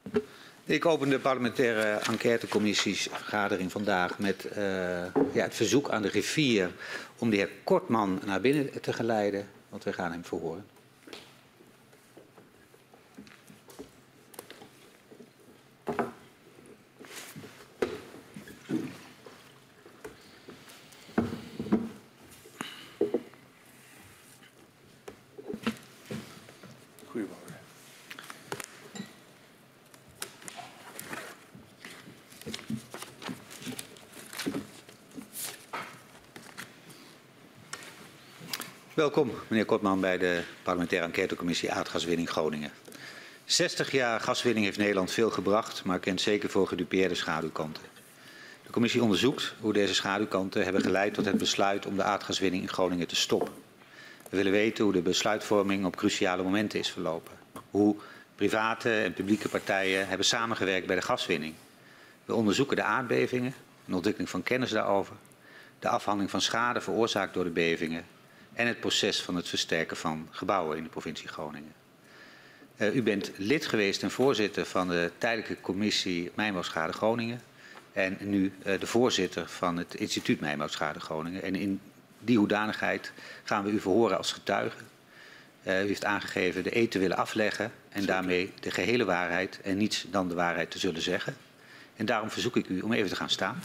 Ik open de parlementaire enquêtecommissiesvergadering vandaag met het verzoek aan de griffier om de heer Kortman naar binnen te geleiden, want we gaan hem verhoren. Goedemorgen. Welkom, meneer Kortman, bij de parlementaire enquêtecommissie aardgaswinning Groningen. 60 jaar gaswinning heeft Nederland veel gebracht, maar kent zeker voor gedupeerde schaduwkanten. De commissie onderzoekt hoe deze schaduwkanten hebben geleid tot het besluit om de aardgaswinning in Groningen te stoppen. We willen weten hoe de besluitvorming op cruciale momenten is verlopen. Hoe private en publieke partijen hebben samengewerkt bij de gaswinning. We onderzoeken de aardbevingen, een ontwikkeling van kennis daarover, de afhandeling van schade veroorzaakt door de bevingen en het proces van het versterken van gebouwen in de provincie Groningen. U bent lid geweest en voorzitter van de tijdelijke commissie Mijnbouwschade Groningen en nu de voorzitter van het instituut Mijnbouwschade Groningen. En in die hoedanigheid gaan we u verhoren als getuige. U heeft aangegeven de eed te willen afleggen en daarmee de gehele waarheid en niets dan de waarheid te zullen zeggen. En daarom verzoek ik u om even te gaan staan.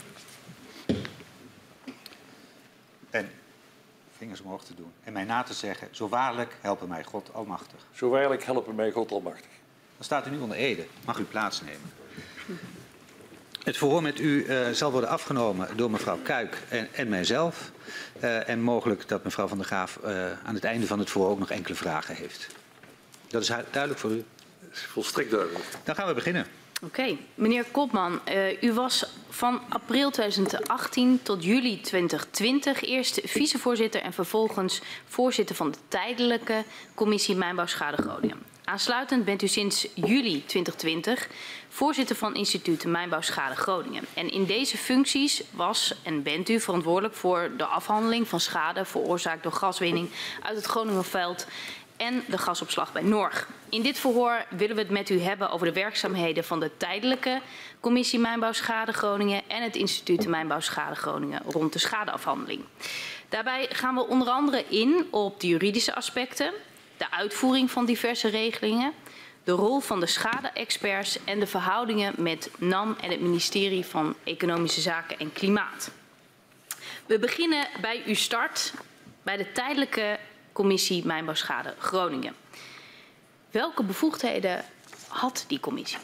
En vingers omhoog te doen. En mij na te zeggen, zo waarlijk helpen mij God Almachtig. Zo waarlijk helpen mij God Almachtig. Dan staat u nu onder ede. Mag u plaatsnemen. Het verhoor met u zal worden afgenomen door mevrouw Kuik en mijzelf. En mogelijk dat mevrouw Van der Graaf aan het einde van het verhoor ook nog enkele vragen heeft. Dat is duidelijk voor u? Dat is volstrekt duidelijk. Dan gaan we beginnen. Oké. Meneer Kortman, u was van april 2018 tot juli 2020 eerst vicevoorzitter en vervolgens voorzitter van de tijdelijke commissie Mijnbouwschade Groningen. Aansluitend bent u sinds juli 2020 voorzitter van instituut Mijnbouwschade Groningen. En in deze functies was en bent u verantwoordelijk voor de afhandeling van schade veroorzaakt door gaswinning uit het Groningerveld en de gasopslag bij Norg. In dit verhoor willen we het met u hebben over de werkzaamheden van de tijdelijke commissie Mijnbouwschade Groningen en het instituut Mijnbouwschade Groningen rond de schadeafhandeling. Daarbij gaan we onder andere in op de juridische aspecten, de uitvoering van diverse regelingen, de rol van de schade-experts en de verhoudingen met NAM en het ministerie van Economische Zaken en Klimaat. We beginnen bij uw start bij de tijdelijke commissie Mijnbouwschade Groningen. Welke bevoegdheden had die commissie?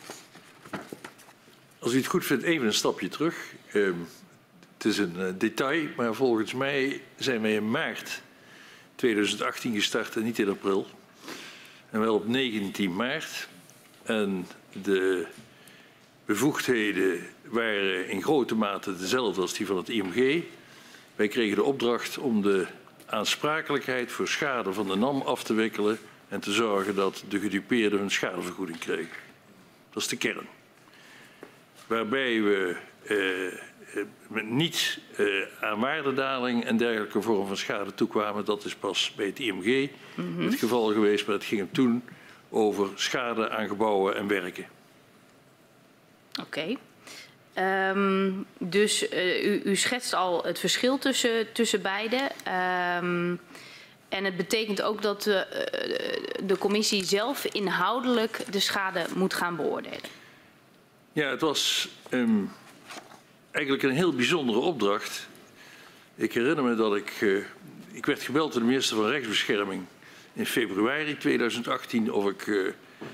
Als u het goed vindt, even een stapje terug. Het is een detail, maar volgens mij zijn wij in maart 2018 gestart en niet in april. En wel op 19 maart. En de bevoegdheden waren in grote mate dezelfde als die van het IMG. Wij kregen de opdracht om de aansprakelijkheid voor schade van de NAM af te wikkelen en te zorgen dat de gedupeerden hun schadevergoeding kregen. Dat is de kern. Waarbij we niet aan waardedaling en dergelijke vorm van schade toekwamen. Dat is pas bij het IMG het geval geweest, maar het ging hem toen over schade aan gebouwen en werken. Oké. Dus u schetst al het verschil tussen beide. En het betekent ook dat de commissie zelf inhoudelijk de schade moet gaan beoordelen. Ja, het was eigenlijk een heel bijzondere opdracht. Ik herinner me dat ik werd gebeld door de minister van Rechtsbescherming in februari 2018 of ik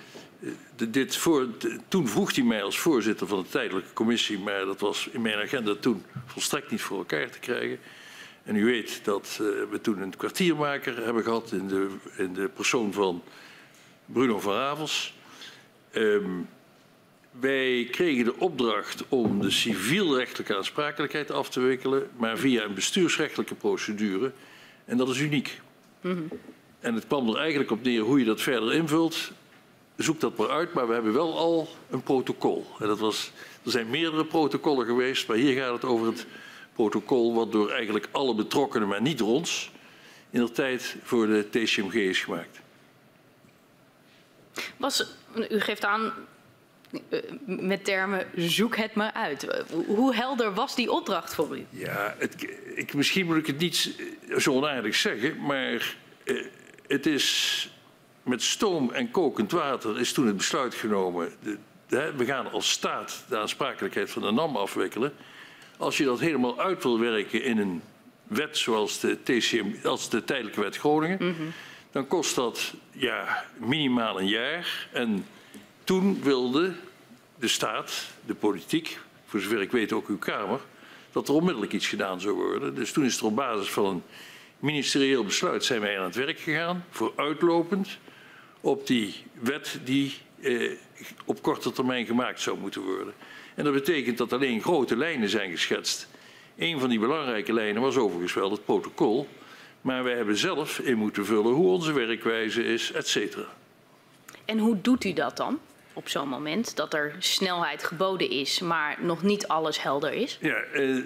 toen vroeg hij mij als voorzitter van de tijdelijke commissie, maar dat was in mijn agenda toen volstrekt niet voor elkaar te krijgen. En u weet dat we toen een kwartiermaker hebben gehad in de persoon van Bruno van Ravels. Wij kregen de opdracht om de civielrechtelijke aansprakelijkheid af te wikkelen, maar via een bestuursrechtelijke procedure. En dat is uniek. En het kwam er eigenlijk op neer hoe je dat verder invult. Zoek dat maar uit, maar we hebben wel al een protocol. En er zijn meerdere protocollen geweest, maar hier gaat het over het protocol wat door eigenlijk alle betrokkenen, maar niet door ons, indertijd voor de TCMG is gemaakt. U geeft aan met termen zoek het maar uit. Hoe helder was die opdracht voor u? Ja, misschien moet ik het niet zo onaardig zeggen, maar het is met stoom en kokend water is toen het besluit genomen. We gaan als staat de aansprakelijkheid van de NAM afwikkelen. Als je dat helemaal uit wil werken in een wet zoals de tijdelijke wet Groningen, dan kost dat minimaal een jaar. En toen wilde de staat, de politiek, voor zover ik weet ook uw Kamer, dat er onmiddellijk iets gedaan zou worden. Dus toen is er op basis van een ministerieel besluit zijn wij aan het werk gegaan, vooruitlopend op die wet die op korte termijn gemaakt zou moeten worden. En dat betekent dat alleen grote lijnen zijn geschetst. Een van die belangrijke lijnen was overigens wel het protocol, maar wij hebben zelf in moeten vullen hoe onze werkwijze is, et cetera. En hoe doet u dat dan? Op zo'n moment dat er snelheid geboden is, maar nog niet alles helder is? Ja,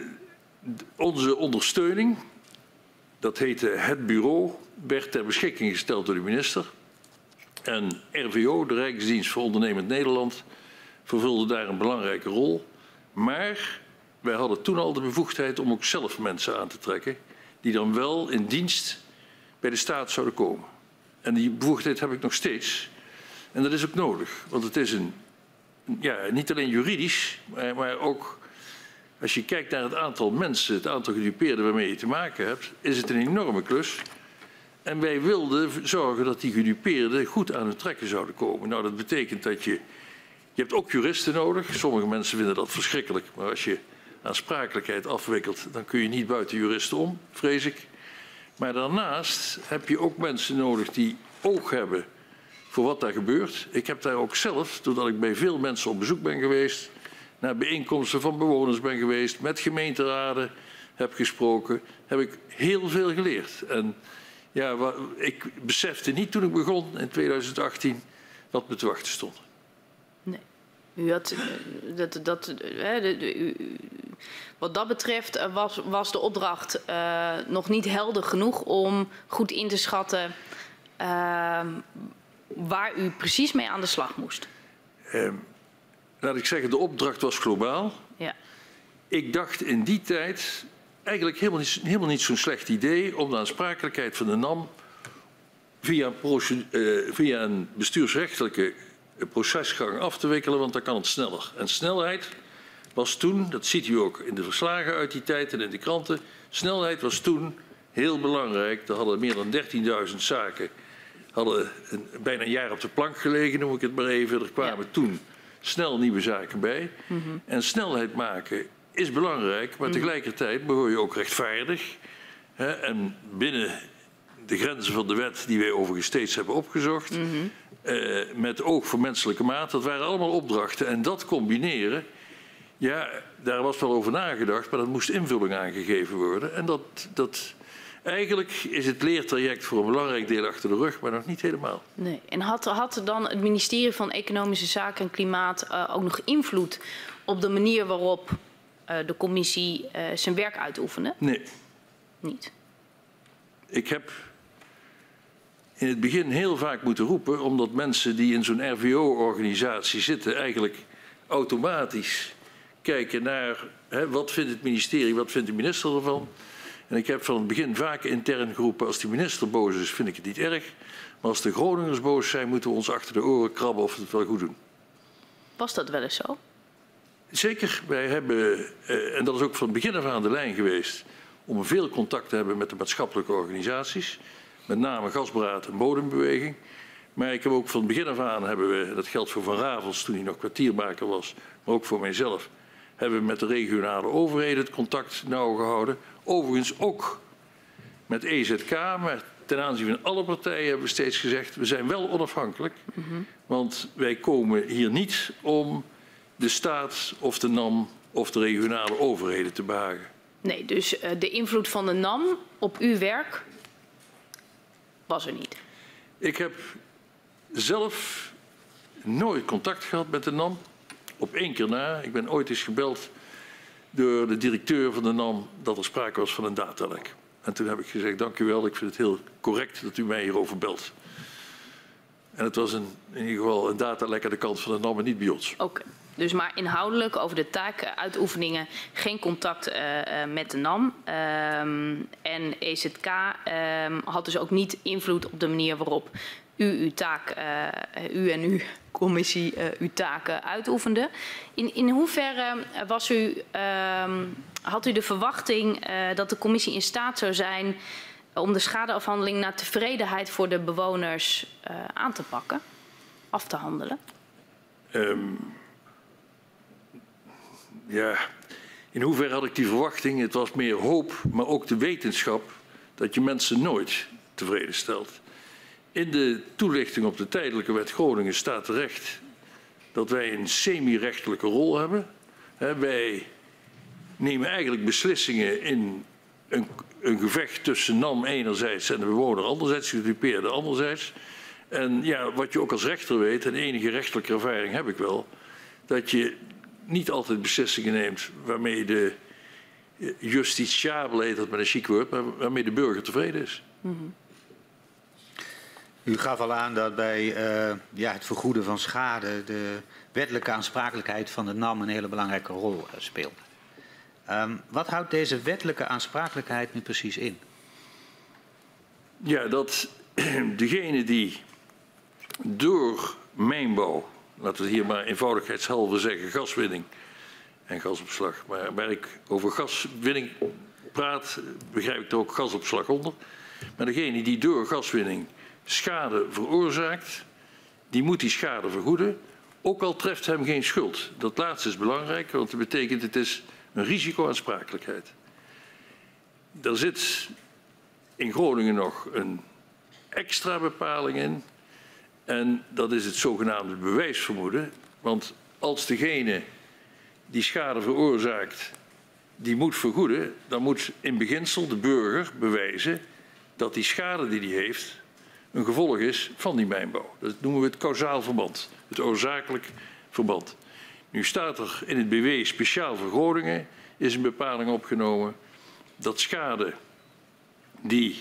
onze ondersteuning, dat heette het bureau, werd ter beschikking gesteld door de minister. En RVO, de Rijksdienst voor Ondernemend Nederland, vervulde daar een belangrijke rol. Maar wij hadden toen al de bevoegdheid om ook zelf mensen aan te trekken die dan wel in dienst bij de staat zouden komen. En die bevoegdheid heb ik nog steeds. En dat is ook nodig, want het is niet alleen juridisch, maar ook als je kijkt naar het aantal mensen, het aantal gedupeerden waarmee je te maken hebt, is het een enorme klus. En wij wilden zorgen dat die gedupeerden goed aan hun trekken zouden komen. Nou, dat betekent dat je hebt ook juristen nodig. Sommige mensen vinden dat verschrikkelijk, maar als je aansprakelijkheid afwikkelt, dan kun je niet buiten juristen om, vrees ik. Maar daarnaast heb je ook mensen nodig die oog hebben voor wat daar gebeurt. Ik heb daar ook zelf, doordat ik bij veel mensen op bezoek ben geweest, naar bijeenkomsten van bewoners ben geweest, met gemeenteraden heb gesproken, heb ik heel veel geleerd. En ik besefte niet toen ik begon in 2018 wat me te wachten stond. Nee. U had, wat dat betreft was de opdracht nog niet helder genoeg om goed in te schatten waar u precies mee aan de slag moest. Laat ik zeggen, de opdracht was globaal. Ja. Ik dacht in die tijd eigenlijk helemaal niet zo'n slecht idee om de aansprakelijkheid van de NAM via een bestuursrechtelijke procesgang af te wikkelen, want dan kan het sneller. En snelheid was toen, dat ziet u ook in de verslagen uit die tijd en in de kranten, snelheid was toen heel belangrijk. Er hadden meer dan 13.000 zaken bijna een jaar op de plank gelegen, noem ik het maar even. Er kwamen toen snel nieuwe zaken bij. En snelheid maken is belangrijk, maar tegelijkertijd behoor je ook rechtvaardig. En binnen de grenzen van de wet die wij overigens steeds hebben opgezocht, met oog voor menselijke maat, dat waren allemaal opdrachten. En dat combineren, daar was wel over nagedacht, maar dat moest invulling aangegeven worden. En eigenlijk is het leertraject voor een belangrijk deel achter de rug, maar nog niet helemaal. Nee. En had dan het ministerie van Economische Zaken en Klimaat ook nog invloed op de manier waarop de commissie zijn werk uitoefende? Nee. Niet? Ik heb in het begin heel vaak moeten roepen, omdat mensen die in zo'n RVO-organisatie zitten eigenlijk automatisch kijken naar wat vindt het ministerie, wat vindt de minister ervan. En ik heb van het begin vaak intern geroepen, als de minister boos is, vind ik het niet erg. Maar als de Groningers boos zijn, moeten we ons achter de oren krabben of we het wel goed doen. Was dat wel eens zo? Zeker. Wij hebben, en dat is ook van het begin af aan de lijn geweest, om veel contact te hebben met de maatschappelijke organisaties. Met name Gasberaad en Bodembeweging. Maar ik heb ook van het begin af aan, dat geldt voor Van Ravels toen hij nog kwartiermaker was, maar ook voor mijzelf, hebben we met de regionale overheden het contact nauw gehouden. Overigens ook met EZK, maar ten aanzien van alle partijen hebben we steeds gezegd, we zijn wel onafhankelijk. Want wij komen hier niet om de staat of de NAM of de regionale overheden te behagen. Nee, dus de invloed van de NAM op uw werk was er niet? Ik heb zelf nooit contact gehad met de NAM. Op 1 keer na. Ik ben ooit eens gebeld door de directeur van de NAM dat er sprake was van een datalek. En toen heb ik gezegd, dank u wel, ik vind het heel correct dat u mij hierover belt. En het was in ieder geval een datalek aan de kant van de NAM en niet bij ons. Oké. Dus maar inhoudelijk over de taakuitoefeningen geen contact met de NAM. En EZK had dus ook niet invloed op de manier waarop u en uw commissie uw taken uitoefende. In hoeverre had u de verwachting dat de commissie in staat zou zijn om de schadeafhandeling naar tevredenheid voor de bewoners aan te pakken, af te handelen? Ja, in hoeverre had ik die verwachting? Het was meer hoop, maar ook de wetenschap dat je mensen nooit tevreden stelt. In de toelichting op de tijdelijke wet Groningen staat terecht dat wij een semi-rechtelijke rol hebben. Wij nemen eigenlijk beslissingen in een gevecht tussen NAM enerzijds en de bewoner anderzijds, de gedupeerde anderzijds. En ja, wat je ook als rechter weet, en enige rechtelijke ervaring heb ik wel, dat je niet altijd beslissingen neemt waarmee de justitiabel, heet dat met een chic woord, maar waarmee de burger tevreden is. Mm-hmm. U gaf al aan dat bij het vergoeden van schade de wettelijke aansprakelijkheid van de NAM een hele belangrijke rol speelt. Wat houdt deze wettelijke aansprakelijkheid nu precies in? Ja, dat degene die door mijnbouw, laten we hier maar eenvoudigheidshalve zeggen, gaswinning en gasopslag. Maar waar ik over gaswinning praat, begrijp ik er ook gasopslag onder. Maar degene die door gaswinning schade veroorzaakt, die moet die schade vergoeden, ook al treft hem geen schuld. Dat laatste is belangrijk, want dat betekent het is een risicoaansprakelijkheid. Er zit in Groningen nog een extra bepaling in. En dat is het zogenaamde bewijsvermoeden. Want als degene die schade veroorzaakt, die moet vergoeden, dan moet in beginsel de burger bewijzen dat die schade die hij heeft een gevolg is van die mijnbouw. Dat noemen we het causaal verband, het oorzakelijk verband. Nu staat er in het BW speciaal voor Groningen is een bepaling opgenomen dat schade die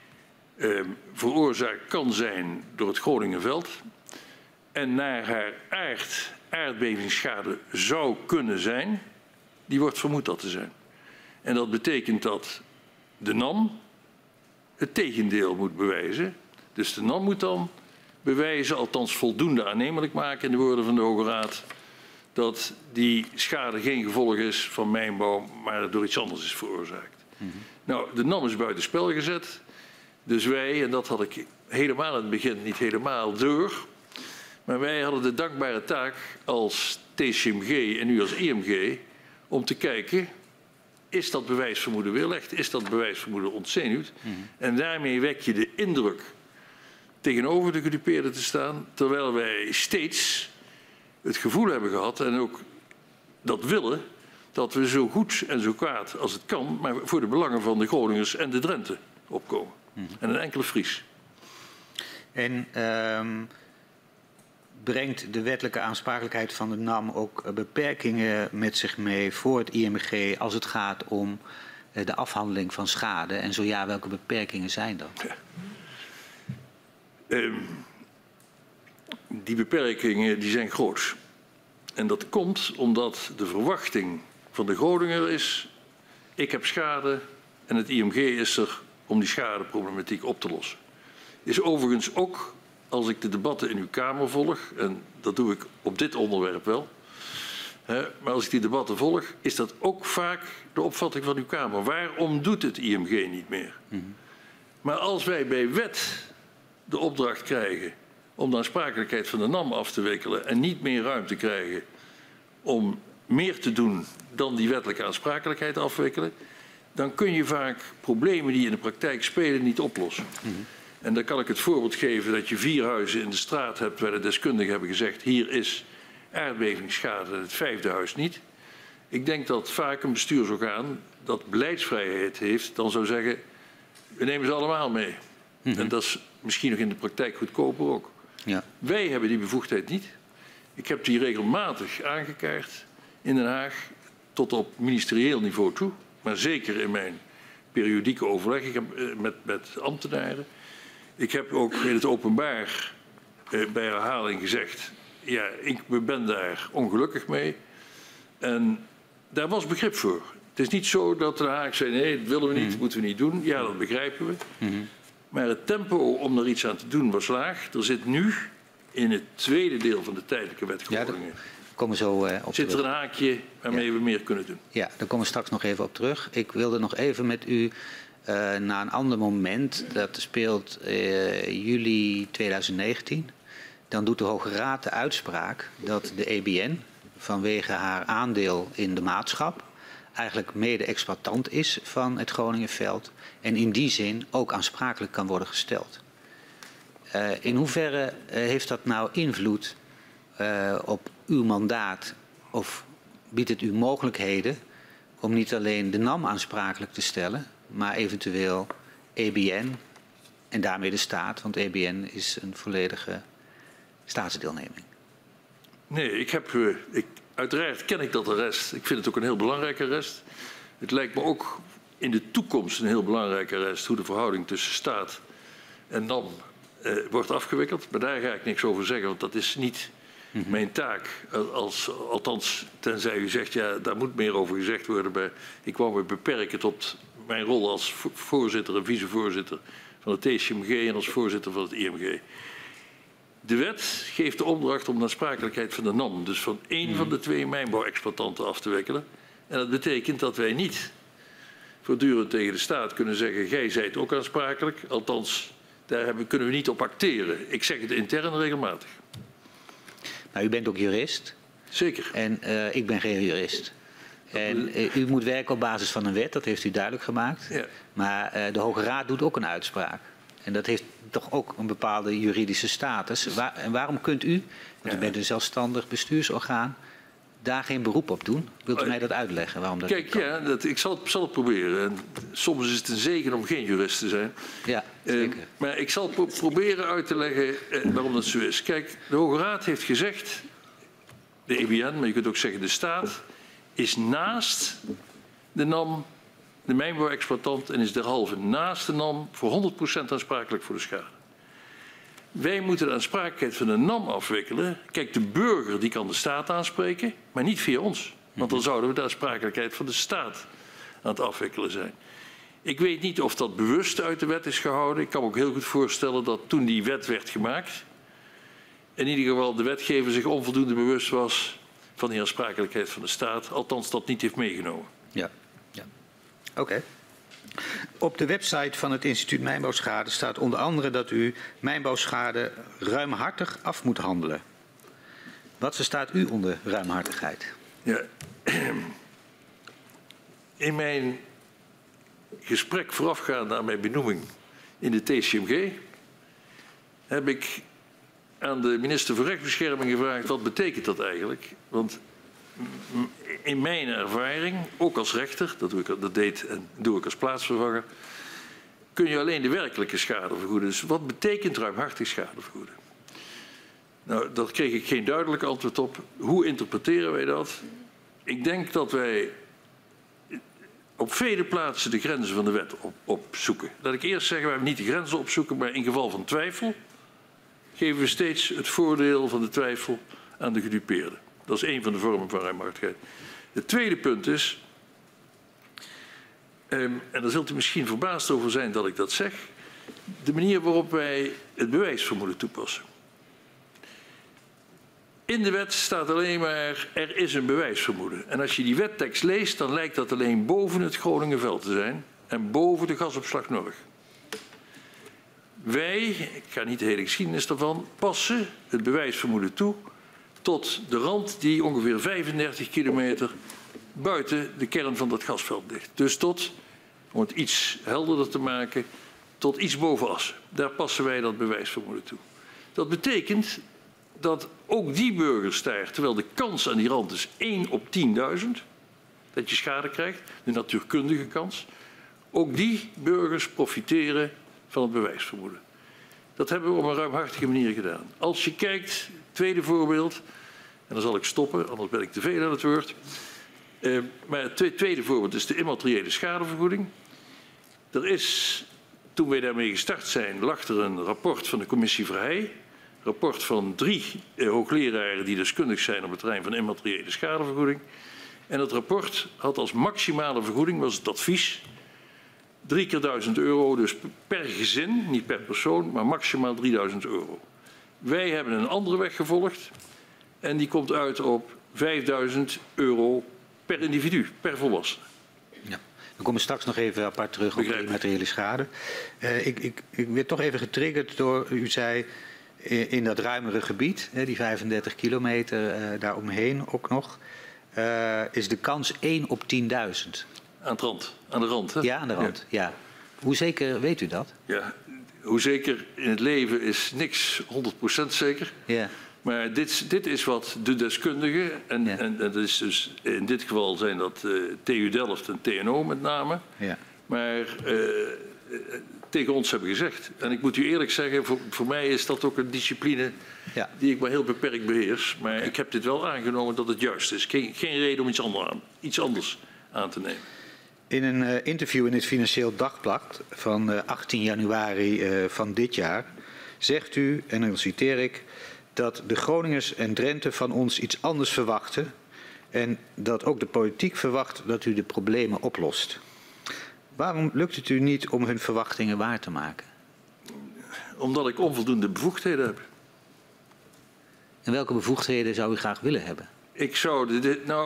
veroorzaakt kan zijn door het Groningenveld en naar haar aard aardbevingsschade zou kunnen zijn, die wordt vermoed dat te zijn. En dat betekent dat de NAM het tegendeel moet bewijzen. Dus de NAM moet dan bewijzen, althans voldoende aannemelijk maken in de woorden van de Hoge Raad, dat die schade geen gevolg is van mijnbouw, maar door iets anders is veroorzaakt. Mm-hmm. Nou, de NAM is buitenspel gezet. Dus wij, en dat had ik helemaal in het begin niet helemaal door, maar wij hadden de dankbare taak als TCMG en nu als IMG om te kijken, is dat bewijsvermoeden weerlegd, is dat bewijsvermoeden ontzenuwd? Mm-hmm. En daarmee wek je de indruk tegenover de gedupeerde te staan, terwijl wij steeds het gevoel hebben gehad en ook dat willen, dat we zo goed en zo kwaad als het kan, maar voor de belangen van de Groningers en de Drenten opkomen. En een enkele Fries. En brengt de wettelijke aansprakelijkheid van de NAM ook beperkingen met zich mee voor het IMG als het gaat om de afhandeling van schade? En zo ja, welke beperkingen zijn dat? Ja. Die beperkingen die zijn groot. En dat komt omdat de verwachting van de Groninger is, ik heb schade en het IMG is er om die schadeproblematiek op te lossen. Is overigens ook, als ik de debatten in uw Kamer volg, en dat doe ik op dit onderwerp wel, maar als ik die debatten volg, is dat ook vaak de opvatting van uw Kamer. Waarom doet het IMG niet meer? Mm-hmm. Maar als wij bij wet de opdracht krijgen om de aansprakelijkheid van de NAM af te wikkelen en niet meer ruimte krijgen om meer te doen dan die wettelijke aansprakelijkheid afwikkelen, dan kun je vaak problemen die in de praktijk spelen niet oplossen. Mm-hmm. En dan kan ik het voorbeeld geven dat je 4 huizen in de straat hebt waar de deskundigen hebben gezegd, hier is aardbevingsschade en het 5e huis niet. Ik denk dat vaak een bestuursorgaan dat beleidsvrijheid heeft, dan zou zeggen, we nemen ze allemaal mee. Mm-hmm. En dat is misschien nog in de praktijk goedkoper ook. Ja. Wij hebben die bevoegdheid niet. Ik heb die regelmatig aangekaart in Den Haag tot op ministerieel niveau toe. Maar zeker in mijn periodieke overleg met ambtenaren. Ik heb ook in het openbaar bij herhaling gezegd, ja, ik ben daar ongelukkig mee. En daar was begrip voor. Het is niet zo dat de Haag zei, nee, dat willen we niet, dat moeten we niet doen. Ja, dat begrijpen we. Maar het tempo om er iets aan te doen was laag. Er zit nu in het tweede deel van de tijdelijke wet Groningen, komen zo op zit er terug. een haakje waarmee we meer kunnen doen. Ja, daar komen we straks nog even op terug. Ik wilde nog even met u naar een ander moment. Dat speelt juli 2019. Dan doet de Hoge Raad de uitspraak dat de EBN vanwege haar aandeel in de maatschap eigenlijk mede-exploitant is van het Groningenveld en in die zin ook aansprakelijk kan worden gesteld. In hoeverre heeft dat nou invloed op uw mandaat of biedt het u mogelijkheden om niet alleen de NAM aansprakelijk te stellen, maar eventueel EBN en daarmee de staat, want EBN is een volledige staatsdeelneming? Nee, uiteraard ken ik dat arrest. Ik vind het ook een heel belangrijk arrest. Het lijkt me ook in de toekomst een heel belangrijk arrest hoe de verhouding tussen staat en NAM wordt afgewikkeld. Maar daar ga ik niks over zeggen, want dat is niet mijn taak. Althans, tenzij u zegt, ja, daar moet meer over gezegd worden. Maar ik wou me beperken tot mijn rol als voorzitter en vicevoorzitter van het TCMG en als voorzitter van het IMG. De wet geeft de opdracht om de aansprakelijkheid van de NAM, dus van één van de twee mijnbouwexploitanten, af te wikkelen. En dat betekent dat wij niet voortdurend tegen de staat kunnen zeggen, gij zijt ook aansprakelijk. Althans, daar kunnen we niet op acteren. Ik zeg het intern regelmatig. Nou, u bent ook jurist. Zeker. En ik ben geen jurist. En u moet werken op basis van een wet, dat heeft u duidelijk gemaakt. Ja. Maar de Hoge Raad doet ook een uitspraak. En dat heeft toch ook een bepaalde juridische status. En waarom kunt u, want u bent een zelfstandig bestuursorgaan, daar geen beroep op doen? Wilt u mij dat uitleggen? Waarom dat Kijk, kan? ja, ik zal het proberen. En soms is het een zegen om geen jurist te zijn. Ja, zeker. Maar ik zal proberen uit te leggen waarom dat zo is. Kijk, de Hoge Raad heeft gezegd, de EBN, maar je kunt ook zeggen de staat, is naast de NAM de mijnbouwexploitant en is derhalve naast de NAM voor 100% aansprakelijk voor de schade. Wij moeten de aansprakelijkheid van de NAM afwikkelen. Kijk, de burger die kan de staat aanspreken, maar niet via ons. Want dan zouden we de aansprakelijkheid van de staat aan het afwikkelen zijn. Ik weet niet of dat bewust uit de wet is gehouden. Ik kan me ook heel goed voorstellen dat toen die wet werd gemaakt, in ieder geval de wetgever zich onvoldoende bewust was van die aansprakelijkheid van de staat. Althans, dat niet heeft meegenomen. Ja. Oké. Op de website van het instituut Mijnbouwschade staat onder andere dat u mijnbouwschade ruimhartig af moet handelen. Wat verstaat u onder ruimhartigheid? Ja. In mijn gesprek voorafgaand aan mijn benoeming in de TCMG heb ik aan de minister voor Rechtsbescherming gevraagd, wat betekent dat eigenlijk? Want in mijn ervaring, ook als rechter, dat deed en doe ik als plaatsvervanger, kun je alleen de werkelijke schade vergoeden. Dus wat betekent ruimhartig schade vergoeden? Nou, daar kreeg ik geen duidelijk antwoord op. Hoe interpreteren wij dat? Ik denk dat wij op vele plaatsen de grenzen van de wet opzoeken. Laat ik eerst zeggen, we hebben niet de grenzen opzoeken, maar in geval van twijfel geven we steeds het voordeel van de twijfel aan de gedupeerde. Dat is één van de vormen van ruimhartigheid. Het tweede punt is, en daar zult u misschien verbaasd over zijn dat ik dat zeg, de manier waarop wij het bewijsvermoeden toepassen. In de wet staat alleen maar, er is een bewijsvermoeden. En als je die wettekst leest, dan lijkt dat alleen boven het Groningenveld te zijn en boven de gasopslag Norg. Wij, ik ga niet de hele geschiedenis daarvan, passen het bewijsvermoeden toe tot de rand die ongeveer 35 kilometer buiten de kern van dat gasveld ligt. Dus tot, om het iets helderder te maken, tot iets boven Assen. Daar passen wij dat bewijsvermoeden toe. Dat betekent dat ook die burgers daar, terwijl de kans aan die rand is 1 op 10.000, dat je schade krijgt, de natuurkundige kans, ook die burgers profiteren van het bewijsvermoeden. Dat hebben we op een ruimhartige manier gedaan. Als je kijkt, tweede voorbeeld, en dan zal ik stoppen, anders ben ik te veel aan het woord. Maar het tweede voorbeeld is de immateriële schadevergoeding. Er is, toen wij daarmee gestart zijn, lag er een rapport van de commissie Verheij. rapport van 3 hoogleraren die deskundig zijn op het terrein van immateriële schadevergoeding. En dat rapport had als maximale vergoeding, was het advies, 3 keer 1000 euro, dus per gezin, niet per persoon, maar maximaal 3000 euro. Wij hebben een andere weg gevolgd en die komt uit op 5000 euro per individu, per volwassene. Ja. We komen straks nog even apart terug op de immateriële schade. Ik werd toch even getriggerd door, u zei, in dat ruimere gebied, die 35 kilometer daaromheen ook nog, is de kans 1 op 10.000. Aan de rand. Hè? Ja, aan de rand. Ja. Hoe zeker weet u dat? Ja, hoe zeker in het leven is niks 100% zeker. Ja. Maar dit is wat de deskundigen, en dat is dus in dit geval zijn dat TU Delft en TNO met name, ja. maar tegen ons hebben gezegd. En ik moet u eerlijk zeggen, voor mij is dat ook een discipline die ik maar heel beperkt beheers. Maar ik heb dit wel aangenomen dat het juist is. Geen reden om iets anders aan te nemen. In een interview in het Financieel Dagblad van 18 januari van dit jaar zegt u, en dan citeer ik, dat de Groningers en Drenthe van ons iets anders verwachten en dat ook de politiek verwacht dat u de problemen oplost. Waarom lukt het u niet om hun verwachtingen waar te maken? Omdat ik onvoldoende bevoegdheden heb. En welke bevoegdheden zou u graag willen hebben? Ik zou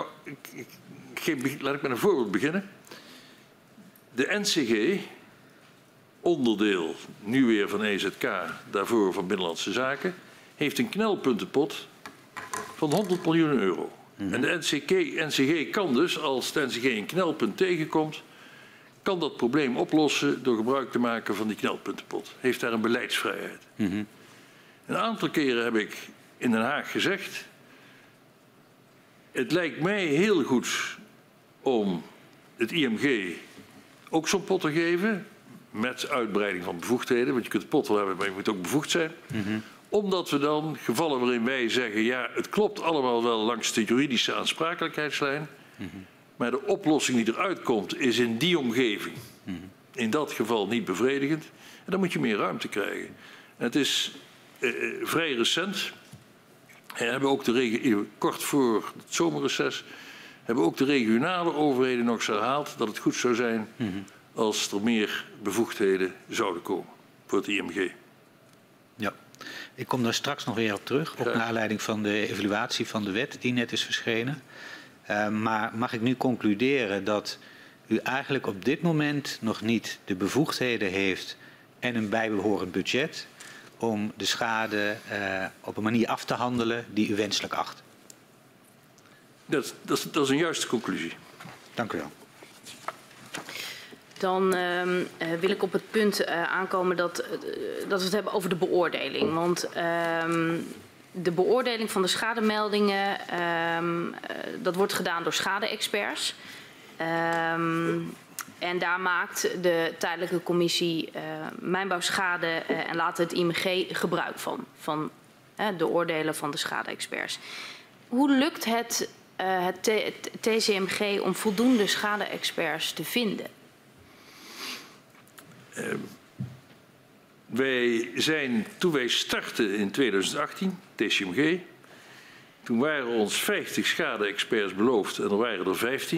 laat ik met een voorbeeld beginnen. De NCG, onderdeel nu weer van EZK, daarvoor van Binnenlandse Zaken, heeft een knelpuntenpot van 100 miljoen euro. En de NCG kan dus, als de NCG een knelpunt tegenkomt, kan dat probleem oplossen door gebruik te maken van die knelpuntenpot. Heeft daar een beleidsvrijheid. Een aantal keren heb ik in Den Haag gezegd, het lijkt mij heel goed om het IMG ook zo'n pot te geven, met uitbreiding van bevoegdheden, want je kunt de pot wel hebben, maar je moet ook bevoegd zijn. Omdat we dan, gevallen waarin wij zeggen, ja, het klopt allemaal wel langs de juridische aansprakelijkheidslijn, maar de oplossing die eruit komt is in die omgeving, in dat geval niet bevredigend, en dan moet je meer ruimte krijgen. En het is vrij recent, hebben ook kort voor het zomerreces, hebben ook de regionale overheden nog eens herhaald dat het goed zou zijn als er meer bevoegdheden zouden komen voor het IMG. Ja, ik kom daar straks nog weer op terug, ook naar aanleiding van de evaluatie van de wet die net is verschenen. Maar mag ik nu concluderen dat u eigenlijk op dit moment nog niet de bevoegdheden heeft en een bijbehorend budget om de schade op een manier af te handelen die u wenselijk acht? Dat is een juiste conclusie. Dank u wel. Dan wil ik op het punt aankomen dat we het hebben over de beoordeling. Want de beoordeling van de schademeldingen, dat wordt gedaan door schade-experts. En daar maakt de tijdelijke commissie mijnbouwschade en later het IMG gebruik van de oordelen van de schade-experts. Hoe lukt het TCMG om voldoende schade-experts te vinden? Toen wij startten in 2018, TCMG, toen waren ons 50 schade-experts beloofd en er waren er 15.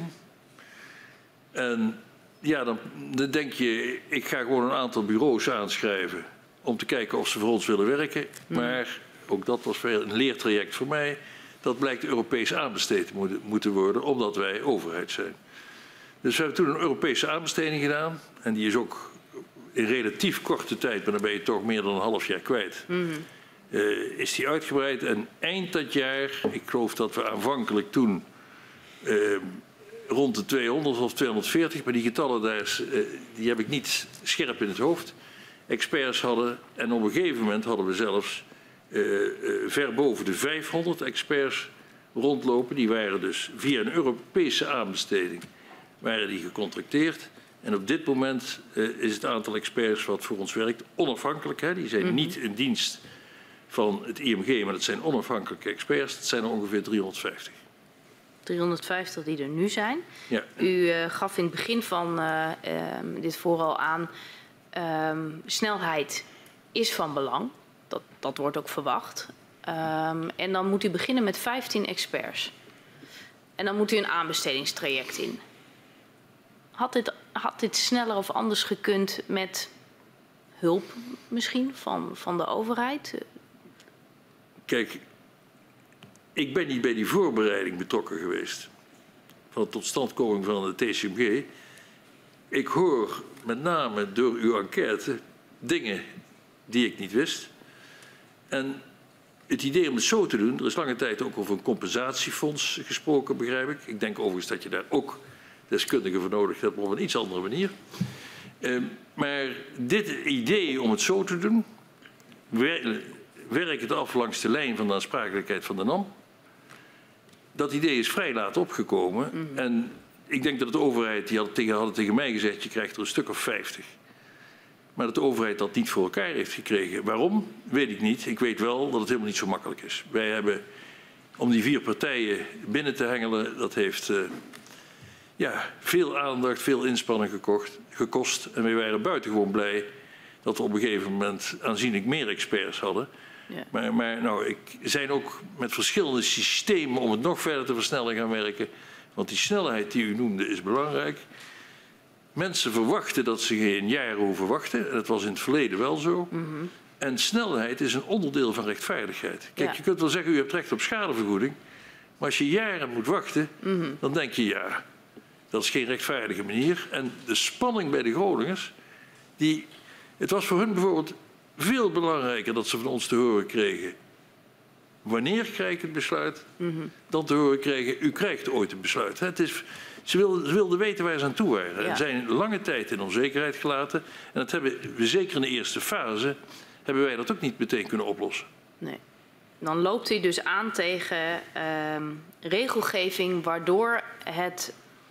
En ja, dan denk je, ik ga gewoon een aantal bureaus aanschrijven om te kijken of ze voor ons willen werken. Maar ook dat was weer een leertraject voor mij. Dat blijkt Europees aanbesteed moeten worden, omdat wij overheid zijn. Dus we hebben toen een Europese aanbesteding gedaan. En die is ook in relatief korte tijd, maar dan ben je toch meer dan een half jaar kwijt, is die uitgebreid. En eind dat jaar, ik geloof dat we aanvankelijk toen rond de 200 of 240, maar die getallen die heb ik niet scherp in het hoofd, experts hadden. En op een gegeven moment hadden we zelfs ver boven de 500 experts rondlopen. Die waren dus via een Europese aanbesteding waren die gecontracteerd. En op dit moment is het aantal experts wat voor ons werkt onafhankelijk. Hè? Die zijn niet in dienst van het IMG, maar dat zijn onafhankelijke experts. Dat zijn er ongeveer 350. 350 die er nu zijn. Ja. U gaf in het begin van dit vooral aan, snelheid is van belang. dat wordt ook verwacht. En dan moet u beginnen met 15 experts. En dan moet u een aanbestedingstraject in. Had dit sneller of anders gekund met hulp misschien van de overheid? Kijk, ik ben niet bij die voorbereiding betrokken geweest. Van de totstandkoming van de TCMG. Ik hoor met name door uw enquête dingen die ik niet wist. En het idee om het zo te doen, er is lange tijd ook over een compensatiefonds gesproken, begrijp ik. Ik denk overigens dat je daar ook deskundigen voor nodig hebt, maar op een iets andere manier. Maar dit idee om het zo te doen, werk het af langs de lijn van de aansprakelijkheid van de NAM. Dat idee is vrij laat opgekomen. En ik denk dat de overheid, die hadden tegen mij gezegd, je krijgt er een stuk of 50. Maar dat de overheid dat niet voor elkaar heeft gekregen. Waarom? Weet ik niet. Ik weet wel dat het helemaal niet zo makkelijk is. Wij hebben, om die 4 partijen binnen te hengelen, dat heeft veel aandacht, veel inspanning gekost. En wij waren buitengewoon blij dat we op een gegeven moment aanzienlijk meer experts hadden. Ja. Maar nou, zijn ook met verschillende systemen om het nog verder te versnellen gaan werken. Want die snelheid die u noemde is belangrijk. Mensen verwachten dat ze geen jaren hoeven wachten. En dat was in het verleden wel zo. En snelheid is een onderdeel van rechtvaardigheid. Kijk, je kunt wel zeggen, u hebt recht op schadevergoeding. Maar als je jaren moet wachten, dan denk je, ja, dat is geen rechtvaardige manier. En de spanning bij de Groningers, het was voor hun bijvoorbeeld veel belangrijker dat ze van ons te horen kregen: wanneer krijg ik het besluit? Dan te horen kregen: u krijgt ooit een besluit. Ze wilden weten waar ze aan toe waren. Ja. En zijn lange tijd in onzekerheid gelaten. En dat hebben we zeker in de eerste fase, hebben wij dat ook niet meteen kunnen oplossen. Nee. Dan loopt u dus aan tegen regelgeving waardoor het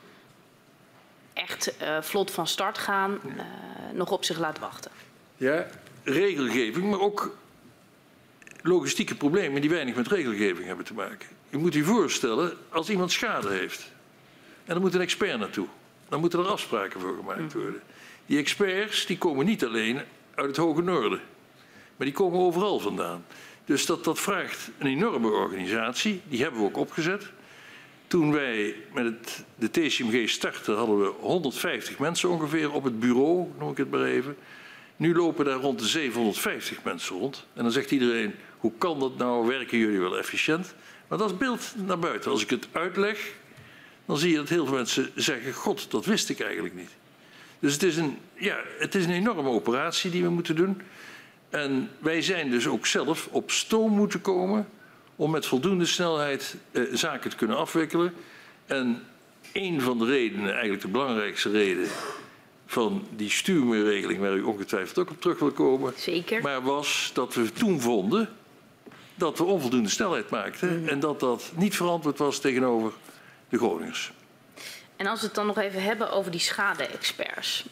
echt vlot van start gaan nog op zich laat wachten. Ja, regelgeving, maar ook logistieke problemen die weinig met regelgeving hebben te maken. Je moet je voorstellen, als iemand schade heeft en er moet een expert naartoe, dan moeten er afspraken voor gemaakt worden. Die experts die komen niet alleen uit het Hoge Noorden, maar die komen overal vandaan. Dus dat vraagt een enorme organisatie, die hebben we ook opgezet. Toen wij met de TCMG startten hadden we 150 mensen ongeveer op het bureau, noem ik het maar even. Nu lopen daar rond de 750 mensen rond. En dan zegt iedereen, hoe kan dat nou, werken jullie wel efficiënt? Maar dat is beeld naar buiten. Als ik het uitleg, dan zie je dat heel veel mensen zeggen, god, dat wist ik eigenlijk niet. Dus het is een enorme operatie die we moeten doen. En wij zijn dus ook zelf op stoom moeten komen om met voldoende snelheid zaken te kunnen afwikkelen. En een van de redenen, eigenlijk de belangrijkste reden van die stuurmeerregeling, waar u ongetwijfeld ook op terug wil komen. Zeker. Maar was dat we toen vonden dat we onvoldoende snelheid maakten en dat niet verantwoord was tegenover de Groningers. En als we het dan nog even hebben over die schade-experts.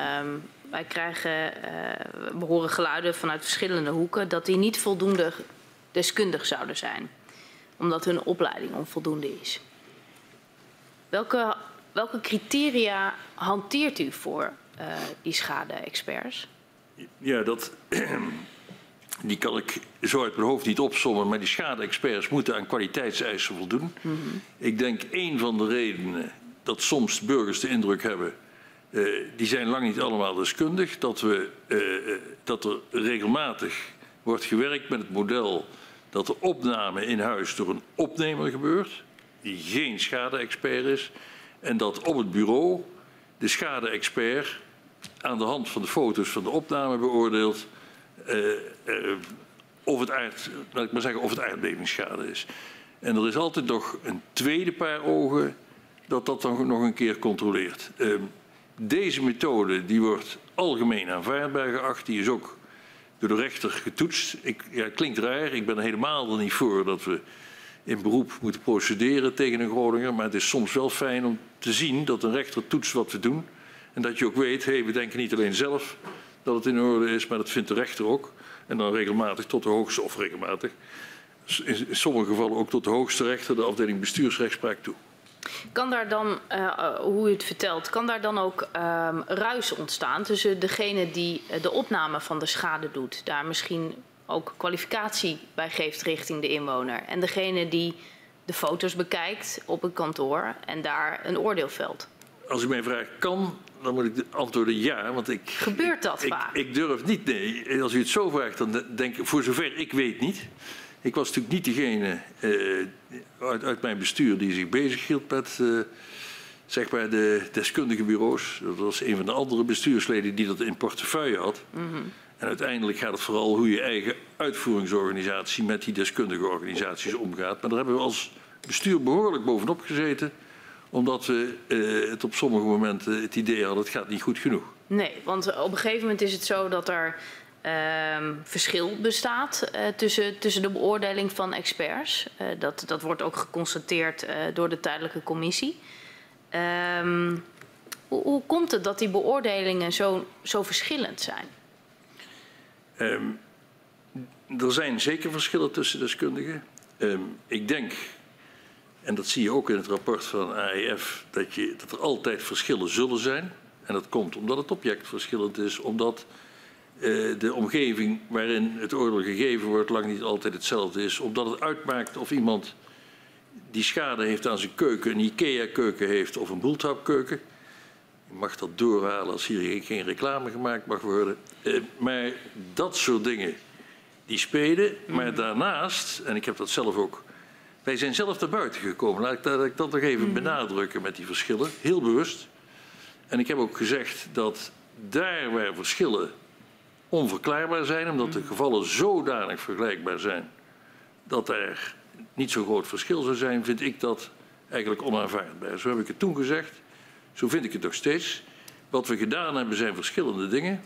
We horen geluiden vanuit verschillende hoeken dat die niet voldoende deskundig zouden zijn. Omdat hun opleiding onvoldoende is. Welke criteria hanteert u voor die schade-experts? Ja, die kan ik zo uit mijn hoofd niet opsommen, maar die schade-experts moeten aan kwaliteitseisen voldoen. Ik denk een van de redenen dat soms burgers de indruk hebben, die zijn lang niet allemaal deskundig, dat er regelmatig wordt gewerkt met het model dat de opname in huis door een opnemer gebeurt, die geen schade-expert is, en dat op het bureau de schade-expert aan de hand van de foto's van de opname beoordeelt of het aardbevingsschade is. En er is altijd nog een tweede paar ogen dat dan nog een keer controleert. Deze methode die wordt algemeen aanvaardbaar geacht. Die is ook door de rechter getoetst. Het klinkt raar, ik ben er helemaal niet voor dat we in beroep moeten procederen tegen een Groninger. Maar het is soms wel fijn om te zien dat een rechter toetst wat we doen. En dat je ook weet, we denken niet alleen zelf dat het in orde is, maar dat vindt de rechter ook. En dan regelmatig tot de hoogste, of regelmatig, in sommige gevallen ook tot de hoogste rechter, de afdeling bestuursrechtspraak toe. Kan daar dan, hoe u het vertelt, kan daar dan ook ruis ontstaan tussen degene die de opname van de schade doet, daar misschien ook kwalificatie bij geeft richting de inwoner. En degene die de foto's bekijkt op een kantoor en daar een oordeel velt. Als u mij vraagt kan, dan moet ik antwoorden ja. Want Gebeurt dat vaak? Ik durf niet, nee. Als u het zo vraagt, dan denk ik, voor zover ik weet niet. Ik was natuurlijk niet degene uit mijn bestuur die zich bezighield met zeg maar de deskundige bureaus. Dat was een van de andere bestuursleden die dat in portefeuille had. Mm-hmm. En uiteindelijk gaat het vooral hoe je eigen uitvoeringsorganisatie met die deskundige organisaties omgaat. Maar daar hebben we als bestuur behoorlijk bovenop gezeten, omdat we het op sommige momenten het idee hadden, het gaat niet goed genoeg. Nee, want op een gegeven moment is het zo dat er verschil bestaat tussen de beoordeling van experts. Dat wordt ook geconstateerd door de tijdelijke commissie. Hoe komt het dat die beoordelingen zo verschillend zijn? Er zijn zeker verschillen tussen deskundigen. Ik denk, en dat zie je ook in het rapport van AEF, dat er altijd verschillen zullen zijn. En dat komt omdat het object verschillend is, omdat de omgeving waarin het oordeel gegeven wordt lang niet altijd hetzelfde is. Omdat het uitmaakt of iemand die schade heeft aan zijn keuken, een IKEA-keuken heeft of een Bulthaup-keuken. Je mag dat doorhalen als hier geen reclame gemaakt mag worden. Maar dat soort dingen, die spelen. Maar daarnaast, en ik heb dat zelf ook, wij zijn zelf naar buiten gekomen. Laat ik dat nog even benadrukken met die verschillen, heel bewust. En ik heb ook gezegd dat daar waar verschillen onverklaarbaar zijn, omdat de gevallen zodanig vergelijkbaar zijn dat er niet zo'n groot verschil zou zijn, vind ik dat eigenlijk onaanvaardbaar. Zo heb ik het toen gezegd, zo vind ik het nog steeds. Wat we gedaan hebben zijn verschillende dingen.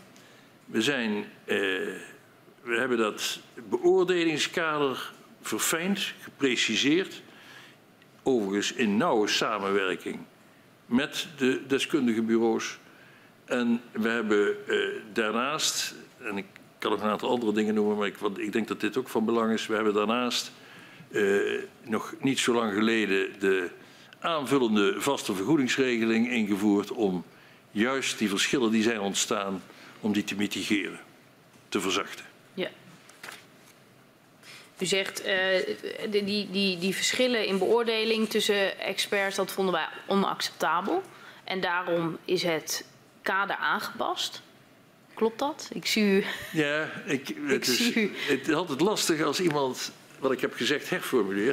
We hebben dat beoordelingskader verfijnd, gepreciseerd, overigens in nauwe samenwerking met de deskundige bureaus. En we hebben daarnaast, en ik kan nog een aantal andere dingen noemen, maar ik denk dat dit ook van belang is. We hebben daarnaast nog niet zo lang geleden de aanvullende vaste vergoedingsregeling ingevoerd om juist die verschillen die zijn ontstaan, om die te mitigeren, te verzachten. Ja. U zegt die verschillen in beoordeling tussen experts, dat vonden wij onacceptabel. En daarom is het kader aangepast. Klopt dat? Ik zie u. Ja, het is altijd lastig als iemand wat ik heb gezegd herformuleert.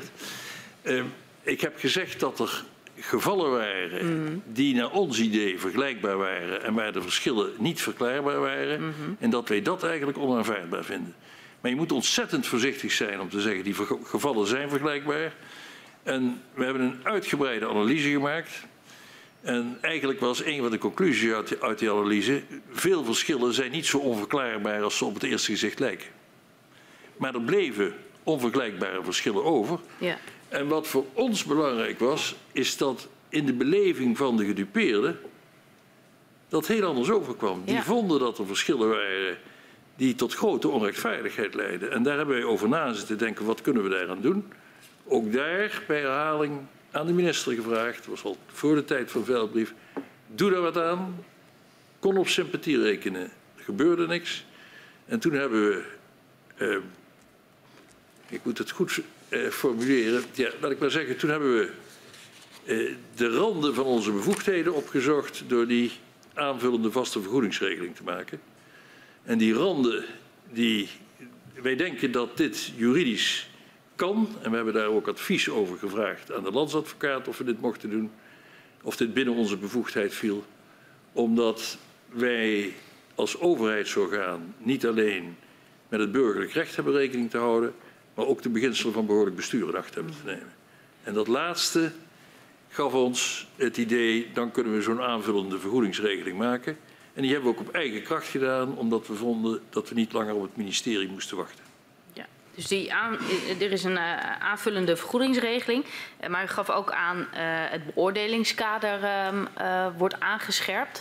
Ik heb gezegd dat er gevallen waren die naar ons idee vergelijkbaar waren en waar de verschillen niet verklaarbaar waren. En dat wij dat eigenlijk onaanvaardbaar vinden. Maar je moet ontzettend voorzichtig zijn om te zeggen die gevallen zijn vergelijkbaar. En we hebben een uitgebreide analyse gemaakt. En eigenlijk was een van de conclusies uit die analyse, veel verschillen zijn niet zo onverklaarbaar als ze op het eerste gezicht lijken. Maar er bleven onvergelijkbare verschillen over. Ja. En wat voor ons belangrijk was, is dat in de beleving van de gedupeerden dat heel anders overkwam. Ja. Die vonden dat er verschillen waren die tot grote onrechtvaardigheid leidden. En daar hebben wij over na zitten denken, wat kunnen we daaraan doen? Ook daar bij herhaling aan de minister gevraagd, dat was al voor de tijd van Veldbrief, doe daar wat aan. Kon op sympathie rekenen, er gebeurde niks. En toen hebben we, ik moet het goed formuleren, ja, laat ik maar zeggen, toen hebben we de randen van onze bevoegdheden opgezocht door die aanvullende vaste vergoedingsregeling te maken. En die randen, wij denken dat dit juridisch kan, en we hebben daar ook advies over gevraagd aan de landsadvocaat of we dit mochten doen, of dit binnen onze bevoegdheid viel, omdat wij als overheidsorgaan niet alleen met het burgerlijk recht hebben rekening te houden, maar ook de beginselen van behoorlijk bestuur in acht hebben te nemen. En dat laatste gaf ons het idee, dan kunnen we zo'n aanvullende vergoedingsregeling maken. En die hebben we ook op eigen kracht gedaan, omdat we vonden dat we niet langer op het ministerie moesten wachten. Ja, dus er is een aanvullende vergoedingsregeling, maar u gaf ook aan het beoordelingskader wordt aangescherpt.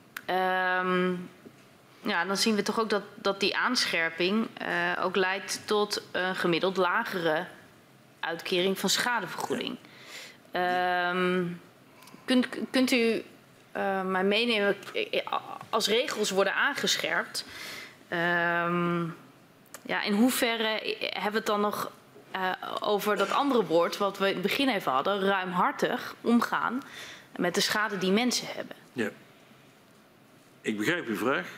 Ja, dan zien we toch ook dat die aanscherping ook leidt tot een gemiddeld lagere uitkering van schadevergoeding. Kunt u mij meenemen, als regels worden aangescherpt, Ja, in hoeverre hebben we het dan nog over dat andere woord wat we in het begin even hadden, ruimhartig omgaan met de schade die mensen hebben? Ja. Ik begrijp uw vraag.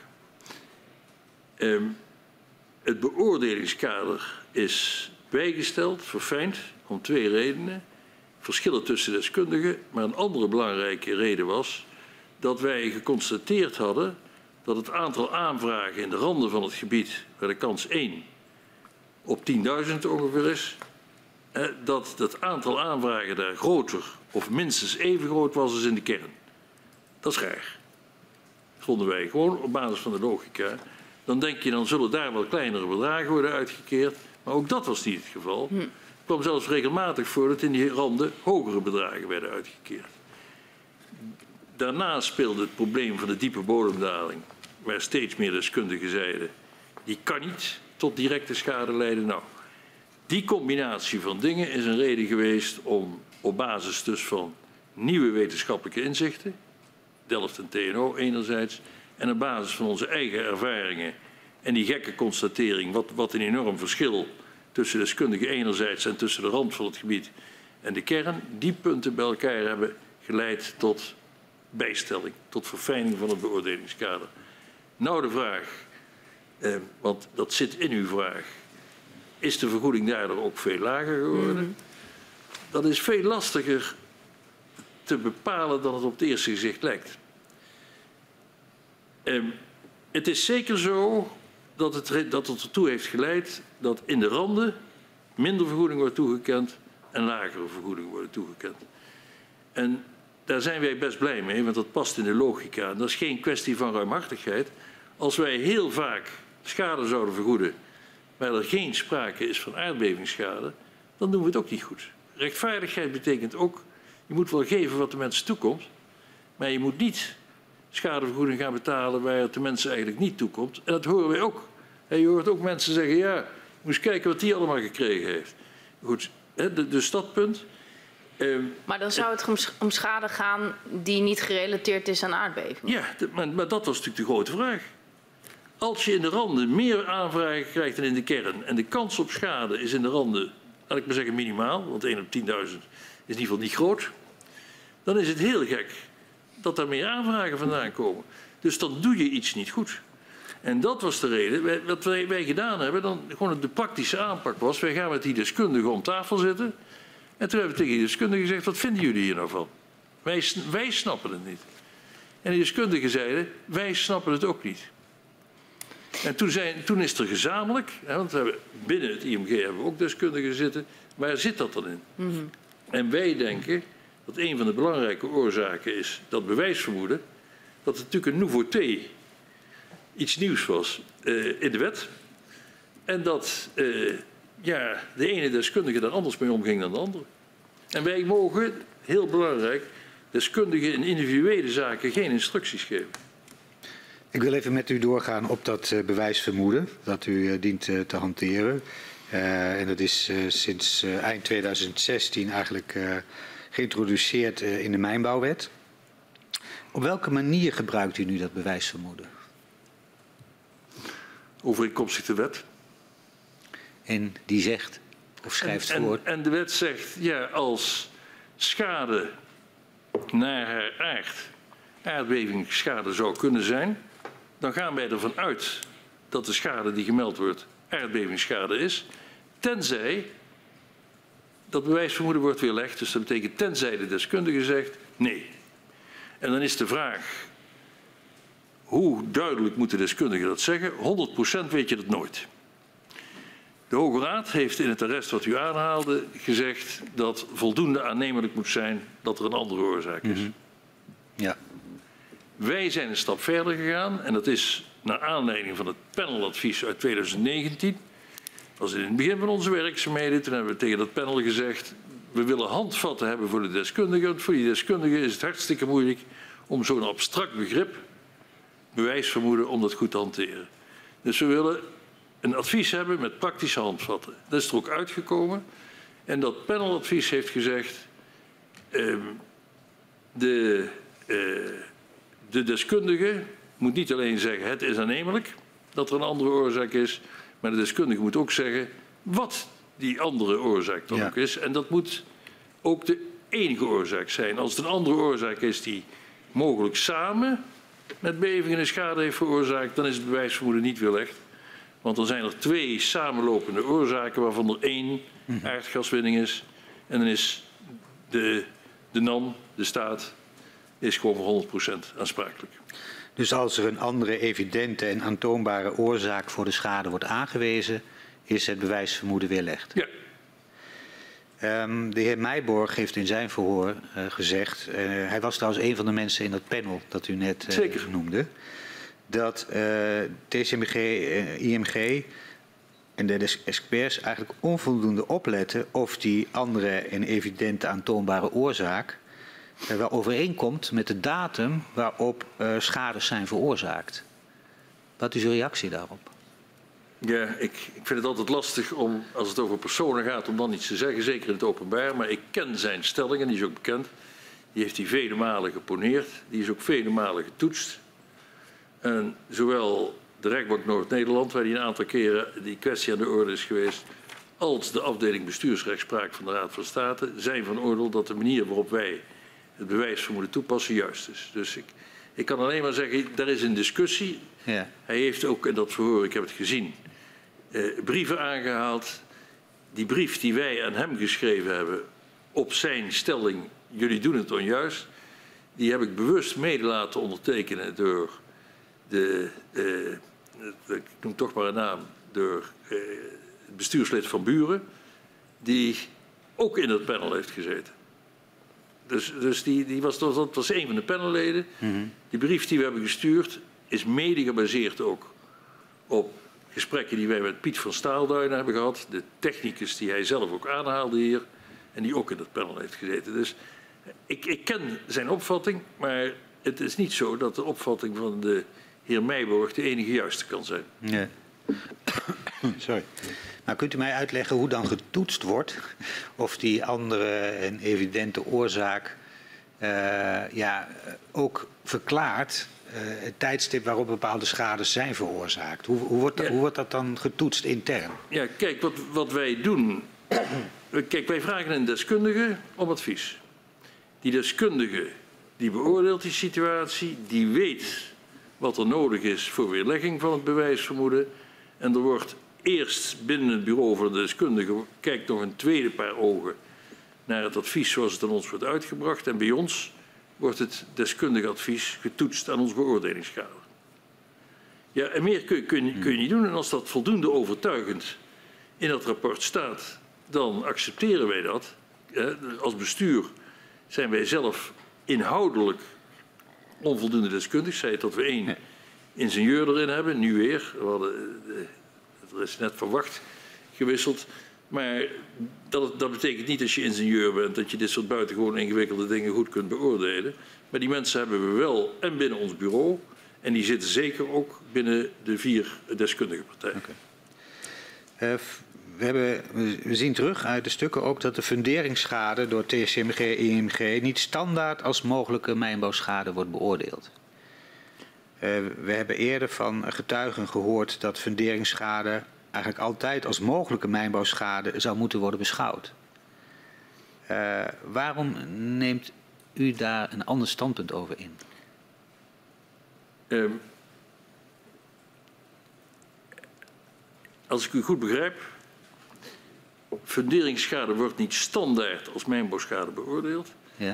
Het beoordelingskader is bijgesteld, verfijnd, om 2 redenen. Verschillen tussen deskundigen, maar een andere belangrijke reden was dat wij geconstateerd hadden dat het aantal aanvragen in de randen van het gebied, waar de kans 1 op 10.000 ongeveer is, dat het aantal aanvragen daar groter of minstens even groot was als in de kern. Dat is raar. Dat vonden wij gewoon op basis van de logica. Dan denk je, dan zullen daar wel kleinere bedragen worden uitgekeerd. Maar ook dat was niet het geval. Het kwam zelfs regelmatig voor dat in die randen hogere bedragen werden uitgekeerd. Daarna speelde het probleem van de diepe bodemdaling, waar steeds meer deskundigen zeiden, die kan niet tot directe schade leiden. Nou, die combinatie van dingen is een reden geweest om op basis dus van nieuwe wetenschappelijke inzichten, Delft en TNO enerzijds, en op basis van onze eigen ervaringen en die gekke constatering, wat een enorm verschil tussen deskundigen enerzijds en tussen de rand van het gebied en de kern, die punten bij elkaar hebben geleid tot bijstelling, tot verfijning van het beoordelingskader. Nou de vraag, want dat zit in uw vraag, is de vergoeding daardoor ook veel lager geworden? Dat is veel lastiger te bepalen dan het op het eerste gezicht lijkt. Het is zeker zo dat het ertoe heeft geleid dat in de randen minder vergoeding wordt toegekend en lagere vergoedingen worden toegekend. En daar zijn wij best blij mee, want dat past in de logica. En dat is geen kwestie van ruimhartigheid. Als wij heel vaak schade zouden vergoeden, maar er geen sprake is van aardbevingsschade, dan doen we het ook niet goed. Rechtvaardigheid betekent ook, je moet wel geven wat de mensen toekomt, maar je moet niet schadevergoeding gaan betalen waar het de mensen eigenlijk niet toekomt. En dat horen wij ook. Je hoort ook mensen zeggen, ja, je moet eens kijken wat die allemaal gekregen heeft. Goed, dus dat punt. Maar dan zou het om schade gaan die niet gerelateerd is aan aardbevingen. Ja, maar dat was natuurlijk de grote vraag. Als je in de randen meer aanvragen krijgt dan in de kern en de kans op schade is in de randen, laat ik maar zeggen minimaal, want 1 op 10.000 is in ieder geval niet groot, dan is het heel gek dat er meer aanvragen vandaan komen. Dus dan doe je iets niet goed. En dat was de reden. Wat wij gedaan hebben, dan gewoon de praktische aanpak was, wij gaan met die deskundigen om tafel zitten. En toen hebben we tegen die deskundigen gezegd, wat vinden jullie hier nou van? Wij snappen het niet. En die deskundigen zeiden, wij snappen het ook niet. En toen is er gezamenlijk, want we hebben binnen het IMG hebben we ook deskundigen zitten, waar zit dat dan in? En wij denken dat een van de belangrijke oorzaken is dat bewijsvermoeden, dat het natuurlijk een nouveauté, iets nieuws was in de wet. En dat de ene deskundige daar anders mee omging dan de andere. En wij mogen, heel belangrijk, deskundigen in individuele zaken geen instructies geven. Ik wil even met u doorgaan op dat bewijsvermoeden dat u dient te hanteren. En dat is sinds eind 2016 eigenlijk geïntroduceerd in de mijnbouwwet. Op welke manier gebruikt u nu dat bewijsvermoeden? Overeenkomstig de wet. En die zegt, of schrijft voor. En de wet zegt, ja, als schade naar haar aard aardbevingsschade zou kunnen zijn, dan gaan wij ervan uit dat de schade die gemeld wordt aardbevingsschade is, tenzij dat bewijsvermoeden wordt weerlegd. Dus dat betekent tenzij de deskundige zegt nee. En dan is de vraag, hoe duidelijk moet de deskundige dat zeggen? 100% weet je dat nooit. De Hoge Raad heeft in het arrest wat u aanhaalde gezegd dat voldoende aannemelijk moet zijn dat er een andere oorzaak is. Ja. Wij zijn een stap verder gegaan en dat is naar aanleiding van het paneladvies uit 2019. Dat was in het begin van onze werkzaamheden. Toen hebben we tegen dat panel gezegd, we willen handvatten hebben voor de deskundigen. Want voor die deskundigen is het hartstikke moeilijk om zo'n abstract begrip, bewijsvermoeden, om dat goed te hanteren. Dus we willen een advies hebben met praktische handvatten. Dat is er ook uitgekomen. En dat paneladvies heeft gezegd, de deskundige moet niet alleen zeggen het is aannemelijk dat er een andere oorzaak is, Maar de deskundige moet ook zeggen wat die andere oorzaak dan ook is. En dat moet ook de enige oorzaak zijn. Als het een andere oorzaak is die mogelijk samen met bevingen en schade heeft veroorzaakt, dan is het bewijsvermoeden niet weerlegd. Want dan zijn er 2 samenlopende oorzaken waarvan er 1 aardgaswinning is. En dan is de NAM, de staat, is gewoon voor 100% aansprakelijk. Dus als er een andere evidente en aantoonbare oorzaak voor de schade wordt aangewezen, is het bewijsvermoeden weerlegd? Ja. De heer Meijborg heeft in zijn verhoor gezegd, hij was trouwens een van de mensen in dat panel dat u net noemde, dat TCMG, IMG en de experts eigenlijk onvoldoende opletten of die andere en evidente aantoonbare oorzaak wel overeenkomt met de datum waarop schades zijn veroorzaakt. Wat is uw reactie daarop? Ja, ik vind het altijd lastig om, als het over personen gaat, om dan iets te zeggen, zeker in het openbaar. Maar ik ken zijn stelling en die is ook bekend. Die heeft hij vele malen geponeerd. Die is ook vele malen getoetst. En zowel de rechtbank Noord-Nederland, waar die een aantal keren die kwestie aan de orde is geweest, als de afdeling bestuursrechtspraak van de Raad van State zijn van oordeel dat de manier waarop wij het bewijsvermoeden toepassen juist is. Dus ik kan alleen maar zeggen, daar is een discussie. Ja. Hij heeft ook, en dat verhoor ik heb het gezien, brieven aangehaald. Die brief die wij aan hem geschreven hebben op zijn stelling, jullie doen het onjuist, die heb ik bewust mede laten ondertekenen door ik noem toch maar een naam, door het bestuurslid van Buren, die ook in het panel heeft gezeten. Dus dat was een van de panelleden. Die brief die we hebben gestuurd is mede gebaseerd ook op gesprekken die wij met Piet van Staalduinen hebben gehad. De technicus die hij zelf ook aanhaalde hier en die ook in het panel heeft gezeten. Dus ik ken zijn opvatting, maar het is niet zo dat de opvatting van de heer Meijborg de enige juiste kan zijn. Nee. Sorry. Maar kunt u mij uitleggen hoe dan getoetst wordt of die andere en evidente oorzaak ook verklaart het tijdstip waarop bepaalde schades zijn veroorzaakt? Hoe wordt dat dan getoetst intern? Ja, kijk, wat wij doen. Kijk, wij vragen een deskundige om advies. Die deskundige die beoordeelt die situatie, die weet wat er nodig is voor weerlegging van het bewijsvermoeden. En er wordt eerst binnen het bureau van de deskundige kijkt nog een tweede paar ogen naar het advies zoals het aan ons wordt uitgebracht. En bij ons wordt het deskundige advies getoetst aan ons beoordelingskader. Ja, en meer kun je niet doen. En als dat voldoende overtuigend in dat rapport staat, dan accepteren wij dat. Als bestuur zijn wij zelf inhoudelijk onvoldoende deskundig. Zei het dat we 1 ingenieur erin hebben, nu weer. Er is net van wacht gewisseld. Maar dat betekent niet als je ingenieur bent dat je dit soort buitengewoon ingewikkelde dingen goed kunt beoordelen. Maar die mensen hebben we wel en binnen ons bureau. En die zitten zeker ook binnen de 4 deskundige partijen. Okay. We zien terug uit de stukken ook dat de funderingsschade door TCMG en IMG niet standaard als mogelijke mijnbouwschade wordt beoordeeld. We hebben eerder van getuigen gehoord dat funderingsschade eigenlijk altijd als mogelijke mijnbouwschade zou moeten worden beschouwd. Waarom neemt u daar een ander standpunt over in? Als ik u goed begrijp, funderingsschade wordt niet standaard als mijnbouwschade beoordeeld. Ja.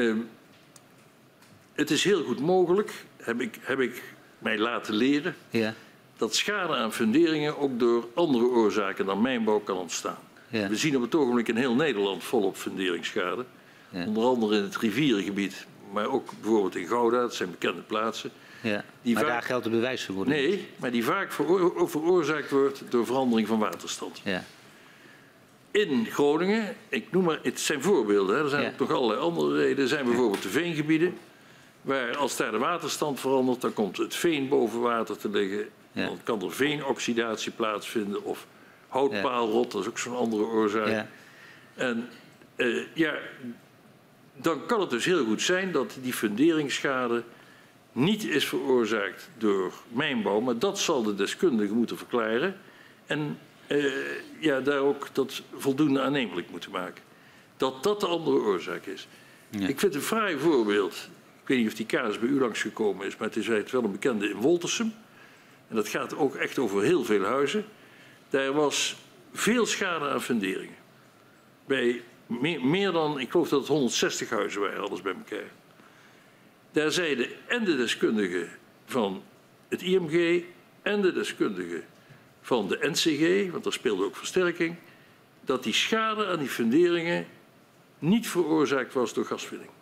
Het is heel goed mogelijk, heb ik mij laten leren, dat schade aan funderingen ook door andere oorzaken dan mijnbouw kan ontstaan. Ja. We zien op het ogenblik in heel Nederland volop funderingsschade. Ja. Onder andere in het rivierengebied, maar ook bijvoorbeeld in Gouda, dat zijn bekende plaatsen. Ja. Maar daar geldt de bewijsvermoeden. Nee, maar die vaak veroorzaakt wordt door verandering van waterstand. Ja. In Groningen, ik noem maar, het zijn voorbeelden, er zijn ook nog allerlei andere redenen, zijn bijvoorbeeld de veengebieden, waar als daar de waterstand verandert, dan komt het veen boven water te liggen. Ja. Dan kan er veenoxidatie plaatsvinden of houtpaalrot, dat is ook zo'n andere oorzaak. Ja. En dan kan het dus heel goed zijn dat die funderingsschade niet is veroorzaakt door mijnbouw, maar dat zal de deskundige moeten verklaren. En daar ook dat voldoende aannemelijk moeten maken. Dat dat de andere oorzaak is. Ja. Ik vind een fraai voorbeeld. Ik weet niet of die casus bij u langsgekomen is, maar het is wel een bekende in Woltersum. En dat gaat ook echt over heel veel huizen. Daar was veel schade aan funderingen. Bij meer dan, ik geloof dat het 160 huizen waren, alles bij elkaar. Daar zeiden en de deskundigen van het IMG en de deskundigen van de NCG, want daar speelde ook versterking, dat die schade aan die funderingen niet veroorzaakt was door gaswinning.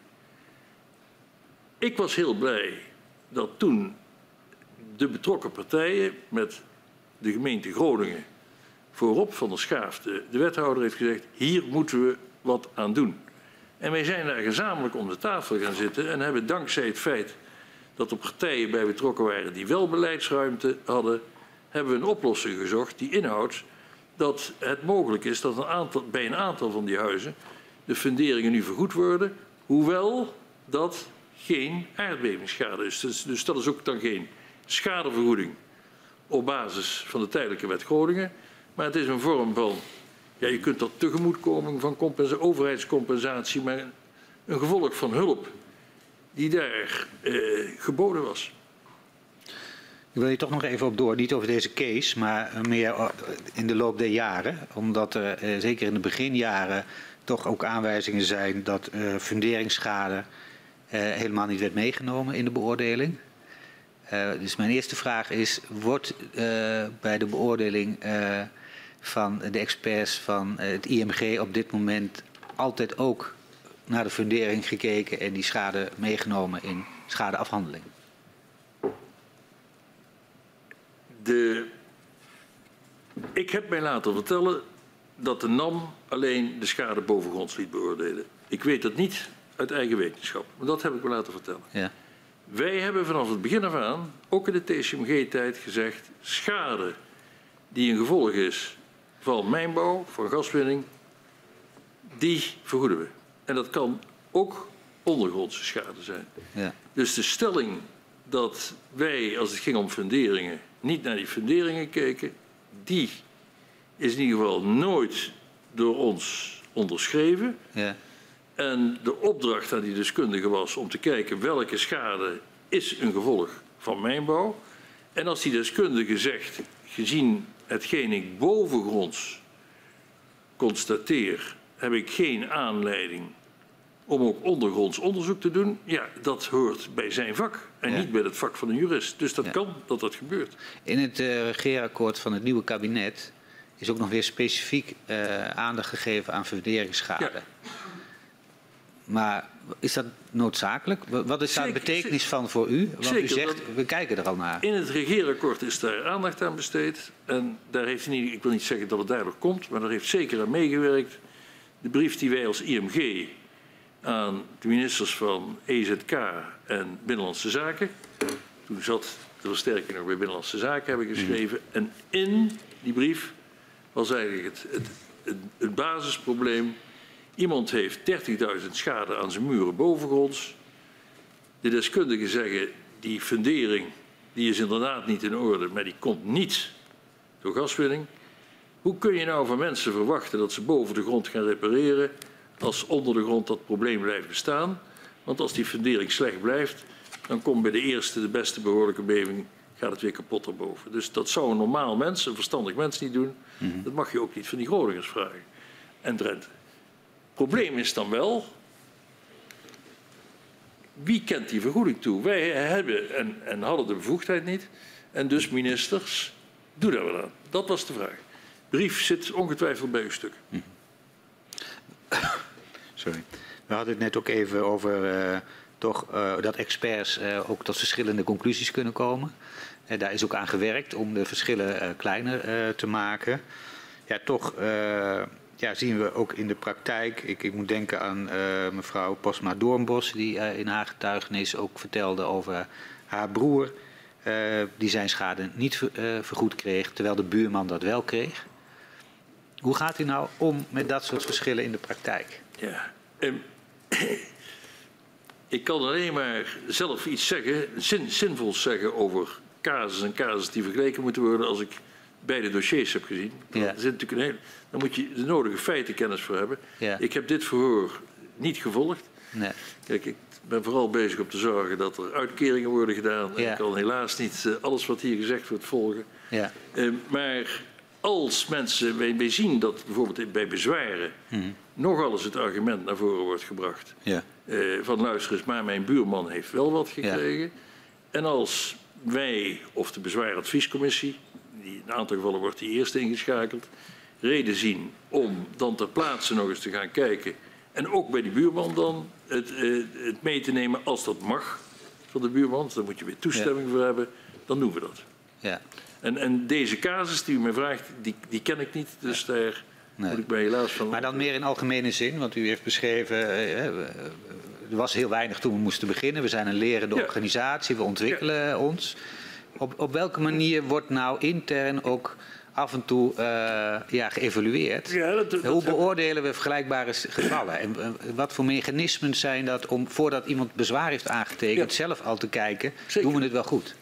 Ik was heel blij dat toen de betrokken partijen met de gemeente Groningen voorop Van der Schaaf, de wethouder, heeft gezegd, hier moeten we wat aan doen. En wij zijn daar gezamenlijk om de tafel gaan zitten en hebben dankzij het feit dat er partijen bij betrokken waren die wel beleidsruimte hadden, hebben we een oplossing gezocht die inhoudt dat het mogelijk is dat bij een aantal van die huizen de funderingen nu vergoed worden, hoewel dat geen aardbevingsschade is. Dus dat is ook dan geen schadevergoeding op basis van de tijdelijke wet Groningen, maar het is een vorm van, ja, je kunt dat tegemoetkoming van overheidscompensatie, maar een gevolg van hulp die daar geboden was. Ik wil hier toch nog even op door, niet over deze case, maar meer in de loop der jaren. Omdat er zeker in de beginjaren toch ook aanwijzingen zijn dat funderingsschade helemaal niet werd meegenomen in de beoordeling. Dus mijn eerste vraag is, wordt bij de beoordeling van de experts van het IMG op dit moment altijd ook naar de fundering gekeken en die schade meegenomen in schadeafhandeling? Ik heb mij laten vertellen dat de NAM alleen de schade bovengronds liet beoordelen. Ik weet dat niet uit eigen wetenschap, maar dat heb ik me laten vertellen. Ja. Wij hebben vanaf het begin af aan, ook in de TCMG-tijd, gezegd, schade die een gevolg is van mijnbouw, van gaswinning, die vergoeden we. En dat kan ook ondergrondse schade zijn. Ja. Dus de stelling dat wij, als het ging om funderingen, niet naar die funderingen keken, die is in ieder geval nooit door ons onderschreven. Ja. En de opdracht aan die deskundigen was om te kijken welke schade is een gevolg van mijnbouw. En als die deskundige zegt, gezien hetgeen ik bovengronds constateer, heb ik geen aanleiding om ook ondergronds onderzoek te doen. Ja, dat hoort bij zijn vak en niet bij het vak van een jurist. Dus dat kan dat dat gebeurt. In het regeerakkoord van het nieuwe kabinet is ook nog weer specifiek aandacht gegeven aan funderingsschade. Ja. Maar is dat noodzakelijk? Wat is daar de betekenis van voor u? Want u zegt, we kijken er al naar. In het regeerakkoord is daar aandacht aan besteed. En daar heeft niet, ik wil niet zeggen dat het daardoor komt, maar daar heeft zeker aan meegewerkt. De brief die wij als IMG aan de ministers van EZK en Binnenlandse Zaken, toen zat de versterking nog bij Binnenlandse Zaken, hebben geschreven. En in die brief was eigenlijk het basisprobleem. Iemand heeft 30.000 schade aan zijn muren bovengronds. De deskundigen zeggen, die fundering die is inderdaad niet in orde, maar die komt niet door gaswinning. Hoe kun je nou van mensen verwachten dat ze boven de grond gaan repareren als onder de grond dat probleem blijft bestaan? Want als die fundering slecht blijft, dan komt bij de eerste, de beste behoorlijke beving, gaat het weer kapot erboven. Dus dat zou een normaal mens, een verstandig mens niet doen. Dat mag je ook niet van die Groningers vragen. En Drenthe. Het probleem is dan wel, wie kent die vergoeding toe? Wij hebben en hadden de bevoegdheid niet. En dus ministers, doe daar wat aan. Dat was de vraag. De brief zit ongetwijfeld bij uw stuk. Sorry. We hadden het net ook even over dat experts ook tot verschillende conclusies kunnen komen. Daar is ook aan gewerkt om de verschillen kleiner te maken. Ja, toch zien we ook in de praktijk, ik moet denken aan mevrouw Posma Doornbos, die in haar getuigenis ook vertelde over haar broer, die zijn schade niet vergoed kreeg, terwijl de buurman dat wel kreeg. Hoe gaat u nou om met dat soort verschillen in de praktijk? Ja, ik kan alleen maar zelf iets zeggen, zinvols zeggen over casus en casus die vergeleken moeten worden als ik beide dossiers heb gezien. Ja. Er zit natuurlijk dan moet je de nodige feitenkennis voor hebben. Ja. Ik heb dit verhoor niet gevolgd. Nee. Kijk, ik ben vooral bezig om te zorgen dat er uitkeringen worden gedaan. Ja. Ik kan helaas niet alles wat hier gezegd wordt volgen. Ja. Maar als mensen, wij zien dat bijvoorbeeld bij bezwaren nogal eens het argument naar voren wordt gebracht. Ja. Van luister eens, maar mijn buurman heeft wel wat gekregen. Ja. En als wij, of de bezwaaradviescommissie, die in een aantal gevallen wordt die eerst ingeschakeld, reden zien om dan ter plaatse nog eens te gaan kijken. En ook bij die buurman dan het mee te nemen als dat mag van de buurman. Daar moet je weer toestemming voor hebben. Dan doen we dat. Ja. En deze casus die u mij vraagt, die ken ik niet. Dus daar moet ik mij helaas van... Maar dan meer in algemene zin, want u heeft beschreven... er was heel weinig toen we moesten beginnen. We zijn een lerende organisatie, we ontwikkelen ons. Op welke manier wordt nou intern ook af en toe geëvalueerd? Hoe beoordelen we vergelijkbare gevallen? En wat voor mechanismen zijn dat om, voordat iemand bezwaar heeft aangetekend, zelf al te kijken, doen we het wel goed?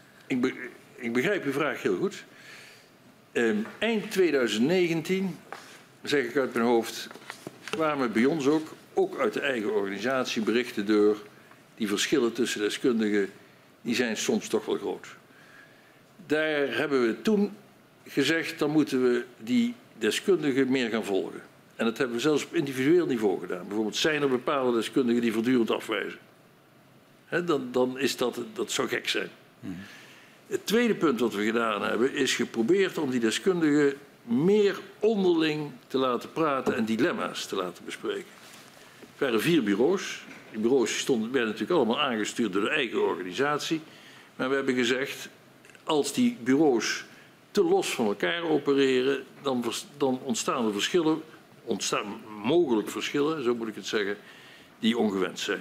Ik begrijp uw vraag heel goed. Eind 2019, zeg ik uit mijn hoofd, kwamen bij ons ook uit de eigen organisatie berichten door die verschillen tussen deskundigen, die zijn soms toch wel groot. Daar hebben we toen gezegd, dan moeten we die deskundigen meer gaan volgen. En dat hebben we zelfs op individueel niveau gedaan. Bijvoorbeeld zijn er bepaalde deskundigen die voortdurend afwijzen. Dan is dat zou gek zijn. Het tweede punt wat we gedaan hebben, is geprobeerd om die deskundigen meer onderling te laten praten en dilemma's te laten bespreken. Er waren 4 bureaus. Die bureaus werden natuurlijk allemaal aangestuurd door de eigen organisatie. Maar we hebben gezegd, als die bureaus te los van elkaar opereren, dan ontstaan er verschillen, ontstaan mogelijk verschillen, zo moet ik het zeggen, die ongewenst zijn.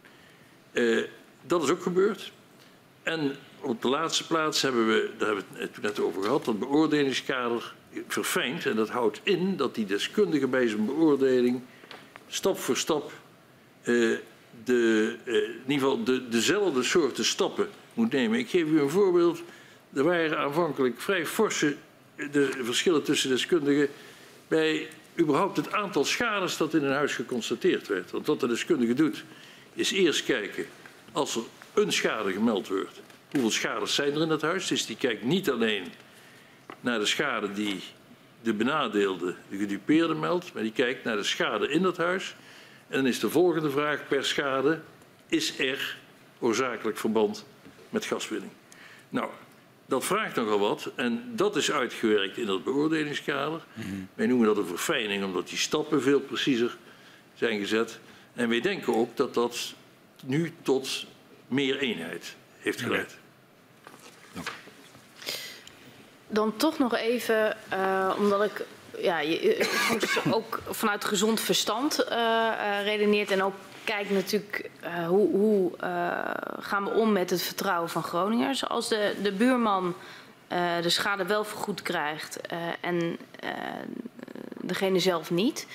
Dat is ook gebeurd. En op de laatste plaats hebben we, daar hebben we het net over gehad, dat beoordelingskader verfijnd. En dat houdt in dat die deskundige bij zijn beoordeling stap voor stap in ieder geval dezelfde soorten stappen moet nemen. Ik geef u een voorbeeld. Er waren aanvankelijk vrij forse verschillen tussen deskundigen bij überhaupt het aantal schades dat in een huis geconstateerd werd. Want wat de deskundige doet, is eerst kijken, als er een schade gemeld wordt, hoeveel schades zijn er in het huis. Dus die kijkt niet alleen naar de schade die de benadeelde, de gedupeerde meldt, maar die kijkt naar de schade in dat huis. En dan is de volgende vraag per schade, is er oorzakelijk verband met gaswinning? Nou, dat vraagt nogal wat en dat is uitgewerkt in dat beoordelingskader. Wij noemen dat een verfijning omdat die stappen veel preciezer zijn gezet. En wij denken ook dat dat nu tot meer eenheid heeft geleid. Dan toch nog even, omdat ik soms ook vanuit gezond verstand redeneert en ook kijkt natuurlijk hoe gaan we om met het vertrouwen van Groningers. Als de buurman de schade wel vergoed krijgt en degene zelf niet.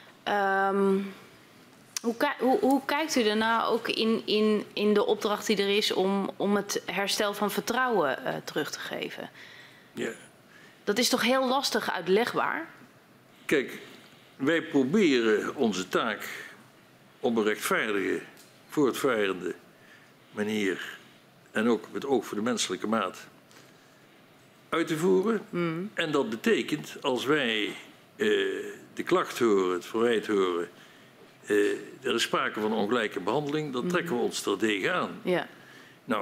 Hoe kijkt u daarna ook in de opdracht die er is om het herstel van vertrouwen terug te geven? Ja. Dat is toch heel lastig uitlegbaar? Kijk, wij proberen onze taak op een rechtvaardige, voortvarende manier en ook met oog voor de menselijke maat uit te voeren. En dat betekent, als wij de klacht horen, het verwijt horen, er is sprake van ongelijke behandeling, dan trekken we ons terdege aan. Ja. Nou,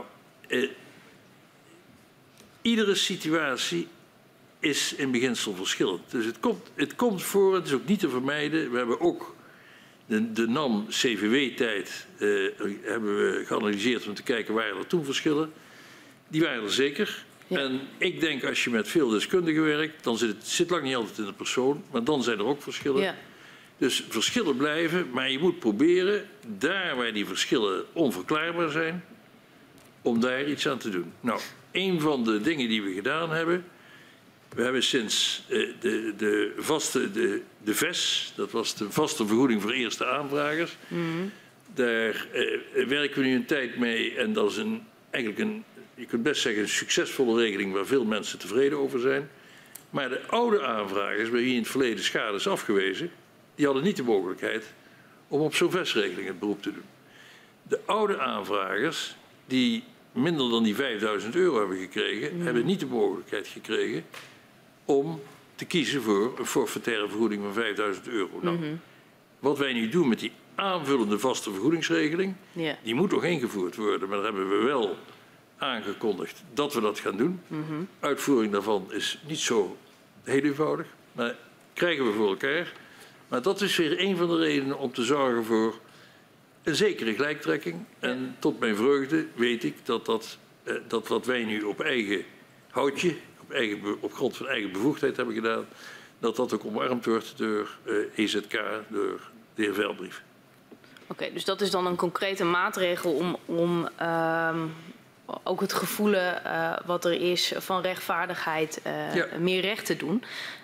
iedere situatie is in beginsel verschillend. Dus het komt voor, het is ook niet te vermijden. We hebben ook de NAM-CVW-tijd hebben we geanalyseerd om te kijken waar er toen verschillen. Die waren er zeker. Ja. En ik denk als je met veel deskundigen werkt, dan zit lang niet altijd in de persoon, maar dan zijn er ook verschillen. Ja. Dus verschillen blijven, maar je moet proberen, daar waar die verschillen onverklaarbaar zijn, om daar iets aan te doen. Nou, een van de dingen die we gedaan hebben, we hebben sinds de VES, dat was de vaste vergoeding voor eerste aanvragers, daar werken we nu een tijd mee en dat is eigenlijk je kunt best zeggen een succesvolle regeling waar veel mensen tevreden over zijn. Maar de oude aanvragers, bij wie in het verleden schade is afgewezen, die hadden niet de mogelijkheid om op zo'n versregeling het beroep te doen. De oude aanvragers die minder dan die €5.000 hebben gekregen, hebben niet de mogelijkheid gekregen om te kiezen voor een forfaitaire vergoeding van €5.000. Nou, wat wij nu doen met die aanvullende vaste vergoedingsregeling, die moet nog ingevoerd worden, maar daar hebben we wel aangekondigd dat we dat gaan doen. Uitvoering daarvan is niet zo heel eenvoudig, maar krijgen we voor elkaar. Maar dat is weer een van de redenen om te zorgen voor een zekere gelijktrekking. En tot mijn vreugde weet ik dat wat wij nu op eigen houtje, op grond van eigen bevoegdheid hebben gedaan, dat ook omarmd wordt door EZK, door de heer Velbrief. Oké, dus dat is dan een concrete maatregel om ook het gevoelen wat er is van rechtvaardigheid meer recht te doen.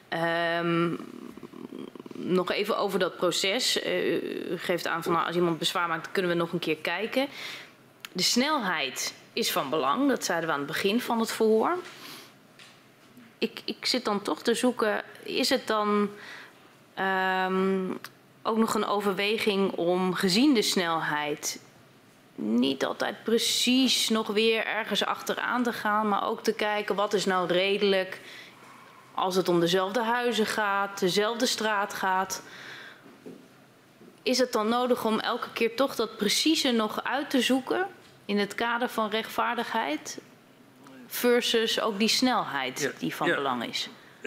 Nog even over dat proces. U geeft aan van als iemand bezwaar maakt, kunnen we nog een keer kijken. De snelheid is van belang, dat zeiden we aan het begin van het verhoor. Ik zit dan toch te zoeken, is het dan ook nog een overweging om gezien de snelheid niet altijd precies nog weer ergens achteraan te gaan, maar ook te kijken wat is nou redelijk als het om dezelfde huizen gaat, dezelfde straat gaat. Is het dan nodig om elke keer toch dat precieze nog uit te zoeken in het kader van rechtvaardigheid versus ook die snelheid die van belang is?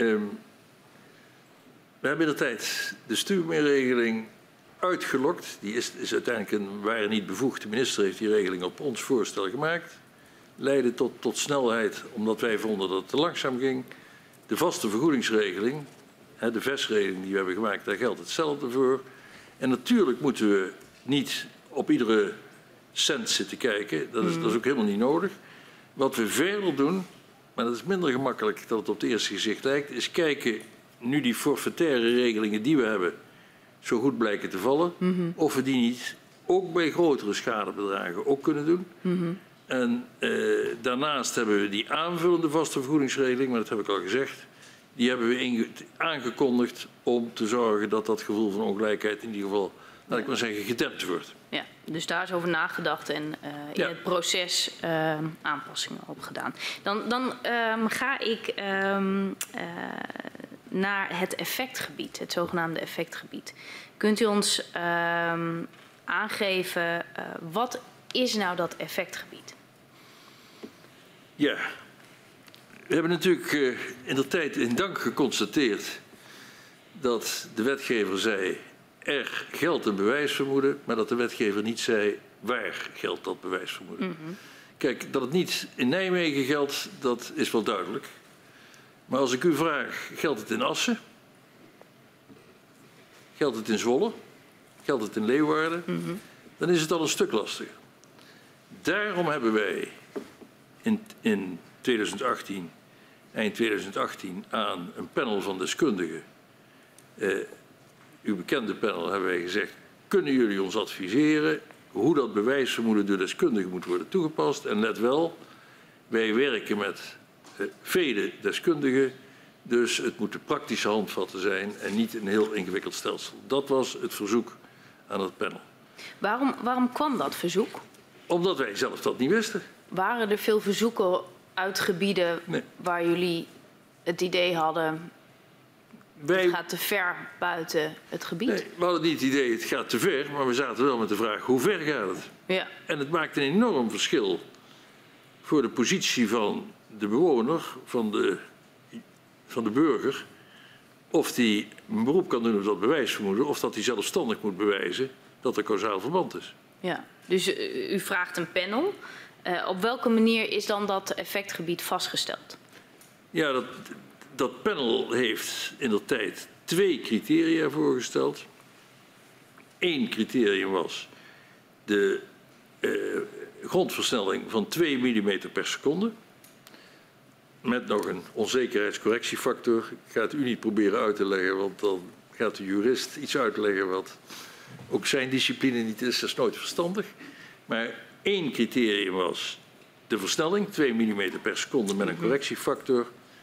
We hebben in de tijd de stuurmeerregeling uitgelokt. Die is uiteindelijk waren niet bevoegd. De minister heeft die regeling op ons voorstel gemaakt. Leidde tot snelheid omdat wij vonden dat het te langzaam ging. De vaste vergoedingsregeling, de versregeling die we hebben gemaakt, daar geldt hetzelfde voor. En natuurlijk moeten we niet op iedere cent zitten kijken. Dat is ook helemaal niet nodig. Wat we verder doen, maar dat is minder gemakkelijk dan het op het eerste gezicht lijkt, is kijken, nu die forfaitaire regelingen die we hebben zo goed blijken te vallen, of we die niet ook bij grotere schadebedragen ook kunnen doen. En daarnaast hebben we die aanvullende vaste vergoedingsregeling, maar dat heb ik al gezegd, die hebben we aangekondigd om te zorgen dat dat gevoel van ongelijkheid in ieder geval, laat ik maar zeggen, gedempt wordt. Ja, dus daar is over nagedacht en in het proces aanpassingen op gedaan. Dan ga ik naar het effectgebied, het zogenaamde effectgebied. Kunt u ons aangeven, wat is nou dat effectgebied? Ja, we hebben natuurlijk in de tijd in dank geconstateerd dat de wetgever zei, er geldt een bewijsvermoeden, maar dat de wetgever niet zei waar geldt dat bewijsvermoeden. Kijk, dat het niet in Nijmegen geldt, dat is wel duidelijk. Maar als ik u vraag, geldt het in Assen? Geldt het in Zwolle? Geldt het in Leeuwarden? Dan is het al een stuk lastiger. Daarom hebben wij in 2018, eind 2018, aan een panel van deskundigen, uw bekende panel, hebben wij gezegd, kunnen jullie ons adviseren hoe dat bewijsvermoeden door deskundigen moet worden toegepast? En let wel, wij werken met vele deskundigen, dus het moeten praktische handvatten zijn en niet een heel ingewikkeld stelsel. Dat was het verzoek aan het panel. Waarom kwam dat verzoek? Omdat wij zelf dat niet wisten. Waren er veel verzoeken uit gebieden waar jullie het idee hadden, het gaat te ver buiten het gebied? Nee, we hadden niet het idee het gaat te ver, maar we zaten wel met de vraag hoe ver gaat het? Ja. En het maakt een enorm verschil voor de positie van de bewoner, van de burger, of die een beroep kan doen op dat bewijsvermoeden, of dat hij zelfstandig moet bewijzen dat er causaal verband is. Ja, dus u vraagt een panel. Op welke manier is dan dat effectgebied vastgesteld? Ja, dat panel heeft indertijd 2 criteria voorgesteld. 1 criterium was de grondversnelling van 2 mm per seconde. Met nog een onzekerheidscorrectiefactor. Ik ga het u niet proberen uit te leggen, want dan gaat de jurist iets uitleggen wat ook zijn discipline niet is. Dat is nooit verstandig. Maar 1 criterium was de versnelling, 2 mm per seconde met een correctiefactor. Het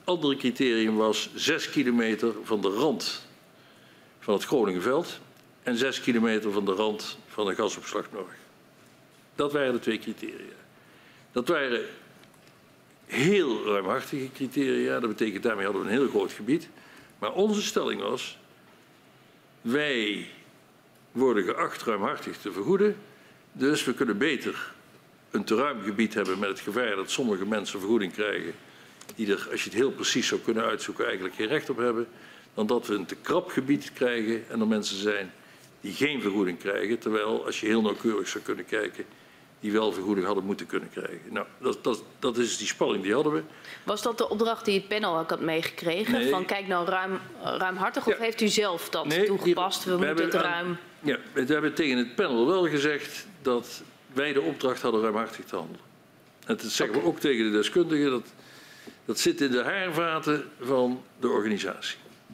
andere criterium was 6 kilometer van de rand van het Groningenveld en 6 kilometer van de rand van de gasopslagnorg. Dat waren de 2 criteria. Dat waren heel ruimhartige criteria. Dat betekent, daarmee hadden we een heel groot gebied. Maar onze stelling was, wij worden geacht ruimhartig te vergoeden. Dus we kunnen beter een te ruim gebied hebben met het gevaar dat sommige mensen vergoeding krijgen die er, als je het heel precies zou kunnen uitzoeken, eigenlijk geen recht op hebben, dan dat we een te krap gebied krijgen en er mensen zijn die geen vergoeding krijgen, terwijl als je heel nauwkeurig zou kunnen kijken, die wel vergoeding hadden moeten kunnen krijgen. Nou, dat is die spanning die hadden we. Was dat de opdracht die het panel ook had meegekregen? Nee. Van kijk nou ruimhartig, of Ja. heeft u zelf dat toegepast? We moeten het ruim... Ja, we hebben tegen het panel wel gezegd dat wij de opdracht hadden ruimhartig te handelen. En dat zeggen we ook tegen de deskundigen. Dat zit in de haarvaten van de organisatie.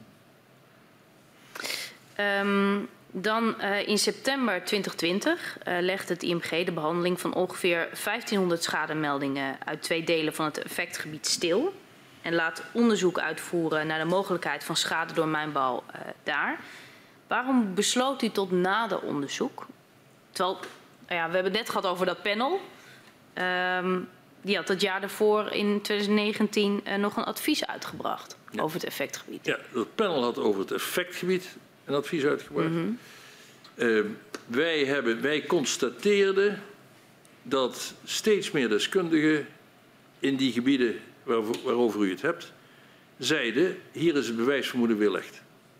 Dan in september 2020 legt het IMG de behandeling van ongeveer 1500 schademeldingen uit 2 delen van het effectgebied stil. En laat onderzoek uitvoeren naar de mogelijkheid van schade door mijnbouw daar. Waarom besloot u tot nader onderzoek? Terwijl, we hebben het net gehad over dat panel. Die had het jaar daarvoor in 2019 nog een advies uitgebracht over het effectgebied. Ja, dat panel had over het effectgebied een advies uitgebracht. Wij constateerden dat steeds meer deskundigen in die gebieden waarover u het hebt, zeiden, hier is het bewijsvermoeden weerlegd.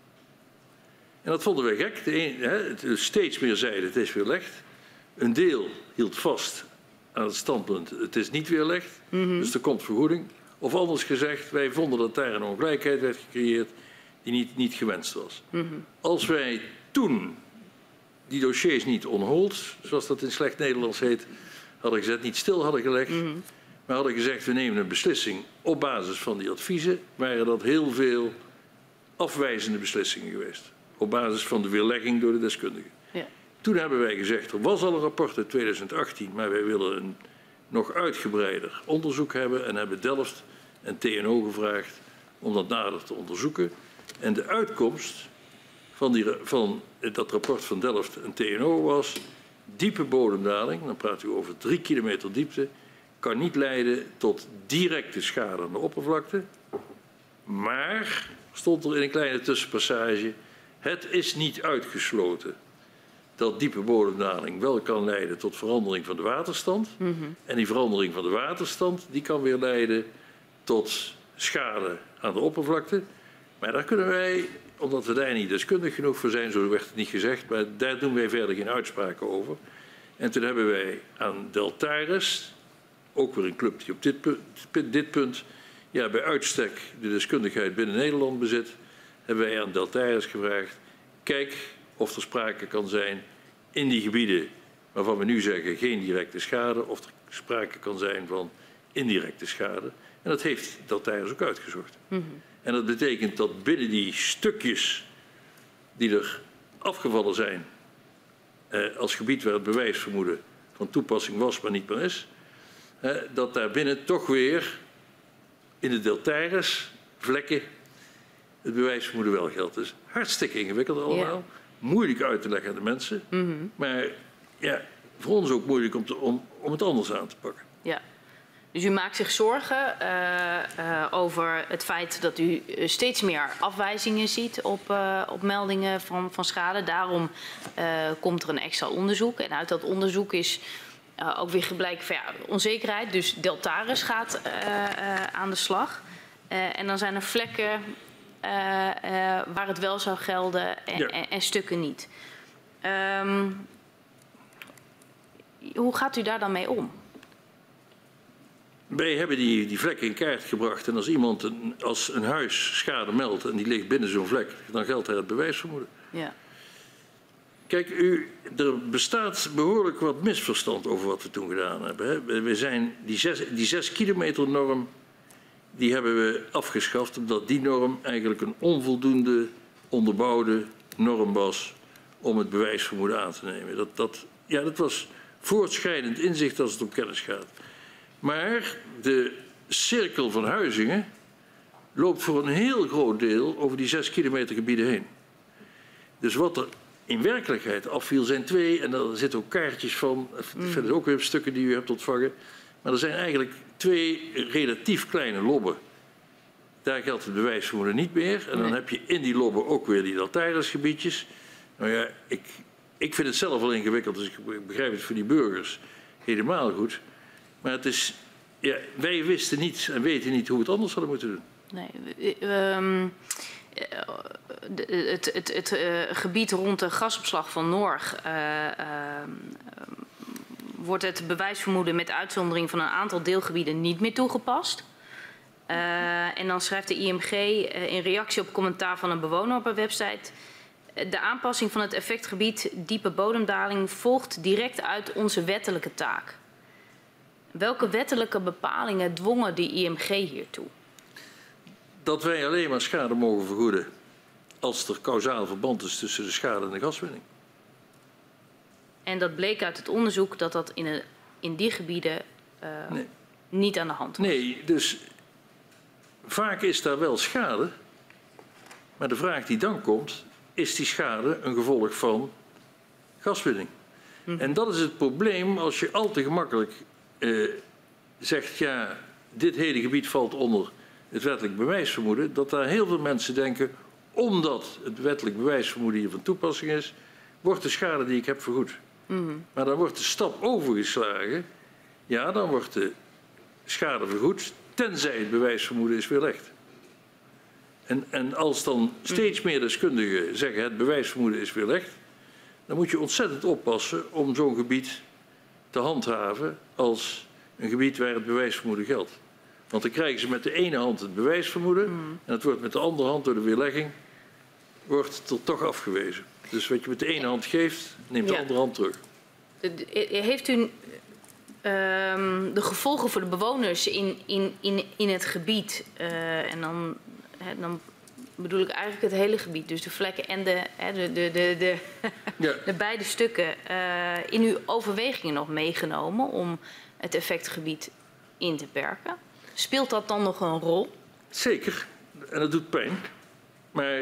En dat vonden wij gek. Steeds meer zeiden, het is weerlegd. Een deel hield vast aan het standpunt, het is niet weerlegd, dus er komt vergoeding. Of anders gezegd, wij vonden dat daar een ongelijkheid werd gecreëerd die niet gewenst was. Als wij toen die dossiers niet on hold, zoals dat in slecht Nederlands heet, hadden gezet, niet stil hadden gelegd, maar hadden gezegd, we nemen een beslissing op basis van die adviezen, waren dat heel veel afwijzende beslissingen geweest. Op basis van de weerlegging door de deskundigen. Ja. Toen hebben wij gezegd, er was al een rapport uit 2018, maar wij willen een nog uitgebreider onderzoek hebben en hebben Delft en TNO gevraagd om dat nader te onderzoeken. En de uitkomst van dat rapport van Delft en TNO was diepe bodemdaling, dan praat u over 3 kilometer diepte, kan niet leiden tot directe schade aan de oppervlakte. Maar, stond er in een kleine tussenpassage, het is niet uitgesloten dat diepe bodemdaling wel kan leiden tot verandering van de waterstand. En die verandering van de waterstand die kan weer leiden tot schade aan de oppervlakte. Maar daar kunnen wij, omdat we daar niet deskundig genoeg voor zijn, zo werd het niet gezegd, maar daar doen wij verder geen uitspraken over. En toen hebben wij aan Deltares, ook weer een club die op dit punt bij uitstek de deskundigheid binnen Nederland bezit, hebben wij aan Deltares gevraagd, kijk of er sprake kan zijn in die gebieden waarvan we nu zeggen geen directe schade, of er sprake kan zijn van indirecte schade. En dat heeft Deltares ook uitgezocht. En dat betekent dat binnen die stukjes die er afgevallen zijn als gebied waar het bewijsvermoeden van toepassing was, maar niet meer is, dat daarbinnen toch weer in de Deltares vlekken het bewijsvermoeden wel geldt. Dus hartstikke ingewikkeld allemaal. Ja. Moeilijk uit te leggen aan de mensen. Maar ja, voor ons ook moeilijk om het anders aan te pakken. Ja. Dus u maakt zich zorgen over het feit dat u steeds meer afwijzingen ziet op meldingen van schade. Daarom komt er een extra onderzoek. En uit dat onderzoek is ook weer gebleken van onzekerheid. Dus Deltares gaat aan de slag. En dan zijn er vlekken waar het wel zou gelden en stukken niet. Hoe gaat u daar dan mee om? Wij hebben die vlekken in kaart gebracht. En als iemand als een huis schade meldt en die ligt binnen zo'n vlek, dan geldt daar het bewijsvermoeden. Ja. Kijk, er bestaat behoorlijk wat misverstand over wat we toen gedaan hebben. Hè. We zijn die 6 kilometer norm, die hebben we afgeschaft omdat die norm eigenlijk een onvoldoende onderbouwde norm was om het bewijsvermoeden aan te nemen. Dat was voortschrijdend inzicht als het om kennis gaat. Maar de cirkel van Huizingen, loopt voor een heel groot deel over die 6 kilometer gebieden heen. Dus wat er in werkelijkheid afviel zijn 2, en daar zitten ook kaartjes van, verder ook weer stukken die u hebt ontvangen. Maar er zijn eigenlijk 2 relatief kleine lobben. Daar geldt het bewijsvermoeden niet meer. En dan heb je in die lobben ook weer die Lataris-gebiedjes. Nou ja, ik vind het zelf wel ingewikkeld, dus ik begrijp het voor die burgers helemaal goed. Maar het is, ja, wij wisten niet en weten niet hoe we het anders hadden moeten doen. Nee, het gebied rond de gasopslag van Norg wordt het bewijsvermoeden met uitzondering van een aantal deelgebieden niet meer toegepast. En dan schrijft de IMG in reactie op commentaar van een bewoner op een website: de aanpassing van het effectgebied diepe bodemdaling volgt direct uit onze wettelijke taak. Welke wettelijke bepalingen dwongen de IMG hiertoe? Dat wij alleen maar schade mogen vergoeden als er kausaal verband is tussen de schade en de gaswinning. En dat bleek uit het onderzoek dat dat in die gebieden niet aan de hand was. Nee, dus vaak is daar wel schade. Maar de vraag die dan komt, is die schade een gevolg van gaswinning? En dat is het probleem als je al te gemakkelijk zegt, ja, dit hele gebied valt onder het wettelijk bewijsvermoeden, dat daar heel veel mensen denken, omdat het wettelijk bewijsvermoeden hier van toepassing is, wordt de schade die ik heb vergoed. Maar dan wordt de stap overgeslagen, ja, dan wordt de schade vergoed, tenzij het bewijsvermoeden is weerlegd. En als dan steeds meer deskundigen zeggen het bewijsvermoeden is weerlegd, dan moet je ontzettend oppassen om zo'n gebied te handhaven als een gebied waar het bewijsvermoeden geldt. Want dan krijgen ze met de ene hand het bewijsvermoeden en het wordt met de andere hand door de weerlegging wordt het er toch afgewezen. Dus wat je met de ene hand geeft, neemt de andere hand terug. Heeft u de gevolgen voor de bewoners in het gebied, en dan bedoel ik eigenlijk het hele gebied, dus de vlekken en de beide stukken, in uw overwegingen nog meegenomen om het effectgebied in te perken? Speelt dat dan nog een rol? Zeker, en dat doet pijn. Maar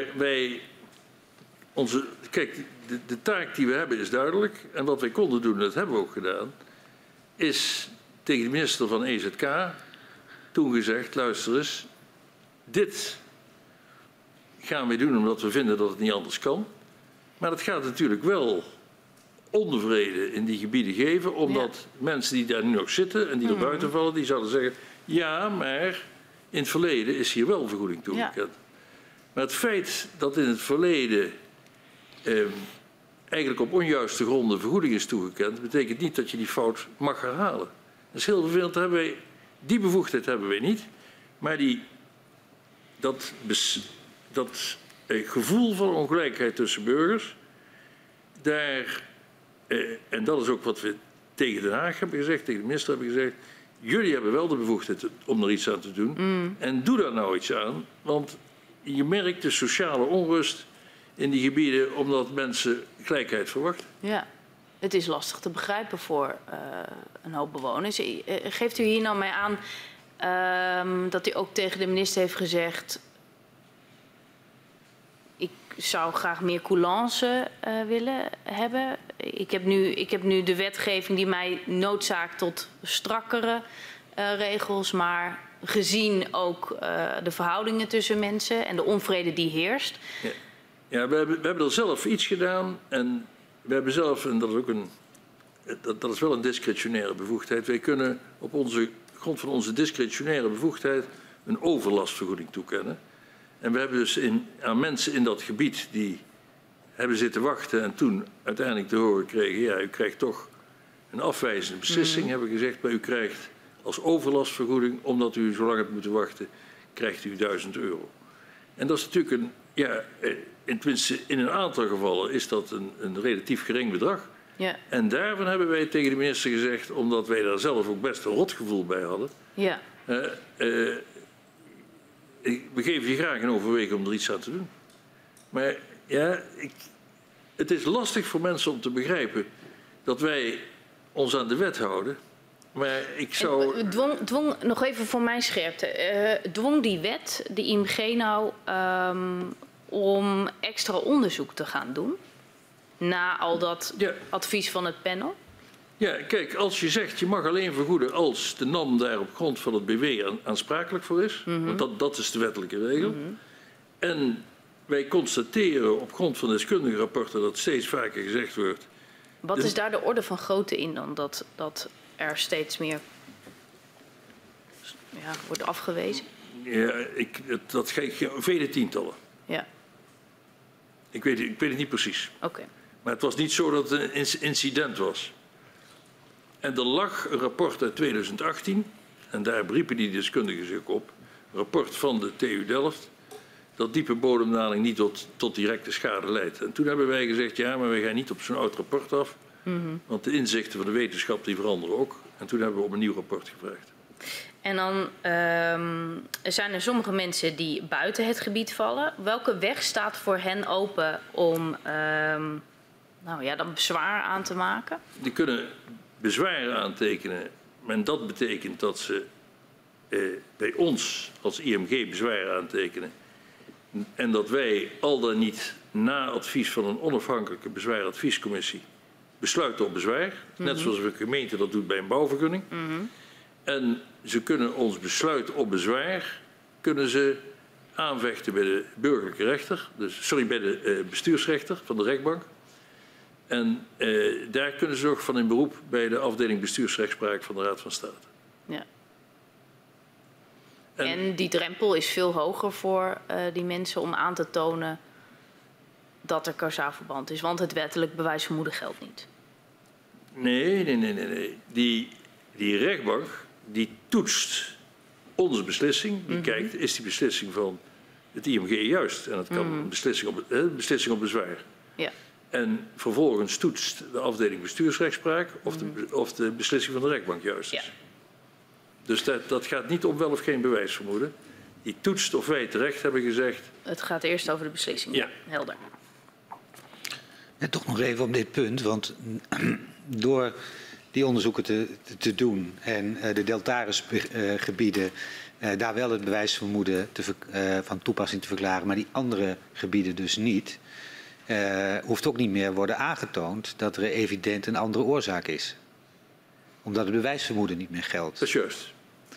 kijk, de taak die we hebben is duidelijk. En wat wij konden doen, dat hebben we ook gedaan, is tegen de minister van EZK toen gezegd, luister eens, dit gaan we doen omdat we vinden dat het niet anders kan. Maar dat gaat natuurlijk wel onvrede in die gebieden geven, omdat mensen die daar nu nog zitten en die er buiten vallen, die zouden zeggen, ja, maar in het verleden is hier wel vergoeding toegekend. Ja. Maar het feit dat in het verleden eigenlijk op onjuiste gronden vergoeding is toegekend, betekent niet dat je die fout mag herhalen. Dat is heel vervelend. Die bevoegdheid hebben wij niet. Maar dat gevoel van ongelijkheid tussen burgers, en dat is ook wat we tegen Den Haag hebben gezegd, tegen de minister hebben gezegd, jullie hebben wel de bevoegdheid om er iets aan te doen. En doe daar nou iets aan, want je merkt de sociale onrust in die gebieden omdat mensen gelijkheid verwachten. Ja, het is lastig te begrijpen voor een hoop bewoners. Geeft u hier nou mee aan dat u ook tegen de minister heeft gezegd, ik zou graag meer coulance willen hebben. Ik heb nu de wetgeving die mij noodzaakt tot strakkere regels, maar gezien ook de verhoudingen tussen mensen en de onvrede die heerst. Ja, we hebben er zelf iets gedaan en we hebben zelf, en dat is wel een discretionaire bevoegdheid, wij kunnen op grond van onze discretionaire bevoegdheid een overlastvergoeding toekennen. En we hebben dus aan mensen in dat gebied die hebben zitten wachten en toen uiteindelijk te horen kregen, ja, u krijgt toch een afwijzende beslissing, hebben gezegd, maar u krijgt als overlastvergoeding, omdat u zo lang hebt moeten wachten, krijgt u €1000. En dat is natuurlijk tenminste in een aantal gevallen is dat een relatief gering bedrag. Ja. En daarvan hebben wij tegen de minister gezegd, omdat wij daar zelf ook best een rotgevoel bij hadden. Ja. We geven je graag een overweging om er iets aan te doen. Maar ja, het is lastig voor mensen om te begrijpen dat wij ons aan de wet houden Maar ik zou... Dwong, nog even voor mijn scherpte. Dwong die wet, de IMG nou, om extra onderzoek te gaan doen? Na al dat advies van het panel? Ja, kijk, als je zegt je mag alleen vergoeden als de NAM daar op grond van het BW aansprakelijk voor is. Want dat is de wettelijke regel. En wij constateren op grond van deskundige rapporten dat steeds vaker gezegd wordt. Wat is daar de orde van grootte in dan? Dat er steeds meer wordt afgewezen? Ja, dat ga ik vele tientallen. Ja. Ik weet het niet precies. Oké. Maar het was niet zo dat het een incident was. En er lag een rapport uit 2018, en daar beriepen die deskundigen zich op, een rapport van de TU Delft, dat diepe bodemdaling niet tot directe schade leidt. En toen hebben wij gezegd, ja, maar wij gaan niet op zo'n oud rapport af, want de inzichten van de wetenschap die veranderen ook. En toen hebben we op een nieuw rapport gevraagd. En dan zijn er sommige mensen die buiten het gebied vallen. Welke weg staat voor hen open om dan bezwaar aan te maken? Die kunnen bezwaren aantekenen. En dat betekent dat ze bij ons als IMG bezwaren aantekenen. En dat wij al dan niet na advies van een onafhankelijke bezwaaradviescommissie besluiten op bezwaar. Net zoals een gemeente dat doet bij een bouwvergunning. En ze kunnen ons besluit op bezwaar kunnen ze aanvechten bij de burgerlijke rechter. Bij de bestuursrechter van de rechtbank. En daar kunnen ze ook van in beroep bij de afdeling bestuursrechtspraak van de Raad van State. Ja. En die drempel is veel hoger voor die mensen om aan te tonen dat er causaal verband is. Want het wettelijk bewijsvermoeden geldt niet. Nee. Die rechtbank die toetst onze beslissing. Die kijkt, is die beslissing van het IMG juist? En dat kan een beslissing op bezwaar. Ja. En vervolgens toetst de afdeling bestuursrechtspraak of de beslissing van de rechtbank juist is. Ja. Dus dat gaat niet om wel of geen bewijsvermoeden. Die toetst of wij terecht hebben gezegd. Het gaat eerst over de beslissing. Ja. Helder. En toch nog even op dit punt, want door die onderzoeken te doen en de Deltares-gebieden daar wel het bewijsvermoeden van toepassing te verklaren, maar die andere gebieden dus niet, hoeft ook niet meer worden aangetoond dat er evident een andere oorzaak is. Omdat het bewijsvermoeden niet meer geldt. Dat is juist.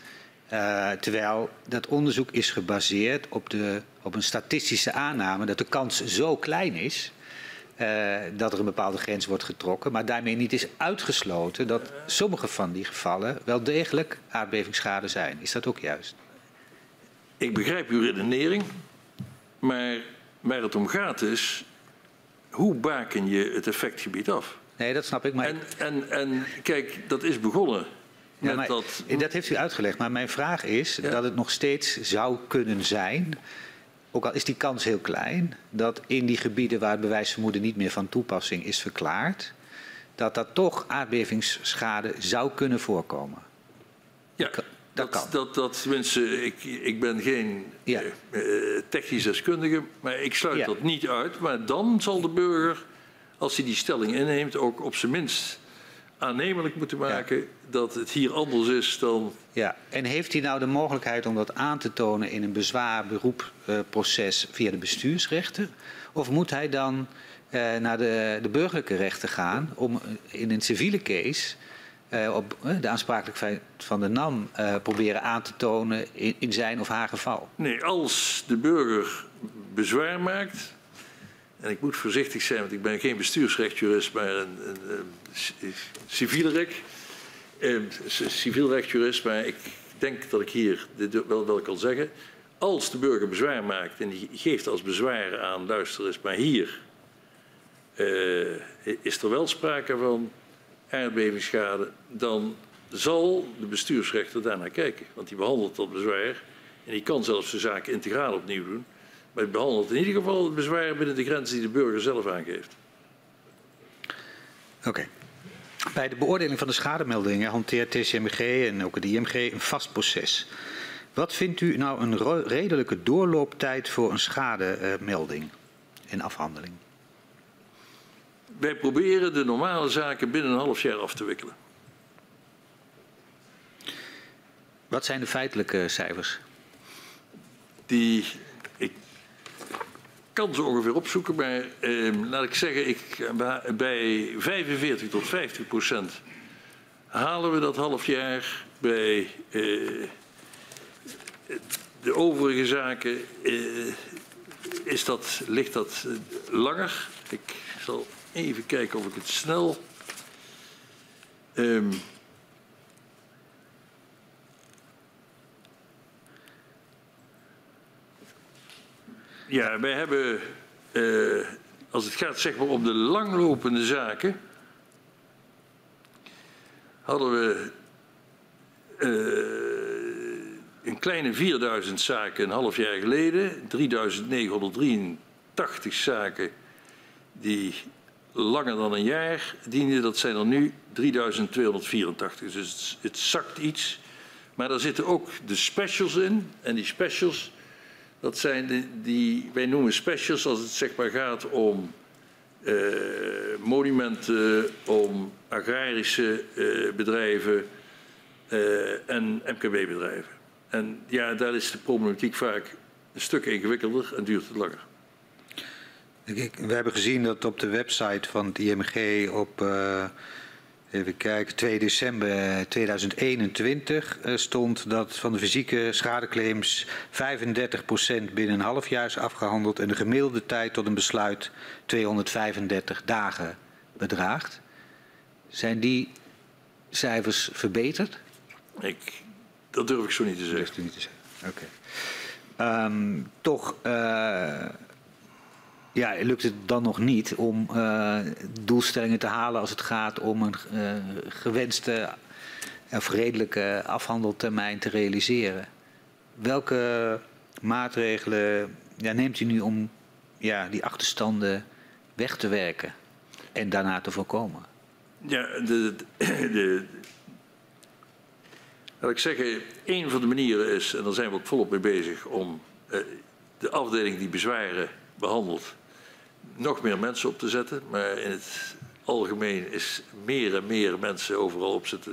Terwijl dat onderzoek is gebaseerd op een statistische aanname dat de kans zo klein is dat er een bepaalde grens wordt getrokken, maar daarmee niet is uitgesloten dat sommige van die gevallen wel degelijk aardbevingsschade zijn. Is dat ook juist? Ik begrijp uw redenering, maar waar het om gaat is, hoe baken je het effectgebied af? Nee, dat snap ik. Maar en kijk, dat is begonnen. Ja, dat heeft u uitgelegd, maar mijn vraag is dat het nog steeds zou kunnen zijn, ook al is die kans heel klein, dat in die gebieden waar het bewijsvermoeden niet meer van toepassing is verklaard, dat toch aardbevingsschade zou kunnen voorkomen. Ja, dat tenminste, ik ben geen technisch deskundige, maar ik sluit dat niet uit. Maar dan zal de burger, als hij die stelling inneemt, ook op zijn minst aannemelijk moeten maken dat het hier anders is dan... Ja, en heeft hij nou de mogelijkheid om dat aan te tonen in een bezwaarberoepproces via de bestuursrechter? Of moet hij dan naar de burgerlijke rechter gaan om in een civiele case op de aansprakelijkheid van de NAM proberen aan te tonen in zijn of haar geval? Nee, als de burger bezwaar maakt, en ik moet voorzichtig zijn, want ik ben geen bestuursrechtjurist, maar een civielrechtjurist, maar ik denk dat ik hier dit wel kan zeggen. Als de burger bezwaar maakt en die geeft als bezwaar aan, luister eens, maar hier is er wel sprake van aardbevingsschade, dan zal de bestuursrechter daarnaar kijken. Want die behandelt dat bezwaar en die kan zelfs de zaak integraal opnieuw doen. Maar het behandelt in ieder geval het bezwaar binnen de grenzen die de burger zelf aangeeft. Oké. Bij de beoordeling van de schademeldingen hanteert TCMG en ook het IMG een vast proces. Wat vindt u nou een redelijke doorlooptijd voor een schademelding en afhandeling? Wij proberen de normale zaken binnen een half jaar af te wikkelen. Wat zijn de feitelijke cijfers? Ik kan ze ongeveer opzoeken, maar laat ik zeggen, bij 45 tot 50% halen we dat half jaar. Bij de overige zaken ligt dat langer. Ik zal even kijken of ik het snel... Ja, wij hebben, als het gaat zeg maar om de langlopende zaken, hadden we een kleine 4000 zaken een half jaar geleden, 3983 zaken die langer dan een jaar dienen, dat zijn er nu 3284. Dus het zakt iets, maar daar zitten ook de specials in en die specials... Dat zijn die wij noemen specials als het zeg maar gaat om monumenten, om agrarische bedrijven en MKB-bedrijven. En ja, daar is de problematiek vaak een stuk ingewikkelder en duurt het langer. We hebben gezien dat op de website van het IMG op... Even kijken, 2 december 2021 stond dat van de fysieke schadeclaims 35% binnen een half jaar is afgehandeld en de gemiddelde tijd tot een besluit 235 dagen bedraagt. Zijn die cijfers verbeterd? Dat durf ik zo niet te zeggen. Dat durf ik niet te zeggen. Oké. Toch... Ja, lukt het dan nog niet om doelstellingen te halen als het gaat om een gewenste of redelijke afhandeltermijn te realiseren? Welke maatregelen neemt u nu om die achterstanden weg te werken en daarna te voorkomen? Ja, laat ik zeggen, een van de manieren is, en daar zijn we ook volop mee bezig, om de afdeling die bezwaren behandelt nog meer mensen op te zetten, maar in het algemeen is meer en meer mensen overal opzetten.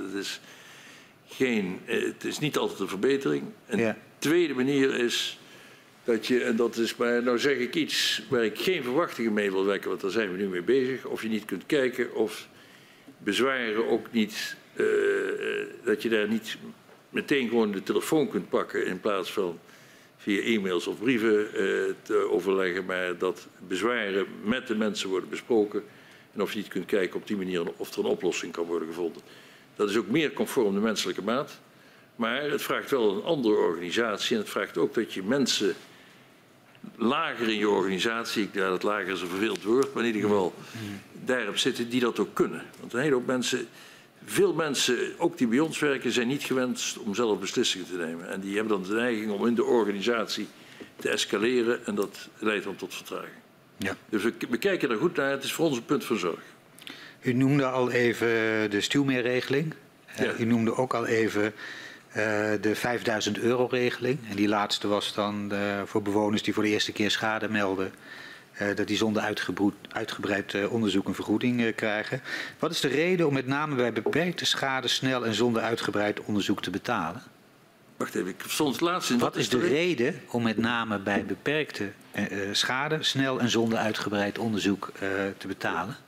Het is niet altijd een verbetering. Een tweede manier is dat je, en dat is maar, nou zeg ik iets waar ik geen verwachtingen mee wil wekken, want daar zijn we nu mee bezig, of je niet kunt kijken of bezwaren ook niet, dat je daar niet meteen gewoon de telefoon kunt pakken in plaats van via e-mails of brieven te overleggen, maar dat bezwaren met de mensen worden besproken en of je niet kunt kijken op die manier of er een oplossing kan worden gevonden. Dat is ook meer conform de menselijke maat, maar het vraagt wel een andere organisatie en het vraagt ook dat je mensen lager in je organisatie, dat lager is een verveeld woord, maar in ieder geval daarop zitten die dat ook kunnen. Want een hele hoop mensen... Veel mensen, ook die bij ons werken, zijn niet gewend om zelf beslissingen te nemen. En die hebben dan de neiging om in de organisatie te escaleren en dat leidt dan tot vertraging. Ja. Dus we kijken er goed naar. Het is voor ons een punt van zorg. U noemde al even de stuwmeerregeling. Ja. U noemde ook al even de €5000 regeling. En die laatste was dan voor bewoners die voor de eerste keer schade melden. Dat die zonder uitgebreid onderzoek een vergoeding krijgen. Wat is de reden om met name bij beperkte schade snel en zonder uitgebreid onderzoek te betalen? Wacht even, ik verstond het laatste. Wat is de reden om met name bij beperkte schade snel en zonder uitgebreid onderzoek te betalen?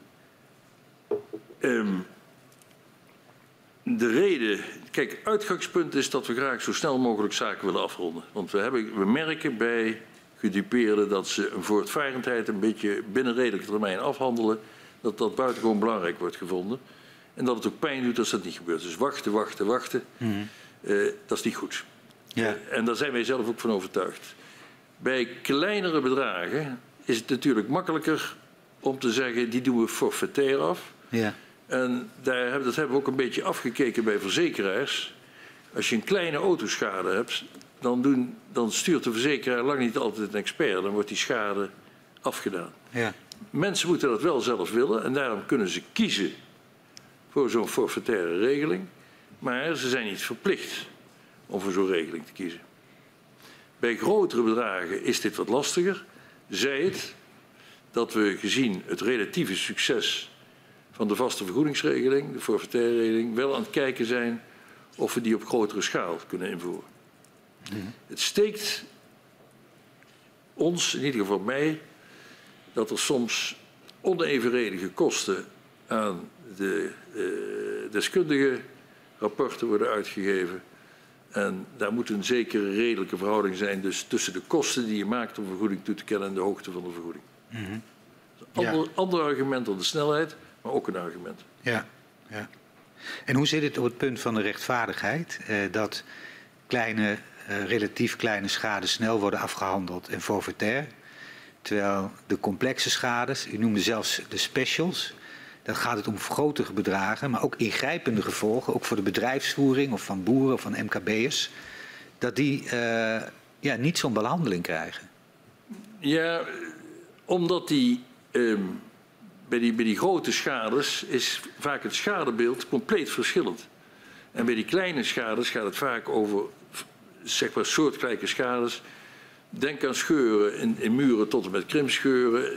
De reden... Kijk, uitgangspunt is dat we graag zo snel mogelijk zaken willen afronden. Want we merken bij gedupeerden dat ze een voortvarendheid een beetje binnen redelijke termijn afhandelen, dat buitengewoon belangrijk wordt gevonden. En dat het ook pijn doet als dat niet gebeurt. Dus wachten, dat is niet goed. Ja. En daar zijn wij zelf ook van overtuigd. Bij kleinere bedragen is het natuurlijk makkelijker om te zeggen, die doen we forfaitair af. Ja. En dat hebben we ook een beetje afgekeken bij verzekeraars. Als je een kleine autoschade hebt, dan stuurt de verzekeraar lang niet altijd een expert. Dan wordt die schade afgedaan. Ja. Mensen moeten dat wel zelf willen en daarom kunnen ze kiezen voor zo'n forfaitaire regeling. Maar ze zijn niet verplicht om voor zo'n regeling te kiezen. Bij grotere bedragen is dit wat lastiger. Zij het dat we gezien het relatieve succes van de vaste vergoedingsregeling, de forfaitaire regeling, wel aan het kijken zijn of we die op grotere schaal kunnen invoeren. Het steekt ons, in ieder geval mij, dat er soms onevenredige kosten aan de deskundige rapporten worden uitgegeven. En daar moet een zekere redelijke verhouding zijn dus tussen de kosten die je maakt om vergoeding toe te kennen en de hoogte van de vergoeding. Ander argument dan de snelheid, maar ook een argument. Ja, ja. En hoe zit het op het punt van de rechtvaardigheid? Dat relatief kleine schades snel worden afgehandeld en forfaitair. Terwijl de complexe schades, u noemde zelfs de specials, dan gaat het om grotere bedragen, maar ook ingrijpende gevolgen, ook voor de bedrijfsvoering of van boeren of van MKB'ers, dat die niet zo'n behandeling krijgen. Ja, omdat bij die grote schades is vaak het schadebeeld compleet verschillend. En bij die kleine schades gaat het vaak over zeg maar soortgelijke schades. Denk aan scheuren in muren tot en met krimpscheuren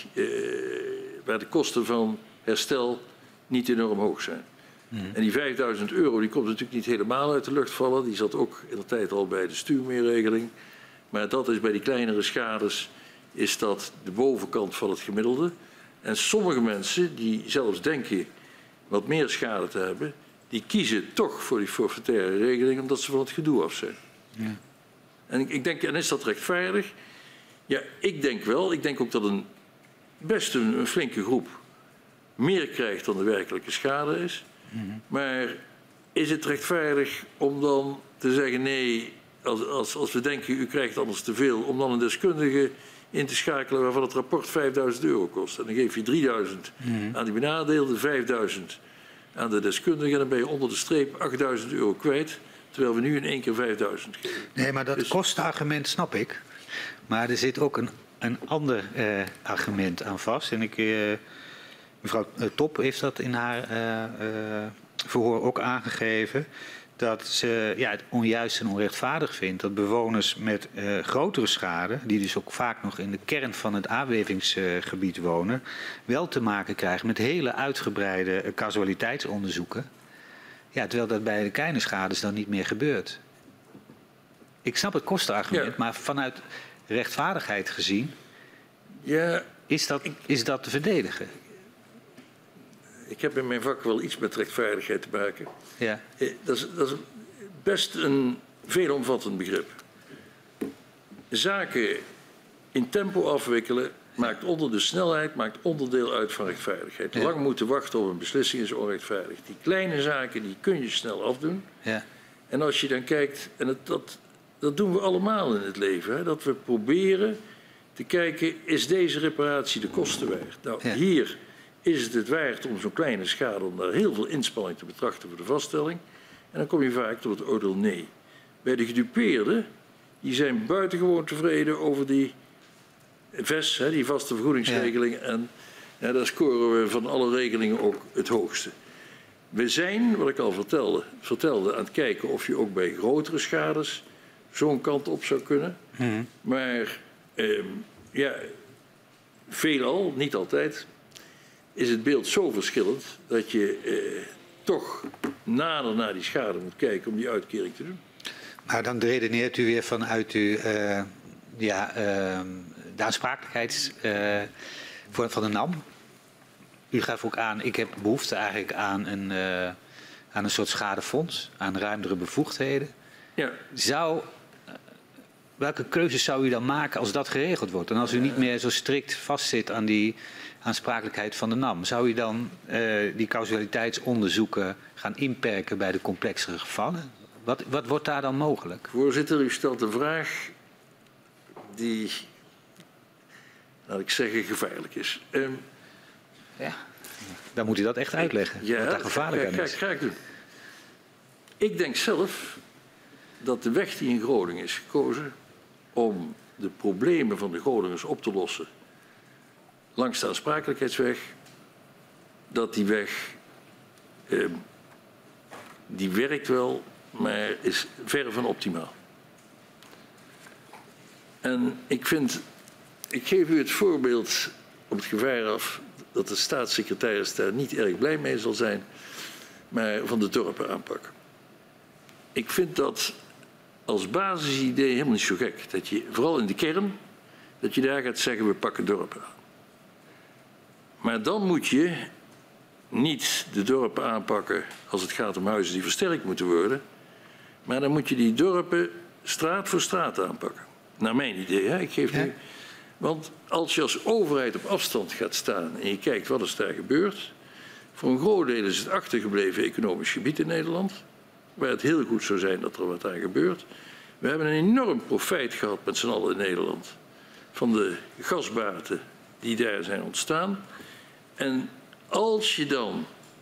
waar de kosten van herstel niet enorm hoog zijn. En die €5.000 die komt natuurlijk niet helemaal uit de lucht vallen. Die zat ook in de tijd al bij de stuurmeerregeling. Maar dat is bij die kleinere schades is dat de bovenkant van het gemiddelde. En sommige mensen die zelfs denken wat meer schade te hebben, die kiezen toch voor die forfaitaire regeling omdat ze van het gedoe af zijn. Ja. En ik denk, en is dat rechtvaardig? Ja, ik denk wel. Ik denk ook dat best een flinke groep meer krijgt dan de werkelijke schade is. Maar is het rechtvaardig om dan te zeggen nee, als we denken u krijgt anders te veel, om dan een deskundige in te schakelen waarvan het rapport €5.000 kost. En dan geef je 3.000 aan die benadeelde, 5.000 aan de deskundige en dan ben je onder de streep €8.000 kwijt. Terwijl we nu in één keer 5.000 geven. Nee, maar dat kostenargument snap ik. Maar er zit ook een ander argument aan vast. En mevrouw Top heeft dat in haar verhoor ook aangegeven. Dat ze het onjuist en onrechtvaardig vindt dat bewoners met grotere schade, die dus ook vaak nog in de kern van het aardbevingsgebied wonen, wel te maken krijgen met hele uitgebreide causaliteitsonderzoeken. Ja, terwijl dat bij de kleine schades dan niet meer gebeurt. Ik snap het kostenargument, maar vanuit rechtvaardigheid gezien is dat te verdedigen. Ik heb in mijn vak wel iets met rechtvaardigheid te maken. Ja. Dat is best een veelomvattend begrip. Zaken in tempo afwikkelen maakt onder de snelheid onderdeel uit van rechtvaardigheid. Ja. Lang moeten wachten op een beslissing is onrechtvaardig. Die kleine zaken die kun je snel afdoen. Ja. En als je dan kijkt, en dat doen we allemaal in het leven, hè, dat we proberen te kijken, is deze reparatie de kosten waard? Nou, hier is het waard om zo'n kleine schade, om daar heel veel inspanning te betrachten voor de vaststelling. En dan kom je vaak tot het oordeel nee. Bij de gedupeerden, die zijn buitengewoon tevreden over die VES, die vaste vergoedingsregeling. Ja. En daar scoren we van alle regelingen ook het hoogste. We zijn, wat ik al vertelde, aan het kijken of je ook bij grotere schades zo'n kant op zou kunnen. Maar veelal, niet altijd, is het beeld zo verschillend dat je toch nader naar die schade moet kijken om die uitkering te doen. Maar dan redeneert u weer vanuit uw de aansprakelijkheid van de NAM. U gaf ook aan, ik heb behoefte eigenlijk aan een soort schadefonds, aan ruimere bevoegdheden. Ja. Welke keuzes zou u dan maken als dat geregeld wordt? En als u niet meer zo strikt vastzit aan die aansprakelijkheid van de NAM, zou u dan die causaliteitsonderzoeken gaan inperken bij de complexere gevallen? Wat wordt daar dan mogelijk? Voorzitter, u stelt een vraag die, laat ik zeggen, gevaarlijk is. Dan moet u dat echt uitleggen, wat daar gevaarlijk aan is. Ga ik doen. Ik denk zelf dat de weg die in Groningen is gekozen om de problemen van de Groningers op te lossen langs de aansprakelijkheidsweg, dat die weg, die werkt wel, maar is verre van optimaal. En ik geef u het voorbeeld op het gevaar af dat de staatssecretaris daar niet erg blij mee zal zijn, maar van de dorpenaanpak. ik vind dat als basisidee helemaal niet zo gek. Dat je, vooral in de kern, dat je daar gaat zeggen, we pakken dorpen aan. Maar dan moet je niet de dorpen aanpakken als het gaat om huizen die versterkt moeten worden. Maar dan moet je die dorpen straat voor straat aanpakken. Naar mijn idee, hè? Ik geef nu... Want als je als overheid op afstand gaat staan en je kijkt wat is daar gebeurd. Voor een groot deel is het achtergebleven economisch gebied in Nederland. Waar het heel goed zou zijn dat er wat aan gebeurt. We hebben een enorm profijt gehad met z'n allen in Nederland. Van de gasbaten die daar zijn ontstaan. En als je dan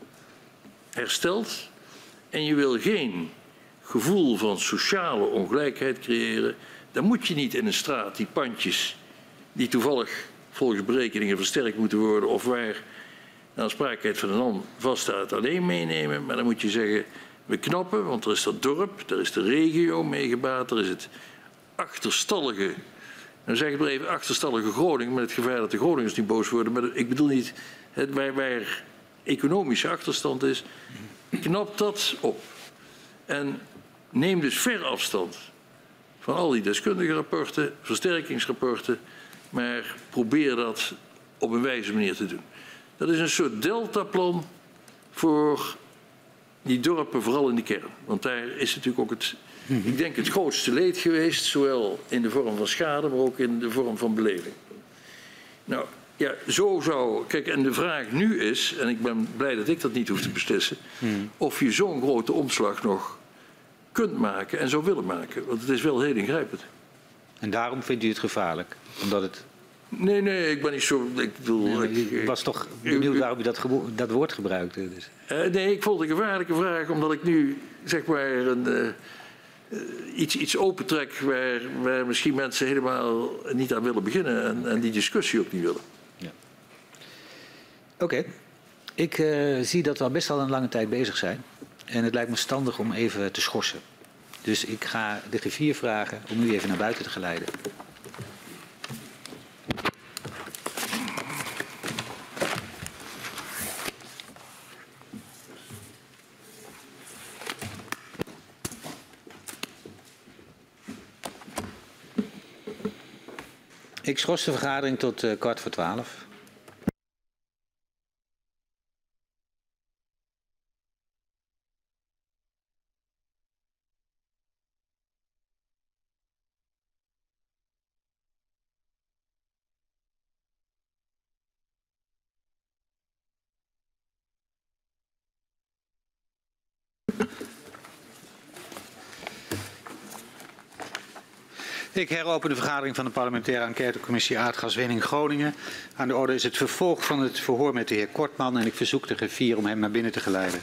herstelt en je wil geen gevoel van sociale ongelijkheid creëren, dan moet je niet in een straat die pandjes die toevallig volgens berekeningen versterkt moeten worden of waar de aansprakelijkheid van een ander vaststaat alleen meenemen. Maar dan moet je zeggen, we knappen, want er is dat dorp, daar is de regio meegebaat, er is het achterstallige, dan zeg ik maar even achterstallige Groningen, met het gevaar dat de Groningers niet boos worden. Maar ik bedoel niet waar economische achterstand is, knap dat op. En neem dus ver afstand van al die deskundige rapporten, versterkingsrapporten, maar probeer dat op een wijze manier te doen. Dat is een soort deltaplan voor die dorpen, vooral in de kern. Want daar is natuurlijk ook ik denk het grootste leed geweest, zowel in de vorm van schade, maar ook in de vorm van beleving. Nou, ja, zo zou... Kijk, en de vraag nu is, en ik ben blij dat ik dat niet hoef te beslissen, of je zo'n grote omslag nog kunt maken en zou willen maken. Want het is wel heel ingrijpend. En daarom vindt u het gevaarlijk? Omdat het... Nee, ik ben niet zo... Ik bedoel... Ik was toch benieuwd waarom u dat woord gebruikte. Dus. Nee, ik vond het een gevaarlijke vraag, omdat ik nu, zeg maar, iets opentrek waar misschien mensen helemaal niet aan willen beginnen en die discussie ook niet willen. Ja. Oké. Ik zie dat we al best al een lange tijd bezig zijn. En het lijkt me verstandig om even te schorsen. Dus ik ga de griffier vragen om u even naar buiten te geleiden. Ik schors de vergadering tot 11:15. Ik heropen de vergadering van de parlementaire enquêtecommissie Aardgaswinning Groningen. Aan de orde is het vervolg van het verhoor met de heer Kortman en ik verzoek de griffier om hem naar binnen te geleiden.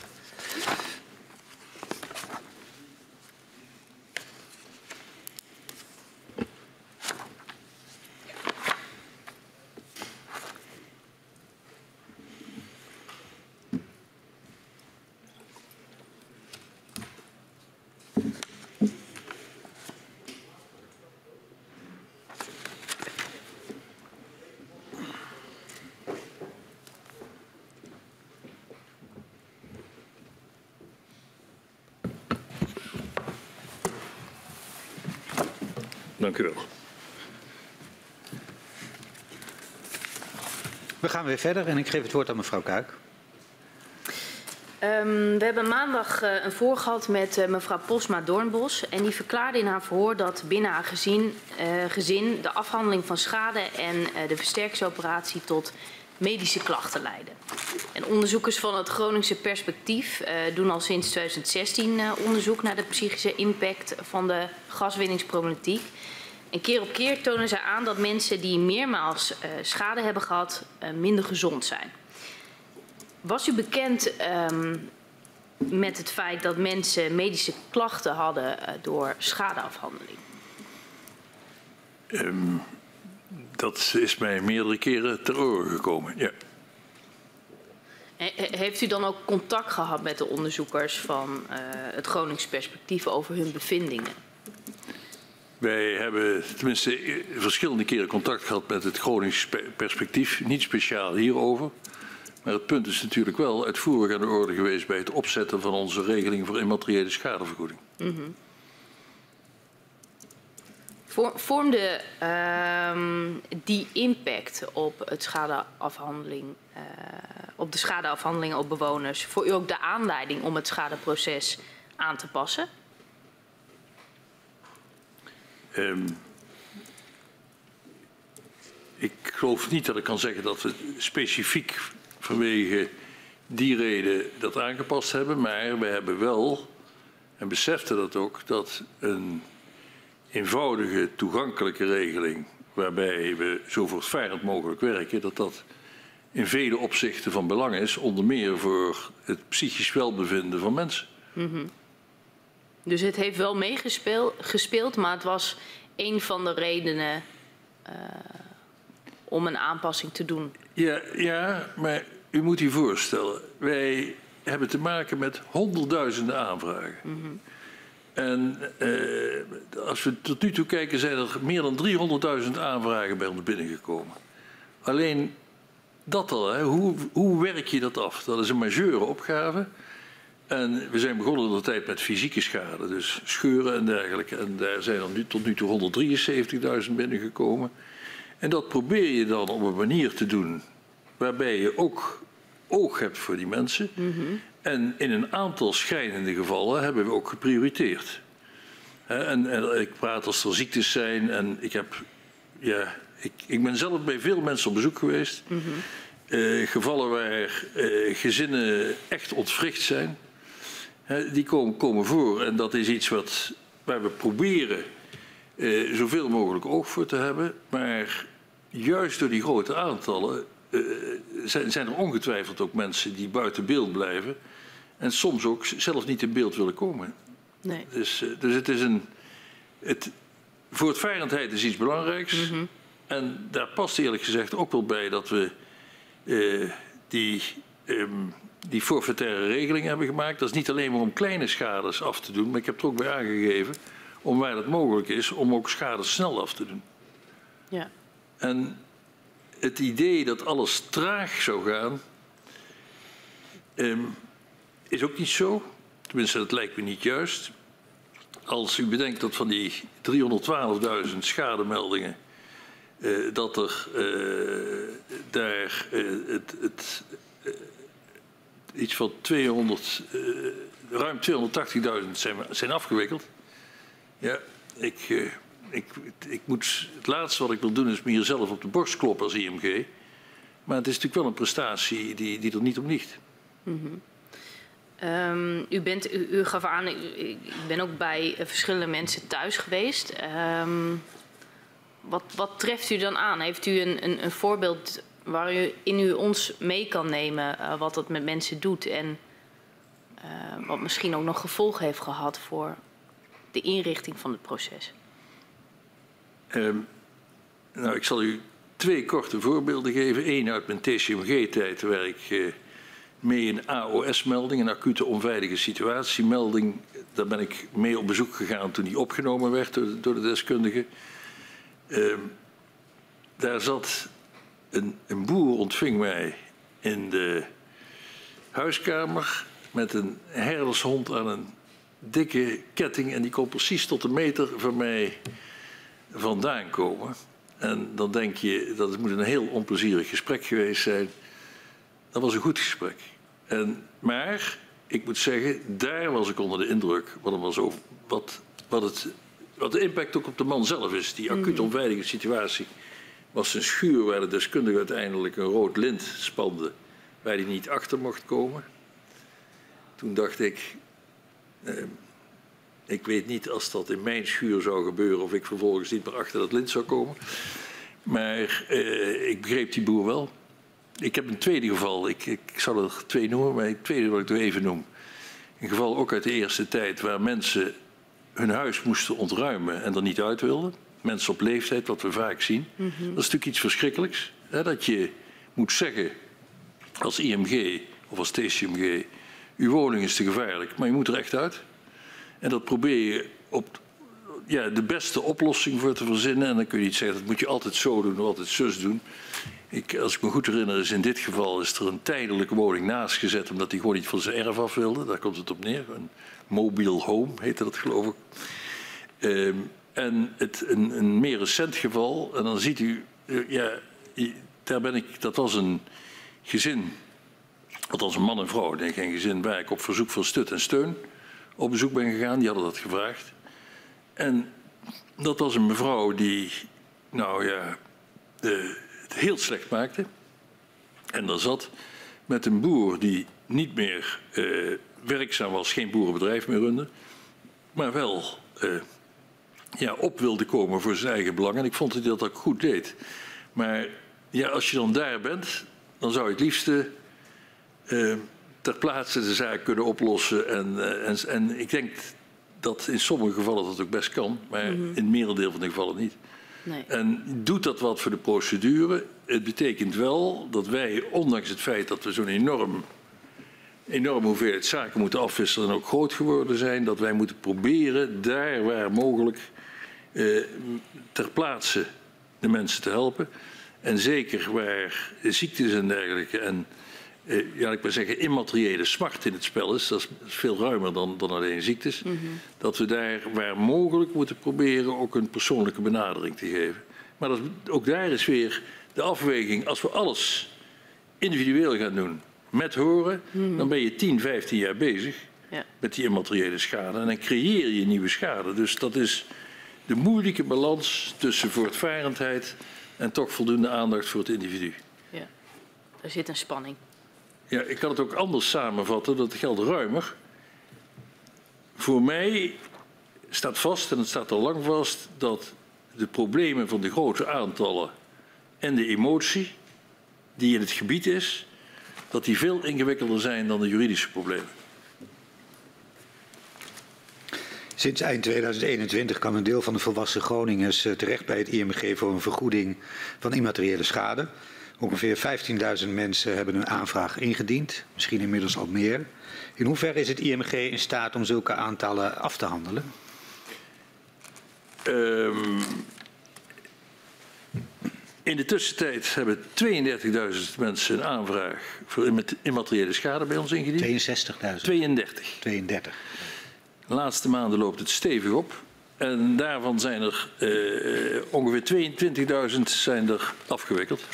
Dank u wel. We gaan weer verder en ik geef het woord aan mevrouw Kuik. We hebben maandag een verhoor gehad met mevrouw Posma-Doornbos. En die verklaarde in haar verhoor dat binnen haar gezin de afhandeling van schade en de versterkingsoperatie tot medische klachten leiden. En onderzoekers van het Groningse Perspectief doen al sinds 2016 onderzoek naar de psychische impact van de gaswinningsproblematiek. En keer op keer tonen zij aan dat mensen die meermaals schade hebben gehad minder gezond zijn. Was u bekend met het feit dat mensen medische klachten hadden door schadeafhandeling? Dat is mij meerdere keren ter oren gekomen, ja. Heeft u dan ook contact gehad met de onderzoekers van het Gronings Perspectief over hun bevindingen? Wij hebben tenminste verschillende keren contact gehad met het Gronings Perspectief, niet speciaal hierover. Maar het punt is natuurlijk wel uitvoerig aan de orde geweest bij het opzetten van onze regeling voor immateriële schadevergoeding. Mm-hmm. Vormde die impact op het schadeafhandeling, op de schadeafhandeling op bewoners voor u ook de aanleiding om het schadeproces aan te passen? Ik geloof niet dat ik kan zeggen dat we specifiek vanwege die reden dat aangepast hebben, maar we hebben wel, en beseften dat ook, dat een eenvoudige, toegankelijke regeling waarbij we zo voortvarend mogelijk werken, dat dat in vele opzichten van belang is, onder meer voor het psychisch welbevinden van mensen. Mm-hmm. Dus het heeft wel meegespeeld, maar het was een van de redenen om een aanpassing te doen. Ja, maar u moet u voorstellen, wij hebben te maken met honderdduizenden aanvragen. Mm-hmm. En als we tot nu toe kijken, zijn er meer dan 300.000 aanvragen bij ons binnengekomen. Alleen dat al, hè, hoe werk je dat af? Dat is een majeure opgave. En we zijn begonnen in de tijd met fysieke schade, dus scheuren en dergelijke. En daar zijn er nu tot nu toe 173.000 binnengekomen. En dat probeer je dan op een manier te doen waarbij je ook oog hebt voor die mensen. Mm-hmm. En in een aantal schrijnende gevallen hebben we ook geprioriteerd. En ik praat als er ziektes zijn en ik ben zelf bij veel mensen op bezoek geweest. Mm-hmm. Gevallen waar gezinnen echt ontwricht zijn. Die komen voor en dat is iets waar we proberen zoveel mogelijk oog voor te hebben. Maar juist door die grote aantallen zijn er ongetwijfeld ook mensen die buiten beeld blijven. En soms ook zelf niet in beeld willen komen. Nee. Dus het is voortvarendheid is iets belangrijks. Mm-hmm. En daar past eerlijk gezegd ook wel bij dat we die forfaitaire regeling hebben gemaakt. Dat is niet alleen maar om kleine schades af te doen, maar ik heb er ook bij aangegeven om waar dat mogelijk is, om ook schades snel af te doen. Ja. En het idee dat alles traag zou gaan, is ook niet zo. Tenminste, dat lijkt me niet juist. Als u bedenkt dat van die 312.000 schademeldingen, dat er daar iets van ruim 280.000 zijn afgewikkeld. Ja, het laatste wat ik wil doen is me hier zelf op de borst kloppen als IMG. Maar het is natuurlijk wel een prestatie die er niet om ligt. Mm-hmm. U gaf aan, ik ben ook bij verschillende mensen thuis geweest. Wat treft u dan aan? Heeft u een voorbeeld waarin u ons mee kan nemen wat het met mensen doet en wat misschien ook nog gevolgen heeft gehad voor de inrichting van het proces? Ik zal u 2 korte voorbeelden geven. Eén uit mijn TCMG-tijd, waar ik mee een AOS-melding, een acute onveilige situatiemelding, daar ben ik mee op bezoek gegaan toen die opgenomen werd door de deskundige. Daar zat een boer, ontving mij in de huiskamer met een herdershond aan een dikke ketting en die kon precies tot 1 meter van mij vandaan komen. En dan denk je, dat moet een heel onplezierig gesprek geweest zijn. Dat was een goed gesprek. Maar ik moet zeggen, daar was ik onder de indruk wat de impact ook op de man zelf is. Die acuut onveilige situatie was een schuur waar de deskundige uiteindelijk een rood lint spande waar hij niet achter mocht komen. Toen dacht ik, ik weet niet als dat in mijn schuur zou gebeuren of ik vervolgens niet meer achter dat lint zou komen. Maar ik begreep die boer wel. Ik heb een tweede geval, ik zal er 2 noemen, maar het tweede wat ik nog even noem. Een geval ook uit de eerste tijd waar mensen hun huis moesten ontruimen en er niet uit wilden. Mensen op leeftijd, wat we vaak zien. Mm-hmm. Dat is natuurlijk iets verschrikkelijks. Hè, dat je moet zeggen als IMG of als TCMG, uw woning is te gevaarlijk, maar je moet er echt uit. En dat probeer je de beste oplossing voor te verzinnen. En dan kun je niet zeggen, dat moet je altijd zo doen of altijd zus doen. Als ik me goed herinner, is in dit geval is er een tijdelijke woning naast gezet, omdat hij gewoon niet van zijn erf af wilde. Daar komt het op neer. Een mobile home heette dat, geloof ik. En een meer recent geval, en dan ziet u, dat was een gezin, althans een man en vrouw, denk ik, een gezin waar ik op verzoek van Stut en Steun op bezoek ben gegaan. Die hadden dat gevraagd. En dat was een mevrouw die, het heel slecht maakte. En daar zat met een boer die niet meer werkzaam was, geen boerenbedrijf meer runde, maar wel op wilde komen voor zijn eigen belang. En ik vond dat hij dat ook goed deed. Maar als je dan daar bent, dan zou je het liefste ter plaatse de zaak kunnen oplossen. En ik denk dat in sommige gevallen dat ook best kan, maar in het merendeel van de gevallen niet. Nee. En doet dat wat voor de procedure? Het betekent wel dat wij, ondanks het feit dat we zo'n enorme hoeveelheid zaken moeten afwisselen en ook groot geworden zijn, dat wij moeten proberen daar waar mogelijk ter plaatse de mensen te helpen. En zeker waar ziektes en dergelijke en ik wil zeggen immateriële smart in het spel is, dat is veel ruimer dan alleen ziektes, dat we daar waar mogelijk moeten proberen ook een persoonlijke benadering te geven. Maar ook daar is weer de afweging, als we alles individueel gaan doen met horen, dan ben je 10, 15 jaar bezig met die immateriële schade en dan creëer je nieuwe schade. Dus dat is de moeilijke balans tussen voortvarendheid en toch voldoende aandacht voor het individu. Ja, er zit een spanning. Ja, ik kan het ook anders samenvatten, dat geldt ruimer. Voor mij staat vast, en het staat al lang vast, dat de problemen van de grote aantallen en de emotie die in het gebied is, dat die veel ingewikkelder zijn dan de juridische problemen. Sinds eind 2021 kan een deel van de volwassen Groningers terecht bij het IMG voor een vergoeding van immateriële schade. Ongeveer 15.000 mensen hebben een aanvraag ingediend, misschien inmiddels al meer. In hoeverre is het IMG in staat om zulke aantallen af te handelen? In de tussentijd hebben 32.000 mensen een aanvraag voor immateriële schade bij ons ingediend. 62.000? 32. De laatste maanden loopt het stevig op. En daarvan zijn er ongeveer 22.000 zijn er afgewikkeld.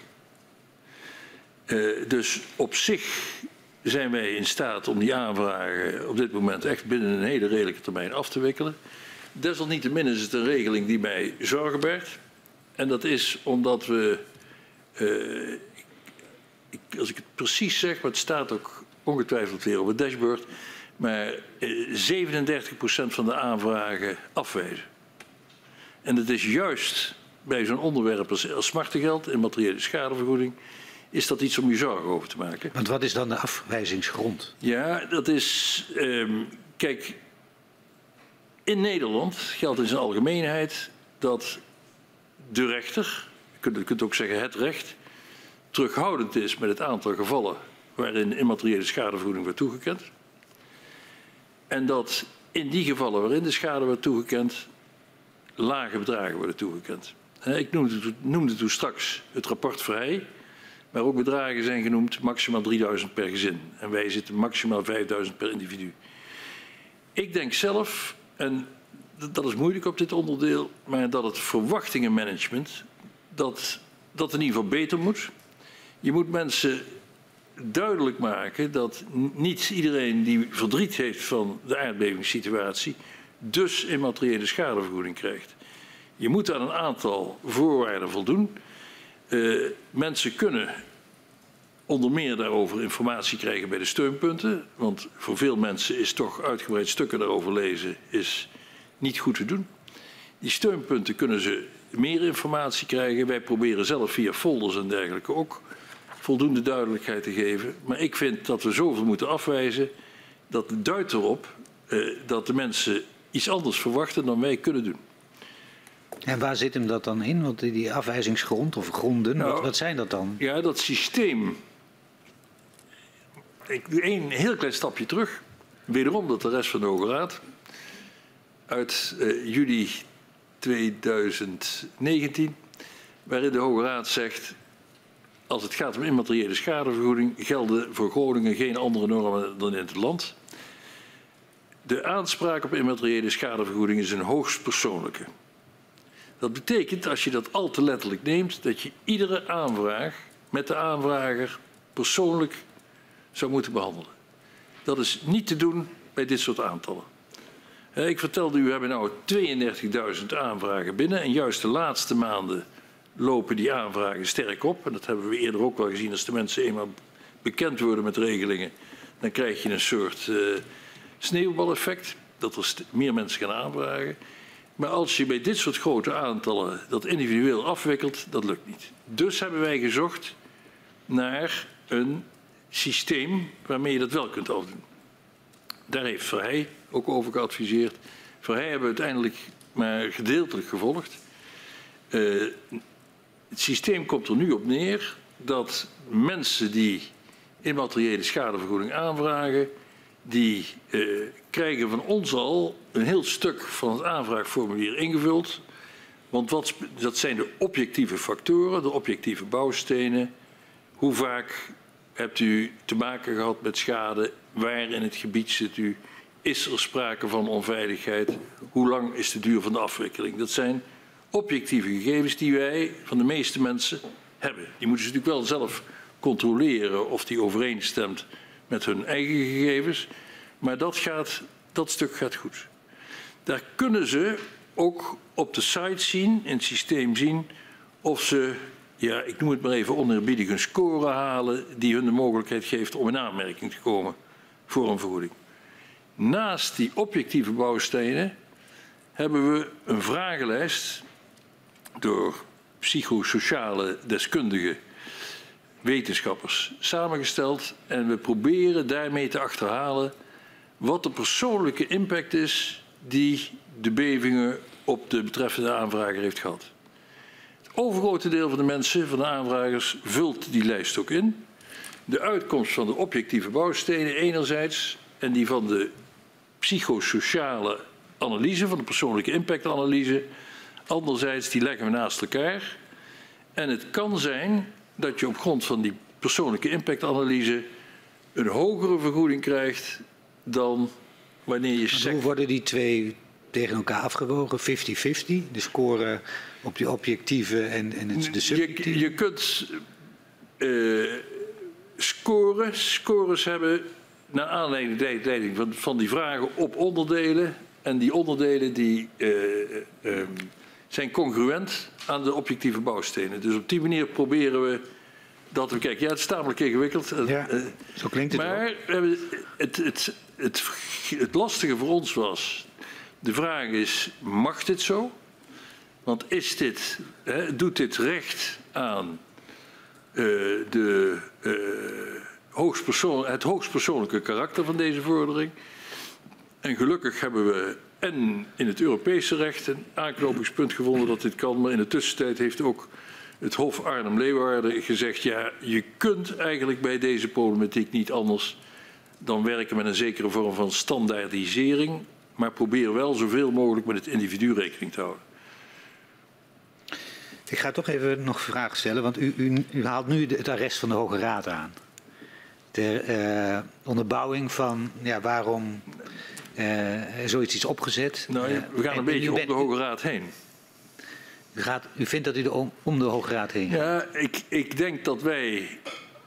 Dus op zich zijn wij in staat om die aanvragen op dit moment echt binnen een hele redelijke termijn af te wikkelen. Desalniettemin is het een regeling die mij zorgen baart. En dat is omdat we, als ik het precies zeg, maar het staat ook ongetwijfeld weer op het dashboard, maar 37% van de aanvragen afwijzen. En dat is juist bij zo'n onderwerp als smartengeld, immateriële schadevergoeding, is dat iets om je zorgen over te maken. Want wat is dan de afwijzingsgrond? Ja, dat is, kijk, in Nederland geldt in zijn algemeenheid dat de rechter, je kunt ook zeggen het recht, terughoudend is met het aantal gevallen waarin immateriële schadevergoeding wordt toegekend. En dat in die gevallen waarin de schade wordt toegekend, lage bedragen worden toegekend. Ik noemde toen straks het rapport Vrij, maar ook bedragen zijn genoemd, maximaal 3.000 per gezin. En wij zitten maximaal 5.000 per individu. Ik denk zelf, en dat is moeilijk op dit onderdeel, maar dat het verwachtingenmanagement, dat in ieder geval beter moet. Je moet mensen duidelijk maken dat niet iedereen die verdriet heeft van de aardbevingssituatie, dus immateriële schadevergoeding krijgt. Je moet aan een aantal voorwaarden voldoen. Mensen kunnen onder meer daarover informatie krijgen bij de steunpunten. Want voor veel mensen is toch uitgebreid stukken daarover lezen is niet goed te doen. Die steunpunten kunnen ze meer informatie krijgen. Wij proberen zelf via folders en dergelijke ook voldoende duidelijkheid te geven. Maar ik vind dat we zoveel moeten afwijzen. Dat duidt erop dat de mensen iets anders verwachten dan wij kunnen doen. En waar zit hem dat dan in? Want die afwijzingsgrond of gronden, wat zijn dat dan? Ja, dat systeem. Ik doe een heel klein stapje terug. Wederom dat de rest van de Hoge Raad uit juli 2019, waarin de Hoge Raad zegt, als het gaat om immateriële schadevergoeding, gelden voor Groningen geen andere normen dan in het land. De aanspraak op immateriële schadevergoeding is een hoogst persoonlijke. Dat betekent, als je dat al te letterlijk neemt, dat je iedere aanvraag met de aanvrager persoonlijk zou moeten behandelen. Dat is niet te doen bij dit soort aantallen. Ik vertelde u, we hebben nu 32.000 aanvragen binnen en juist de laatste maanden lopen die aanvragen sterk op. En dat hebben we eerder ook wel gezien. Als de mensen eenmaal bekend worden met regelingen, dan krijg je een soort sneeuwbaleffect, dat er meer mensen gaan aanvragen. Maar als je bij dit soort grote aantallen dat individueel afwikkelt, dat lukt niet. Dus hebben wij gezocht naar een systeem waarmee je dat wel kunt afdoen. Daar heeft Verheij ook over geadviseerd. Verheij hebben we uiteindelijk maar gedeeltelijk gevolgd. Het systeem komt er nu op neer dat mensen die immateriële schadevergoeding aanvragen, die krijgen van ons al een heel stuk van het aanvraagformulier ingevuld. Want dat zijn de objectieve factoren, de objectieve bouwstenen. Hoe vaak hebt u te maken gehad met schade? Waar in het gebied zit u? Is er sprake van onveiligheid? Hoe lang is de duur van de afwikkeling? Dat zijn objectieve gegevens die wij van de meeste mensen hebben. Die moeten ze natuurlijk wel zelf controleren of die overeenstemt met hun eigen gegevens. Maar dat stuk gaat goed. Daar kunnen ze ook op de site zien, in het systeem zien, of ze, ja, ik noem het maar even oneerbiedig, een score halen die hun de mogelijkheid geeft om in aanmerking te komen voor een vergoeding. Naast die objectieve bouwstenen hebben we een vragenlijst door psychosociale deskundigen, wetenschappers samengesteld en we proberen daarmee te achterhalen wat de persoonlijke impact is die de bevingen op de betreffende aanvrager heeft gehad. Het overgrote deel van de mensen, van de aanvragers, vult die lijst ook in. De uitkomst van de objectieve bouwstenen enerzijds en die van de psychosociale analyse, van de persoonlijke impactanalyse, anderzijds, die leggen we naast elkaar. En het kan zijn dat je op grond van die persoonlijke impactanalyse een hogere vergoeding krijgt dan wanneer je zegt. Hoe worden die twee tegen elkaar afgewogen? 50-50? De score op die objectieve en de subjectieve? Je kunt scores hebben naar aanleiding van die vragen op onderdelen. En die onderdelen die zijn congruent aan de objectieve bouwstenen. Dus op die manier proberen we dat we kijken. Ja, het is tamelijk ingewikkeld. Ja, zo klinkt het maar wel. Het lastige voor ons was, de vraag is, mag dit zo? Want is dit, doet dit recht aan het hoogstpersoonlijke karakter van deze vordering? En gelukkig hebben we en in het Europese recht een aanknopingspunt gevonden dat dit kan. Maar in de tussentijd heeft ook het Hof Arnhem-Leeuwarden gezegd, ja, je kunt eigenlijk bij deze problematiek niet anders dan werken met een zekere vorm van standaardisering, maar probeer wel zoveel mogelijk met het individu rekening te houden. Ik ga toch even nog vragen stellen, want u haalt nu het arrest van de Hoge Raad aan. Ter onderbouwing van waarom zoiets is opgezet. Nou, we gaan een beetje om de Hoge Raad heen. U vindt dat u om de Hoge Raad heen gaat? Ja, ik denk dat wij,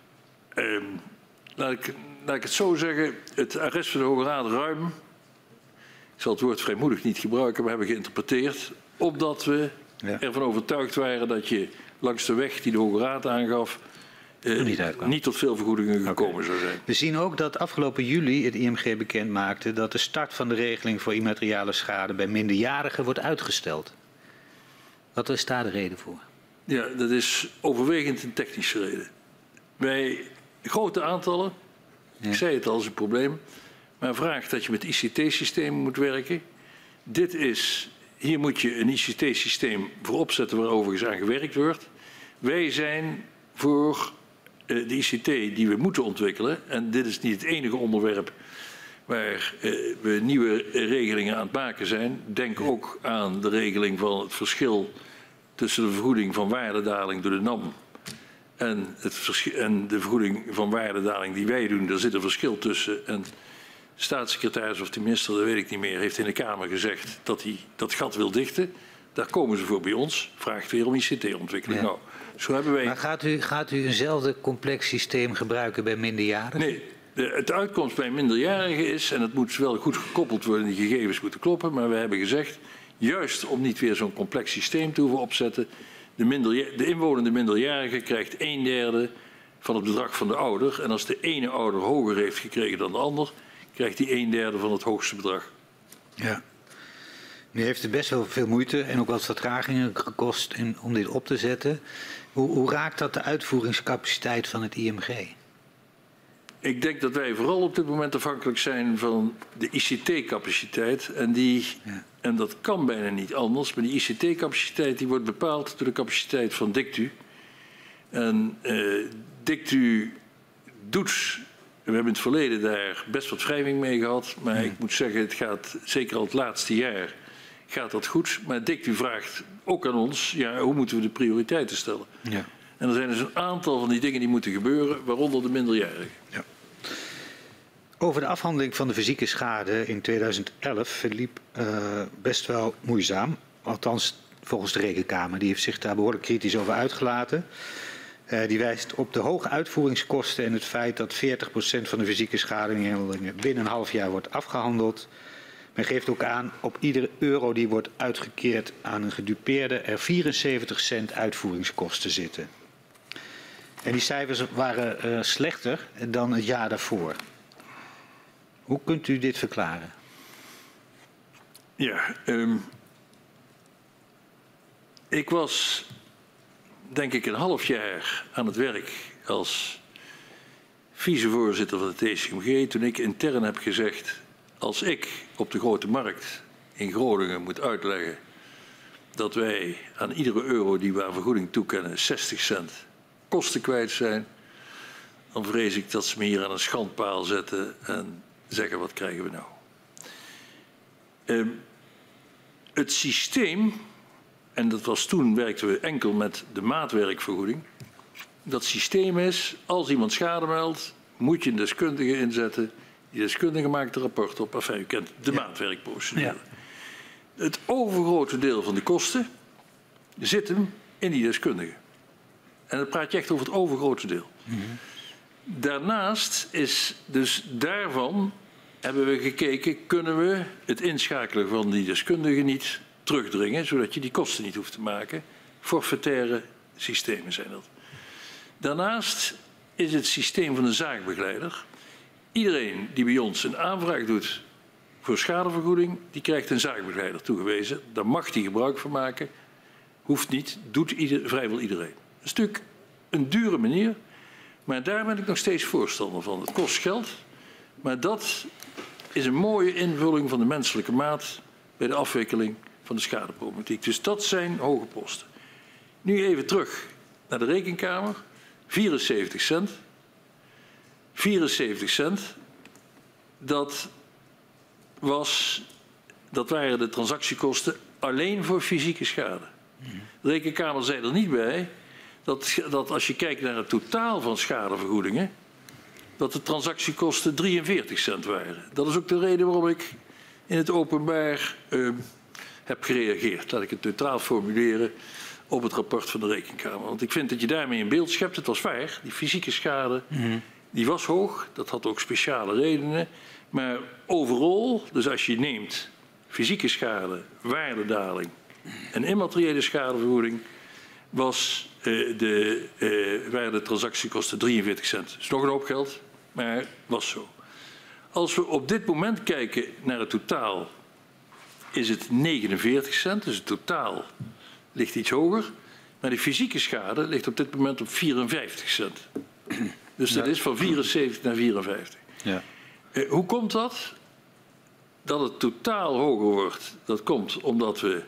laat ik het zo zeggen, het arrest van de Hoge Raad ruim, ik zal het woord vrijmoedig niet gebruiken, maar hebben geïnterpreteerd, omdat we ervan overtuigd waren dat je langs de weg die de Hoge Raad aangaf, niet tot veel vergoedingen gekomen zou zijn. We zien ook dat afgelopen juli het IMG bekend maakte dat de start van de regeling voor immateriële schade bij minderjarigen wordt uitgesteld. Wat is daar de reden voor? Ja, dat is overwegend een technische reden. Bij grote aantallen, ik zei het al, is een probleem, maar vraagt dat je met ICT-systemen moet werken. Hier moet je een ICT-systeem voor opzetten waar overigens aan gewerkt wordt. Wij zijn voor de ICT die we moeten ontwikkelen, en dit is niet het enige onderwerp waar we nieuwe regelingen aan het maken zijn. Denk ook aan de regeling van het verschil tussen de vergoeding van waardedaling door de NAM en de vergoeding van waardedaling die wij doen. Daar zit een verschil tussen. En de staatssecretaris of de minister, dat weet ik niet meer, heeft in de Kamer gezegd dat hij dat gat wil dichten. Daar komen ze voor bij ons. Vraagt weer om ICT-ontwikkeling. Ja. Nou, zo hebben wij... Maar gaat u eenzelfde complex systeem gebruiken bij minderjarigen? Nee. Het uitkomst bij minderjarigen is, en het moet wel goed gekoppeld worden, die gegevens moeten kloppen, maar we hebben gezegd, juist om niet weer zo'n complex systeem te hoeven opzetten, de inwonende minderjarige krijgt 1/3 van het bedrag van de ouder. En als de ene ouder hoger heeft gekregen dan de ander, krijgt hij 1/3 van het hoogste bedrag. Ja. Nu heeft het best wel veel moeite en ook wat vertragingen gekost om dit op te zetten. Hoe raakt dat de uitvoeringscapaciteit van het IMG? Ik denk dat wij vooral op dit moment afhankelijk zijn van de ICT-capaciteit. En dat kan bijna niet anders. Maar die ICT-capaciteit die wordt bepaald door de capaciteit van DICTU. En DICTU doet... We hebben in het verleden daar best wat wrijving mee gehad. Maar ik moet zeggen, het gaat zeker al het laatste jaar gaat dat goed. Maar DICTU vraagt ook aan ons, ja, hoe moeten we de prioriteiten stellen? Ja. En er zijn dus een aantal van die dingen die moeten gebeuren, waaronder de minderjarigen. Ja. Over de afhandeling van de fysieke schade in 2011 verliep best wel moeizaam. Althans, volgens de Rekenkamer. Die heeft zich daar behoorlijk kritisch over uitgelaten. Die wijst op de hoge uitvoeringskosten en het feit dat 40% van de fysieke schadehandelingen binnen een half jaar wordt afgehandeld. Men geeft ook aan, op iedere euro die wordt uitgekeerd aan een gedupeerde er 74 cent uitvoeringskosten zitten. En die cijfers waren slechter dan het jaar daarvoor. Hoe kunt u dit verklaren? Ja, ik was denk ik een half jaar aan het werk als vicevoorzitter van de TCMG toen ik intern heb gezegd, als ik op de Grote Markt in Groningen moet uitleggen dat wij aan iedere euro die we aan vergoeding toekennen 60 cent kosten kwijt zijn, dan vrees ik dat ze me hier aan een schandpaal zetten en zeggen, wat krijgen we nou? Het systeem, en dat was toen werkten we enkel met de maatwerkvergoeding. Dat systeem is, als iemand schade meldt, moet je een deskundige inzetten. Die deskundige maakt een rapport op. Enfin, u kent de maatwerkprocedure. Ja. Het overgrote deel van de kosten zit hem in die deskundige. En dan praat je echt over het overgrote deel. Mm-hmm. Daarnaast is dus daarvan hebben we gekeken, kunnen we het inschakelen van die deskundigen niet terugdringen, zodat je die kosten niet hoeft te maken. Forfaitaire systemen zijn dat. Daarnaast is het systeem van de zaakbegeleider. Iedereen die bij ons een aanvraag doet voor schadevergoeding, die krijgt een zaakbegeleider toegewezen. Daar mag hij gebruik van maken. Hoeft niet, doet vrijwel iedereen. Dat is natuurlijk een dure manier, maar daar ben ik nog steeds voorstander van. Het kost geld, maar dat is een mooie invulling van de menselijke maat bij de afwikkeling van de schadeproblematiek. Dus dat zijn hoge posten. Nu even terug naar de Rekenkamer. 74 cent. 74 cent. Dat waren de transactiekosten alleen voor fysieke schade. De Rekenkamer zei er niet bij dat als je kijkt naar het totaal van schadevergoedingen, dat de transactiekosten 43 cent waren. Dat is ook de reden waarom ik in het openbaar heb gereageerd. Laat ik het neutraal formuleren op het rapport van de Rekenkamer. Want ik vind dat je daarmee een beeld schept. Het was waar, die fysieke schade, die was hoog. Dat had ook speciale redenen. Maar overal, dus als je neemt fysieke schade, waardedaling en immateriële schadevergoeding, waren de transactiekosten 43 cent. Dat is nog een hoop geld, maar was zo. Als we op dit moment kijken naar het totaal, is het 49 cent. Dus het totaal ligt iets hoger. Maar de fysieke schade ligt op dit moment op 54 cent. Dus dat is van 74 naar 54. Ja. Hoe komt dat? Dat het totaal hoger wordt, dat komt omdat we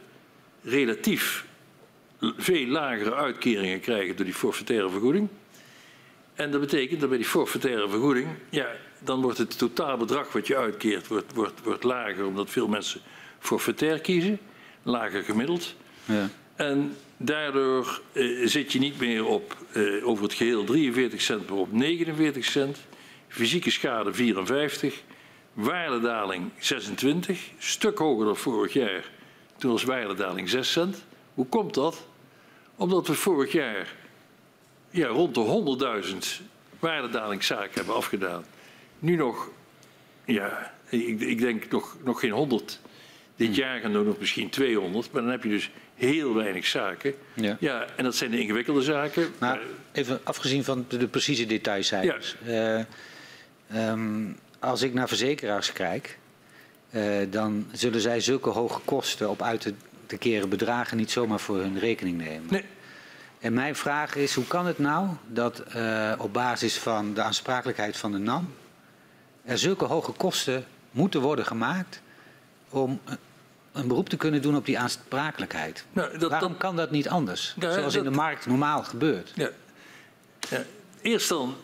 relatief veel lagere uitkeringen krijgen door die forfaitaire vergoeding. En dat betekent dat bij die forfaitaire vergoeding, ja, dan wordt het totaalbedrag wat je uitkeert wordt lager, omdat veel mensen forfaitair kiezen, lager gemiddeld. Ja. En daardoor zit je niet meer op over het geheel 43 cent, maar op 49 cent. Fysieke schade 54, waardedaling 26, stuk hoger dan vorig jaar. Toen was waardedaling 6 cent. Hoe komt dat? Omdat we vorig jaar rond de 100.000 waardedalingszaken hebben afgedaan. Nu nog, ik denk nog geen 100. Dit jaar gaan er nog misschien 200, maar dan heb je dus heel weinig zaken. Ja, en dat zijn de ingewikkelde zaken. Maar even afgezien van de precieze detailcijfers. Ja. Als ik naar verzekeraars kijk, dan zullen zij zulke hoge kosten op uit te keren bedragen niet zomaar voor hun rekening nemen. Nee. En mijn vraag is, hoe kan het nou dat op basis van de aansprakelijkheid van de NAM er zulke hoge kosten moeten worden gemaakt om een beroep te kunnen doen op die aansprakelijkheid? Nou, Waarom kan dat niet anders? Ja, zoals in de markt normaal gebeurt. Ja. Eerst dan,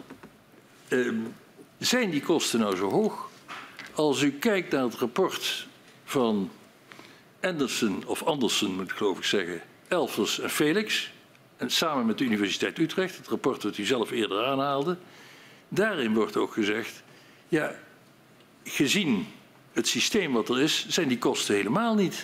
zijn die kosten nou zo hoog? Als u kijkt naar het rapport van Anderson moet ik geloof ik zeggen, Elfers en Felix, en samen met de Universiteit Utrecht, het rapport dat u zelf eerder aanhaalde, daarin wordt ook gezegd, ja, gezien het systeem wat er is, zijn die kosten helemaal niet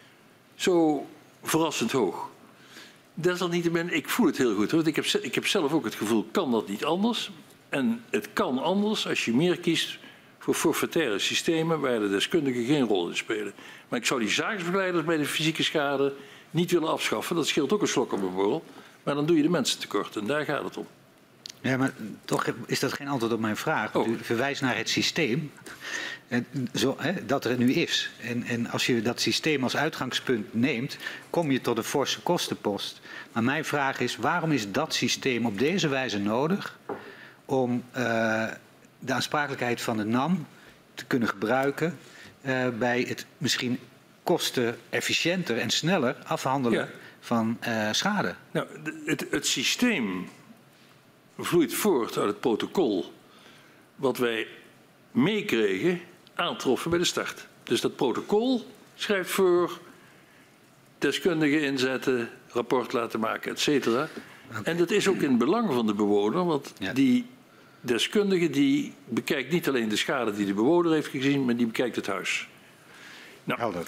zo verrassend hoog. Desalniettemin, ik voel het heel goed, want ik heb zelf ook het gevoel, kan dat niet anders? En het kan anders als je meer kiest voor forfaitaire systemen waar de deskundigen geen rol in spelen. Maar ik zou die zaakbegeleiders bij de fysieke schade niet willen afschaffen. Dat scheelt ook een slok op een borrel. Maar dan doe je de mensen tekort en daar gaat het om. Ja, maar toch is dat geen antwoord op mijn vraag. Oh. U verwijst naar het systeem dat er nu is. En als je dat systeem als uitgangspunt neemt, kom je tot een forse kostenpost. Maar mijn vraag is, waarom is dat systeem op deze wijze nodig om de aansprakelijkheid van de NAM te kunnen gebruiken bij het misschien kostenefficiënter en sneller afhandelen van schade? Nou, het systeem vloeit voort uit het protocol wat wij meekregen, aantroffen bij de start. Dus dat protocol schrijft voor deskundigen inzetten, rapport laten maken, et cetera. Okay. En dat is ook in het belang van de bewoner, want die deskundige die bekijkt niet alleen de schade die de bewoner heeft gezien, maar die bekijkt het huis. Nou, helder.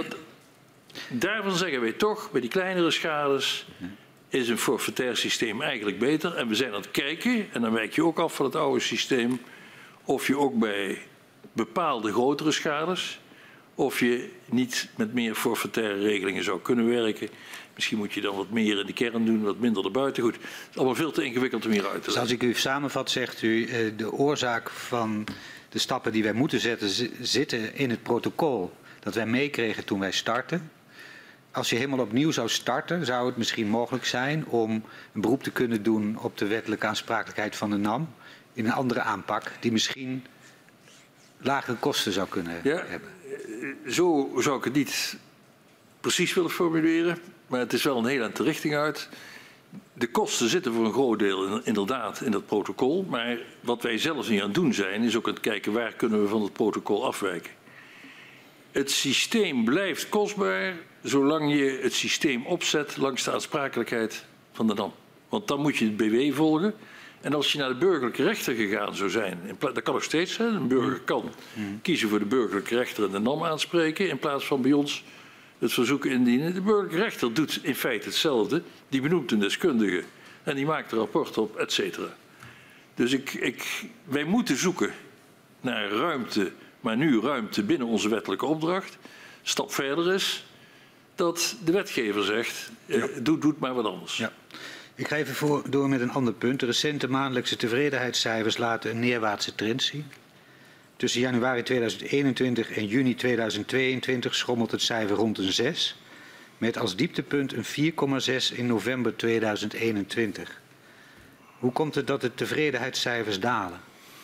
Daarvan zeggen wij toch, bij die kleinere schades is een forfaitair systeem eigenlijk beter. En we zijn aan het kijken, en dan wijk je ook af van het oude systeem, of je ook bij bepaalde grotere schades, of je niet met meer forfaitaire regelingen zou kunnen werken. Misschien moet je dan wat meer in de kern doen, wat minder erbuiten. Goed, het is allemaal veel te ingewikkeld om hier uit te leggen. Dus als ik u samenvat, zegt u, de oorzaak van de stappen die wij moeten zetten zitten in het protocol dat wij meekregen toen wij startten. Als je helemaal opnieuw zou starten, zou het misschien mogelijk zijn om een beroep te kunnen doen op de wettelijke aansprakelijkheid van de NAM in een andere aanpak die misschien lagere kosten zou kunnen hebben. Zo zou ik het niet precies willen formuleren, maar het is wel een heel eind de richting uit. De kosten zitten voor een groot deel inderdaad in dat protocol, maar wat wij zelfs niet aan het doen zijn, is ook aan het kijken waar kunnen we van het protocol afwijken. Het systeem blijft kostbaar zolang je het systeem opzet langs de aansprakelijkheid van de NAM. Want dan moet je het BW volgen. En als je naar de burgerlijke rechter gegaan zou zijn, dat kan nog steeds, hè? Een burger kan kiezen voor de burgerlijke rechter en de NAM aanspreken, in plaats van bij ons het verzoek indienen. De burgerlijke rechter doet in feite hetzelfde. Die benoemt een deskundige en die maakt een rapport op, et cetera. Dus wij moeten zoeken naar ruimte, maar nu ruimte binnen onze wettelijke opdracht. Stap verder is dat de wetgever zegt, doe maar wat anders. Ja. Ik ga even door met een ander punt. De recente maandelijkse tevredenheidscijfers laten een neerwaartse trend zien. Tussen januari 2021 en juni 2022 schommelt het cijfer rond een 6. Met als dieptepunt een 4,6 in november 2021. Hoe komt het dat de tevredenheidscijfers dalen?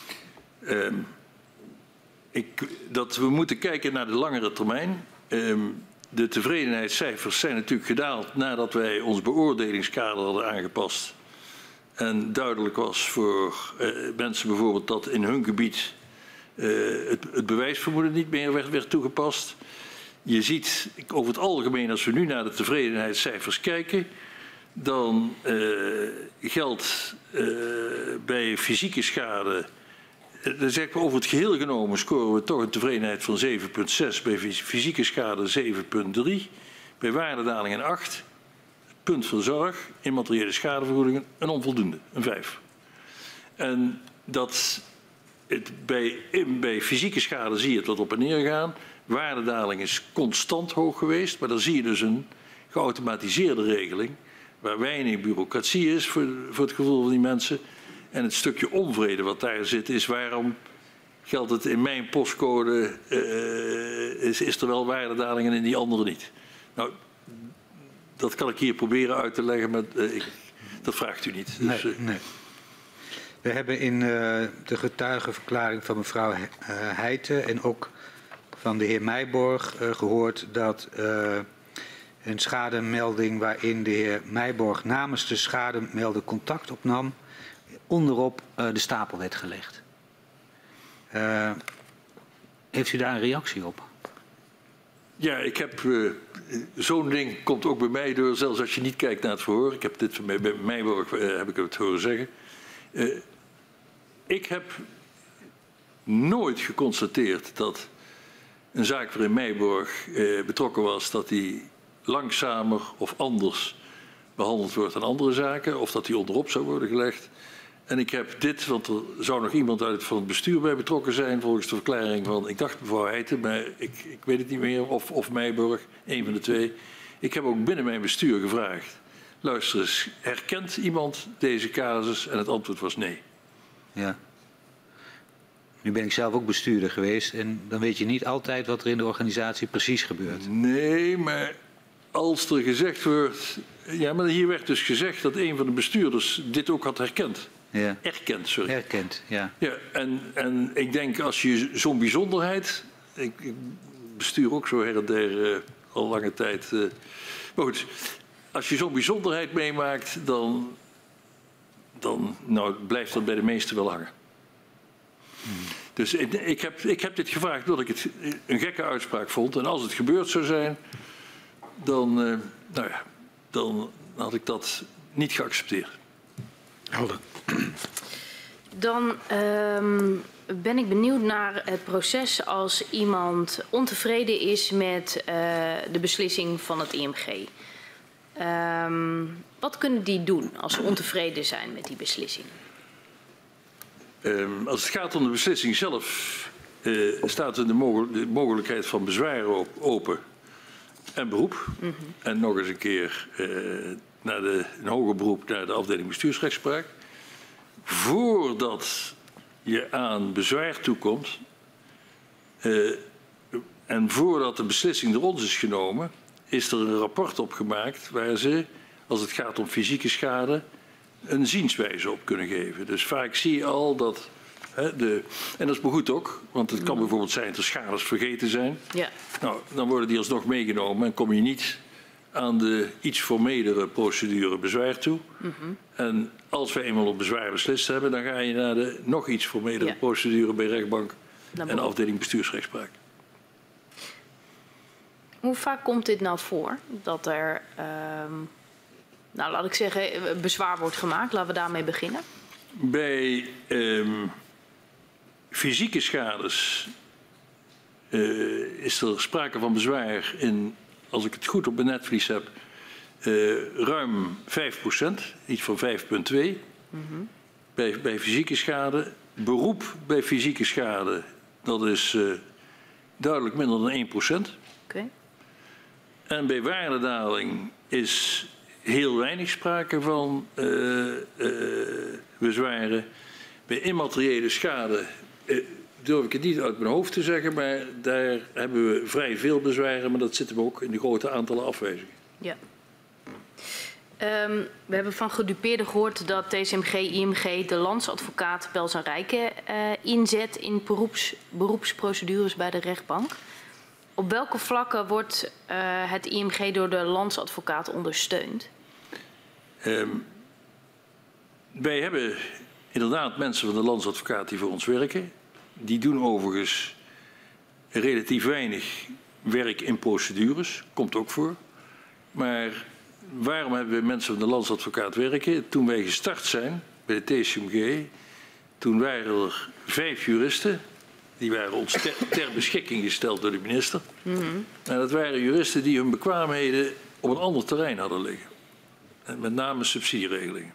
We moeten kijken naar de langere termijn. De tevredenheidscijfers zijn natuurlijk gedaald nadat wij ons beoordelingskader hadden aangepast En duidelijk was voor mensen bijvoorbeeld dat in hun gebied het bewijsvermoeden niet meer werd toegepast. Je ziet over het algemeen, als we nu naar de tevredenheidscijfers kijken, dan geldt bij fysieke schade, dan zeg ik, over het geheel genomen scoren we toch een tevredenheid van 7,6, bij fysieke schade 7,3, bij waardedaling een 8, punt van zorg, immateriële schadevergoedingen een onvoldoende, een 5. En dat bij fysieke schade zie je het wat op en neer gaan. Waardedaling is constant hoog geweest, maar dan zie je dus een geautomatiseerde regeling waar weinig bureaucratie is voor het gevoel van die mensen. En het stukje onvrede wat daar zit is waarom geldt het in mijn postcode, is er wel waardedaling en in die andere niet. Nou, dat kan ik hier proberen uit te leggen, maar dat vraagt u niet. Dus, nee. We hebben in de getuigenverklaring van mevrouw Heijten en ook van de heer Meijborg gehoord dat een schademelding waarin de heer Meijborg namens de schademelder contact opnam, onderop de stapel werd gelegd. Heeft u daar een reactie op? Ja, ik heb zo'n ding komt ook bij mij door, zelfs als je niet kijkt naar het verhoor. Ik heb dit bij Meijborg heb ik het horen zeggen. Ik heb nooit geconstateerd dat een zaak waarin Meijborg betrokken was, dat die langzamer of anders behandeld wordt dan andere zaken, of dat die onderop zou worden gelegd. En ik heb dit, want er zou nog iemand van het bestuur bij betrokken zijn, volgens de verklaring van, ik dacht mevrouw Heijten, maar ik weet het niet meer, of Meijborg, een van de twee. Ik heb ook binnen mijn bestuur gevraagd, luister eens, herkent iemand deze casus? En het antwoord was nee. Ja. Nu ben ik zelf ook bestuurder geweest en dan weet je niet altijd wat er in de organisatie precies gebeurt. Nee, maar als er gezegd wordt... Ja, maar hier werd dus gezegd dat een van de bestuurders dit ook had herkend. Ja. Erkend, sorry. Erkend, ja. Ja, en ik denk als je zo'n bijzonderheid... Ik bestuur ook zo her en der al lange tijd. Maar goed, als je zo'n bijzonderheid meemaakt, dan blijft dat bij de meesten wel hangen. Dus ik heb dit gevraagd omdat ik het een gekke uitspraak vond. En als het gebeurd zou zijn, dan had ik dat niet geaccepteerd. Helder. Dan ben ik benieuwd naar het proces als iemand ontevreden is met de beslissing van het IMG. Wat kunnen die doen als ze ontevreden zijn met die beslissing? Als het gaat om de beslissing zelf, staat er de mogelijkheid van bezwaar open en beroep. Mm-hmm. En nog eens een keer naar een hoger beroep naar de afdeling bestuursrechtspraak. Voordat je aan bezwaar toekomt en voordat de beslissing door ons is genomen, is er een rapport opgemaakt waar ze, als het gaat om fysieke schade, een zienswijze op kunnen geven. Dus vaak zie je al dat... en dat is maar goed ook, want het kan bijvoorbeeld zijn dat er schades vergeten zijn. Ja. Nou, dan worden die alsnog meegenomen en kom je niet aan de iets formelere procedure bezwaar toe. Mm-hmm. En als we eenmaal op bezwaar beslist hebben, dan ga je naar de nog iets formelere procedure bij rechtbank en afdeling bestuursrechtspraak. Hoe vaak komt dit nou voor dat er... laat ik zeggen, bezwaar wordt gemaakt. Laten we daarmee beginnen. Bij fysieke schades is er sprake van bezwaar in, als ik het goed op mijn netvlies heb, ruim 5%, iets van 5,2%. Mm-hmm. Bij fysieke schade. Beroep bij fysieke schade, dat is duidelijk minder dan 1%. Okay. En bij waardedaling is heel weinig sprake van bezwaren. Bij immateriële schade durf ik het niet uit mijn hoofd te zeggen, maar daar hebben we vrij veel bezwaren, maar dat zit hem ook in de grote aantallen afwijzingen. Ja. We hebben van gedupeerden gehoord dat TCMG, IMG de landsadvocaat Pels en Rijken inzet in beroepsprocedures bij de rechtbank. Op welke vlakken wordt het IMG door de landsadvocaat ondersteund? Wij hebben inderdaad mensen van de landsadvocaat die voor ons werken. Die doen overigens relatief weinig werk in procedures. Komt ook voor. Maar waarom hebben we mensen van de landsadvocaat werken? Toen wij gestart zijn bij de TCMG, toen waren er 5 juristen. Die waren ons ter beschikking gesteld door de minister. En dat waren juristen die hun bekwaamheden op een ander terrein hadden liggen. En met name subsidieregelingen.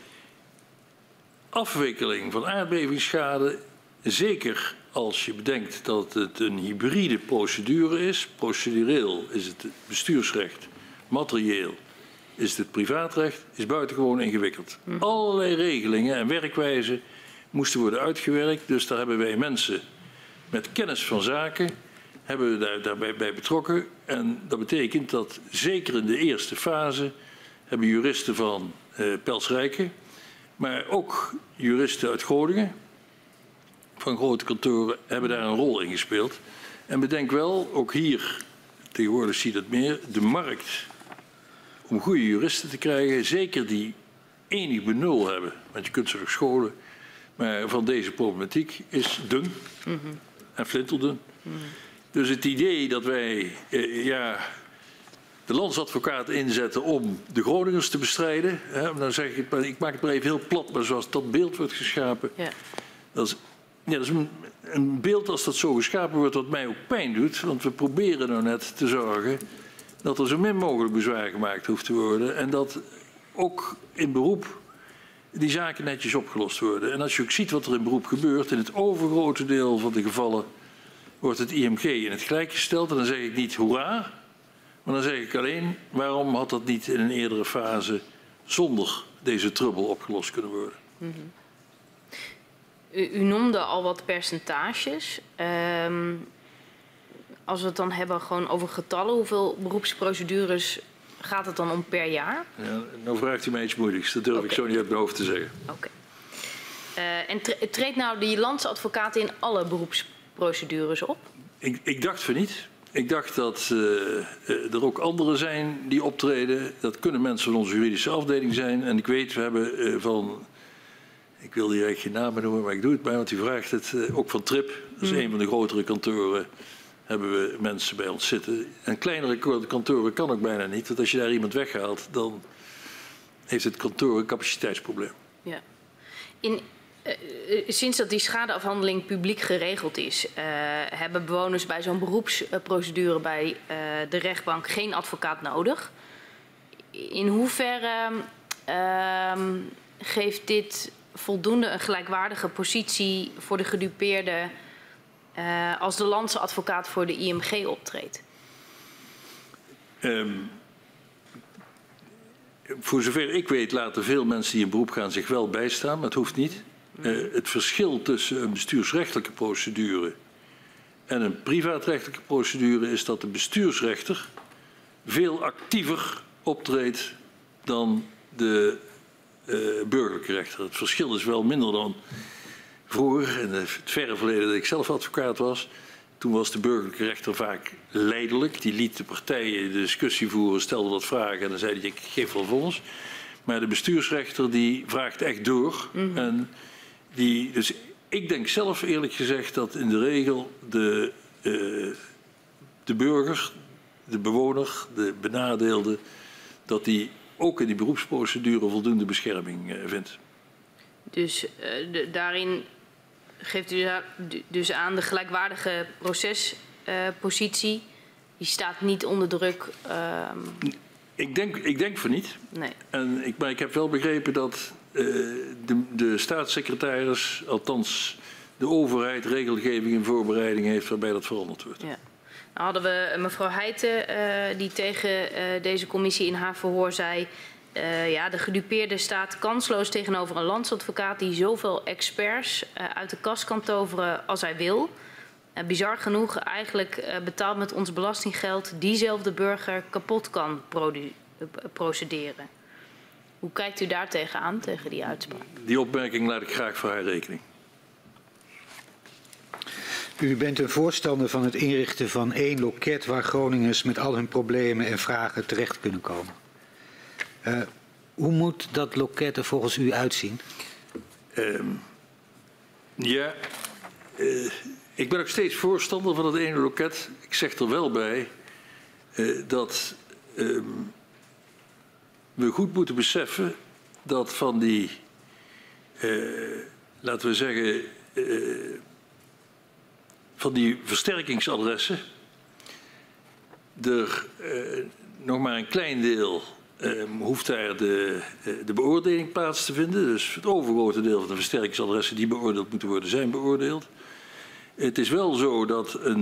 Afwikkeling van aardbevingsschade, zeker als je bedenkt dat het een hybride procedure is. Procedureel is het bestuursrecht, materieel is het privaatrecht, is buitengewoon ingewikkeld. Allerlei regelingen en werkwijzen moesten worden uitgewerkt. Dus daar hebben wij mensen met kennis van zaken hebben we daarbij bij betrokken. En dat betekent dat zeker in de eerste fase hebben juristen van Pels-Rijken, maar ook juristen uit Groningen van grote kantoren hebben daar een rol in gespeeld. En bedenk wel, ook hier, tegenwoordig zie je dat meer, de markt om goede juristen te krijgen, zeker die enig benul hebben, want je kunt ze nog scholen, maar van deze problematiek is dun en flinterdun. Dus het idee dat wij de landsadvocaat inzetten om de Groningers te bestrijden, dan zeg ik maak het maar even heel plat, maar zoals dat beeld wordt geschapen, dat is een beeld als dat zo geschapen wordt wat mij ook pijn doet, want we proberen nou net te zorgen dat er zo min mogelijk bezwaar gemaakt hoeft te worden en dat ook in beroep die zaken netjes opgelost worden. En als je ook ziet wat er in beroep gebeurt, in het overgrote deel van de gevallen wordt het IMG in het gelijk gesteld. En dan zeg ik niet hoera, maar dan zeg ik alleen waarom had dat niet in een eerdere fase zonder deze trubbel opgelost kunnen worden. U noemde al wat percentages. Als we het dan hebben gewoon over getallen, hoeveel beroepsprocedures gaat het dan om per jaar? Ja, nou vraagt u mij iets moeilijks. Dat durf ik zo niet uit mijn hoofd te zeggen. Oké. En treedt nou die landsadvocaat in alle beroepsprocedures op? Ik dacht van niet. Ik dacht dat er ook anderen zijn die optreden. Dat kunnen mensen van onze juridische afdeling zijn. En ik weet, we hebben van, ik wil hier eigenlijk geen namen noemen, maar ik doe het maar, want u vraagt het, ook van TRIP. Dat is een van de grotere kantoren. Hebben we mensen bij ons zitten. En kleinere kantoren kan ook bijna niet. Want als je daar iemand weghaalt, dan heeft het kantoor een capaciteitsprobleem. Ja. Sinds dat die schadeafhandeling publiek geregeld is, hebben bewoners bij zo'n beroepsprocedure bij de rechtbank geen advocaat nodig. In hoeverre geeft dit voldoende een gelijkwaardige positie voor de gedupeerde als de landsadvocaat voor de IMG optreedt? Voor zover ik weet laten veel mensen die in beroep gaan zich wel bijstaan, maar het hoeft niet. Het verschil tussen een bestuursrechtelijke procedure en een privaatrechtelijke procedure is dat de bestuursrechter veel actiever optreedt dan de burgerlijke rechter. Het verschil is wel minder dan vroeger, in het verre verleden dat ik zelf advocaat was. Toen was de burgerlijke rechter vaak leidelijk. Die liet de partijen de discussie voeren, stelde wat vragen en dan zei hij, ik geef wel vonnis. Maar de bestuursrechter die vraagt echt door. En dus ik denk zelf eerlijk gezegd dat in de regel de burger, de bewoner, de benadeelde, dat die ook in die beroepsprocedure voldoende bescherming vindt. Dus daarin geeft u dus aan de gelijkwaardige procespositie, die staat niet onder druk? Ik denk van niet. Nee. Maar ik heb wel begrepen dat de staatssecretaris, althans de overheid, regelgeving en voorbereiding heeft waarbij dat veranderd wordt. Ja. Nou hadden we mevrouw Heijten die tegen deze commissie in haar verhoor zei, de gedupeerde staat kansloos tegenover een landsadvocaat die zoveel experts uit de kast kan toveren als hij wil. Bizar genoeg eigenlijk betaald met ons belastinggeld diezelfde burger kapot kan procederen. Hoe kijkt u daar tegenaan, tegen die uitspraak? Die opmerking laat ik graag voor haar rekening. U bent een voorstander van het inrichten van één loket waar Groningers met al hun problemen en vragen terecht kunnen komen. Hoe moet dat loket er volgens u uitzien? Ik ben nog steeds voorstander van het ene loket. Ik zeg er wel bij dat we goed moeten beseffen dat van die, laten we zeggen, van die versterkingsadressen er nog maar een klein deel hoeft daar de beoordeling plaats te vinden. Dus het overgrote deel van de versterkingsadressen die beoordeeld moeten worden, zijn beoordeeld. Het is wel zo dat 17.000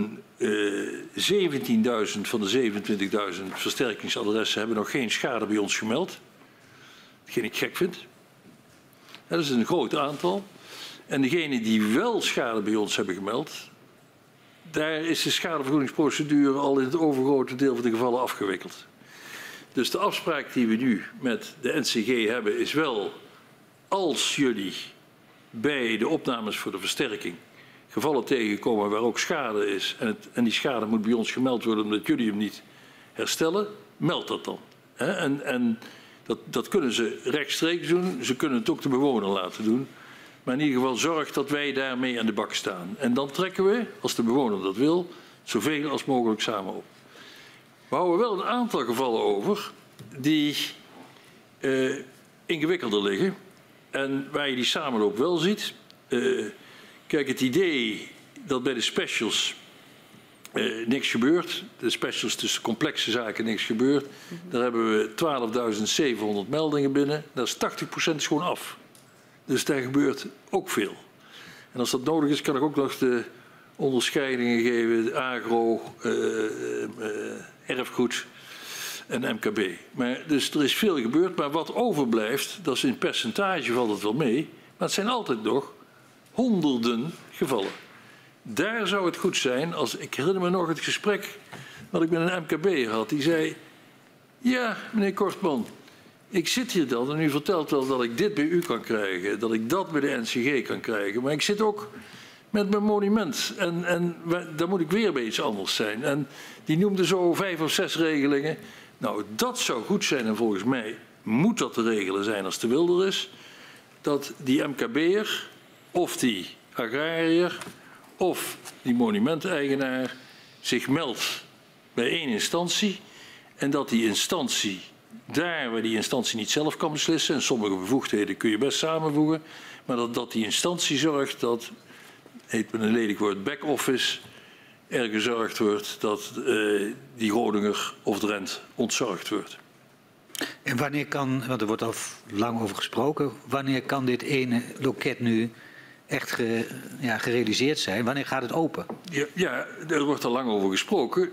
van de 27.000 versterkingsadressen hebben nog geen schade bij ons gemeld. Hetgeen ik gek vind. Dat is een groot aantal. En degenen die wel schade bij ons hebben gemeld, daar is de schadevergoedingsprocedure al in het overgrote deel van de gevallen afgewikkeld. Dus de afspraak die we nu met de NCG hebben is wel, als jullie bij de opnames voor de versterking gevallen tegenkomen waar ook schade is en die schade moet bij ons gemeld worden omdat jullie hem niet herstellen, meld dat dan. En dat kunnen ze rechtstreeks doen, ze kunnen het ook de bewoner laten doen. Maar in ieder geval zorg dat wij daarmee aan de bak staan. En dan trekken we, als de bewoner dat wil, zoveel als mogelijk samen op. We houden wel een aantal gevallen over die ingewikkelder liggen. En waar je die samenloop wel ziet. Kijk, het idee dat bij de specials niks gebeurt. De specials tussen complexe zaken niks gebeurt. Daar hebben we 12.700 meldingen binnen. Dat is 80% gewoon af. Dus daar gebeurt ook veel. En als dat nodig is, kan ik ook nog de onderscheidingen geven. Agro, erfgoed en MKB. Maar, dus er is veel gebeurd. Maar wat overblijft, dat is in percentage valt het wel mee. Maar het zijn altijd nog honderden gevallen. Daar zou het goed zijn als... Ik herinner me nog het gesprek wat ik met een MKB'er had. Die zei, ja, meneer Kortman, ik zit hier dan en u vertelt wel dat ik dit bij u kan krijgen. Dat ik dat bij de NCG kan krijgen. Maar ik zit ook met mijn monument. En daar moet ik weer bij iets anders zijn. En die noemde zo 5 of 6 regelingen. Nou, dat zou goed zijn en volgens mij moet dat te regelen zijn als de wil er is. Dat die MKB'er of die agrariër of die monumenteigenaar zich meldt bij één instantie en dat die instantie, daar waar die instantie niet zelf kan beslissen, en sommige bevoegdheden kun je best samenvoegen, maar dat die instantie zorgt dat, heet met een lelijk woord, back-office, er gezorgd wordt dat die Groninger of Drent ontzorgd wordt. En wanneer kan, want er wordt al lang over gesproken, wanneer kan dit ene loket nu echt gerealiseerd zijn? Wanneer gaat het open? Ja, er wordt al lang over gesproken.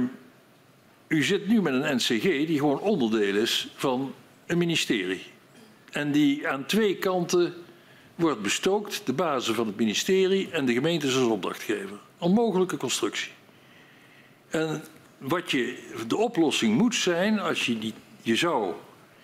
U zit nu met een NCG die gewoon onderdeel is van een ministerie. En die aan 2 kanten wordt bestookt, de basis van het ministerie en de gemeente als opdrachtgever. Onmogelijke constructie. En de oplossing moet zijn, als je zou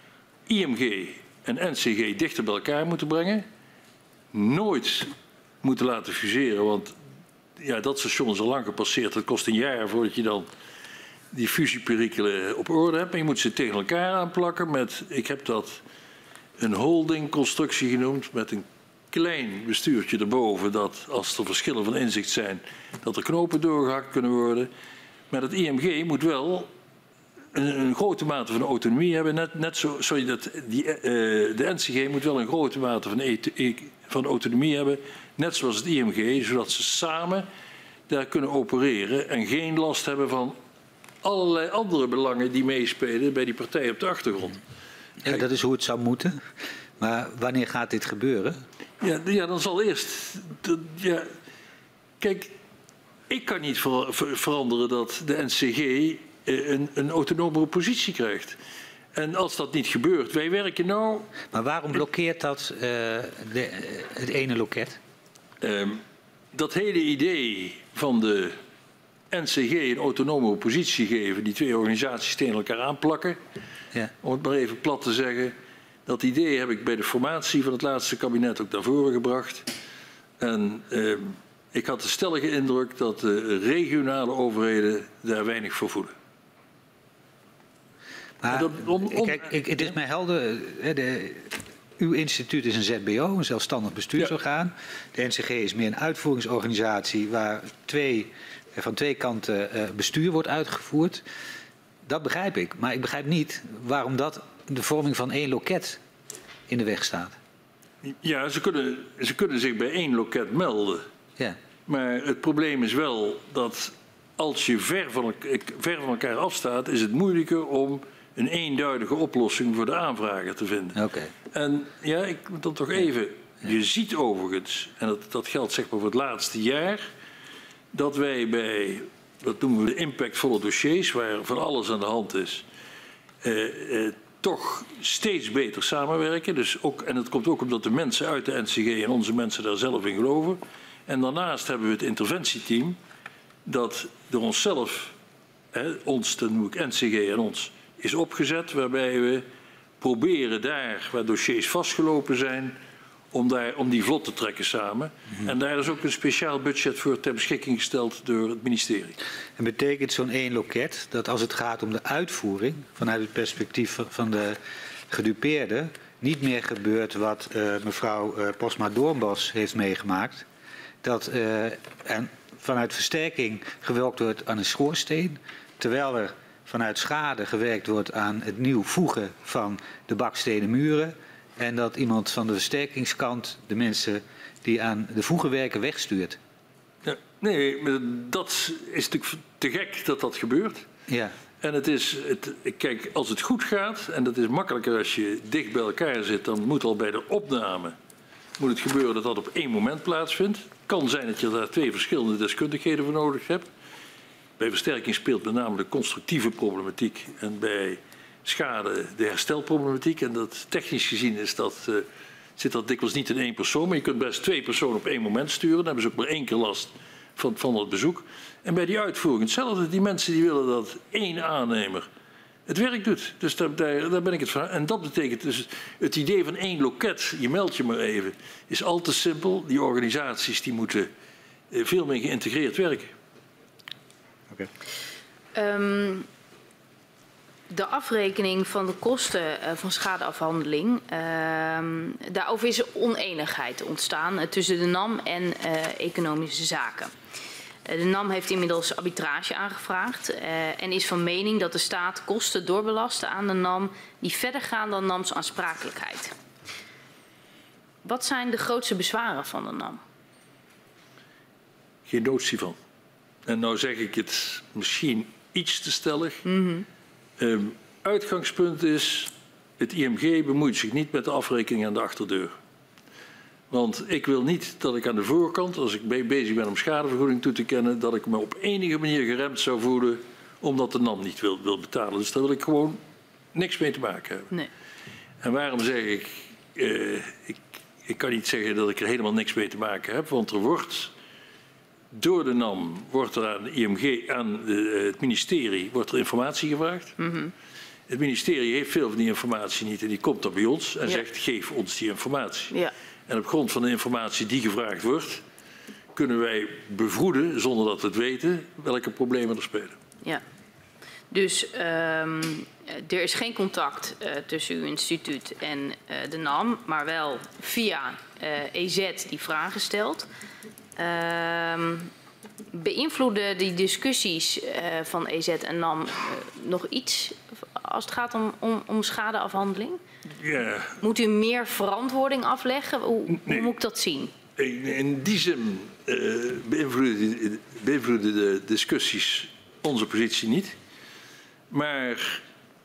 IMG en NCG dichter bij elkaar moeten brengen, nooit moeten laten fuseren, want ja, dat station is al lang gepasseerd. Het kost een jaar voordat je dan die fusieperikelen op orde hebt. Maar je moet ze tegen elkaar aanplakken met, ik heb dat een holdingconstructie genoemd, met een klein bestuurtje erboven, dat als er verschillen van inzicht zijn, dat er knopen doorgehakt kunnen worden. Maar het IMG moet wel een grote mate van autonomie hebben. De NCG moet wel een grote mate van autonomie hebben, net zoals het IMG, zodat ze samen daar kunnen opereren en geen last hebben van allerlei andere belangen die meespelen bij die partij op de achtergrond. Ja, dat is hoe het zou moeten. Maar wanneer gaat dit gebeuren? Ja, dan zal eerst... Kijk, ik kan niet veranderen dat de NCG een autonome positie krijgt. En als dat niet gebeurt, wij werken nou... Maar waarom blokkeert dat het ene loket? Dat hele idee van de NCG een autonome positie geven, die 2 organisaties tegen elkaar aanplakken, ja, om het maar even plat te zeggen, dat idee heb ik bij de formatie van het laatste kabinet ook naar voren gebracht. En ik had de stellige indruk dat de regionale overheden daar weinig voor voelen. Maar, kijk, het is mij helder. Uw instituut is een ZBO, een zelfstandig bestuursorgaan. De NCG is meer een uitvoeringsorganisatie waar van twee kanten bestuur wordt uitgevoerd. Dat begrijp ik. Maar ik begrijp niet waarom dat de vorming van één loket in de weg staat. Ja, ze kunnen zich bij één loket melden. Ja. Maar het probleem is wel dat als je ver van elkaar afstaat, is het moeilijker om een eenduidige oplossing voor de aanvrager te vinden. Okay. En ja, ik moet dan toch even... Je ziet overigens, en dat geldt zeg maar voor het laatste jaar, dat wij bij, wat noemen we de impactvolle dossiers, waar van alles aan de hand is, toch steeds beter samenwerken. Dus ook, en dat komt ook omdat de mensen uit de NCG en onze mensen daar zelf in geloven. En daarnaast hebben we het interventieteam dat door onszelf, dan noem ik NCG en ons, is opgezet, waarbij we proberen daar waar dossiers vastgelopen zijn, om die vlot te trekken samen. En daar is ook een speciaal budget voor ter beschikking gesteld door het ministerie. En betekent zo'n één loket dat als het gaat om de uitvoering vanuit het perspectief van de gedupeerde niet meer gebeurt wat mevrouw Posma-Doornbos heeft meegemaakt, dat er vanuit versterking gewerkt wordt aan een schoorsteen, terwijl er vanuit schade gewerkt wordt aan het nieuw voegen van de bakstenen muren. En dat iemand van de versterkingskant de mensen die aan de voegen werken wegstuurt. Ja, nee, dat is natuurlijk te gek dat dat gebeurt. Ja. En kijk, als het goed gaat, en dat is makkelijker als je dicht bij elkaar zit, dan moet al bij de opname moet het gebeuren dat dat op één moment plaatsvindt. Het kan zijn dat je daar twee verschillende deskundigheden voor nodig hebt. Bij versterking speelt met name de constructieve problematiek en bij schade de herstelproblematiek. En dat technisch gezien zit dat dikwijls niet in één persoon, maar je kunt best twee personen op één moment sturen. Dan hebben ze ook maar één keer last van het bezoek. En bij die uitvoering hetzelfde. Die mensen die willen dat één aannemer het werk doet. Dus daar ben ik het van. En dat betekent dus het idee van één loket, je meldt je maar even, is al te simpel. Die organisaties die moeten veel meer geïntegreerd werken. Okay. De afrekening van de kosten van schadeafhandeling, daarover is oneenigheid ontstaan tussen de NAM en Economische Zaken. De NAM heeft inmiddels arbitrage aangevraagd en is van mening dat de staat kosten doorbelasten aan de NAM die verder gaan dan NAM's aansprakelijkheid. Wat zijn de grootste bezwaren van de NAM? Geen notie van. En nou zeg ik het misschien iets te stellig. Uitgangspunt is, het IMG bemoeit zich niet met de afrekening aan de achterdeur. Want ik wil niet dat ik aan de voorkant, als ik bezig ben om schadevergoeding toe te kennen, dat ik me op enige manier geremd zou voelen omdat de NAM niet wil betalen. Dus daar wil ik gewoon niks mee te maken hebben. Nee. En waarom zeg ik, ik kan niet zeggen dat ik er helemaal niks mee te maken heb, want er wordt door de NAM wordt er aan de IMG, het ministerie, wordt er informatie gevraagd. Het ministerie heeft veel van die informatie niet en die komt dan bij ons en zegt geef ons die informatie. Ja. En op grond van de informatie die gevraagd wordt, kunnen wij bevroeden, zonder dat we het weten, welke problemen er spelen. Ja. Dus er is geen contact tussen uw instituut en de NAM, maar wel via EZ die vragen stelt. Beïnvloeden die discussies van EZ en NAM nog iets als het gaat om schadeafhandeling? Ja. Moet u meer verantwoording afleggen? Hoe moet ik dat zien? In die zin beïnvloeden de discussies onze positie niet. Maar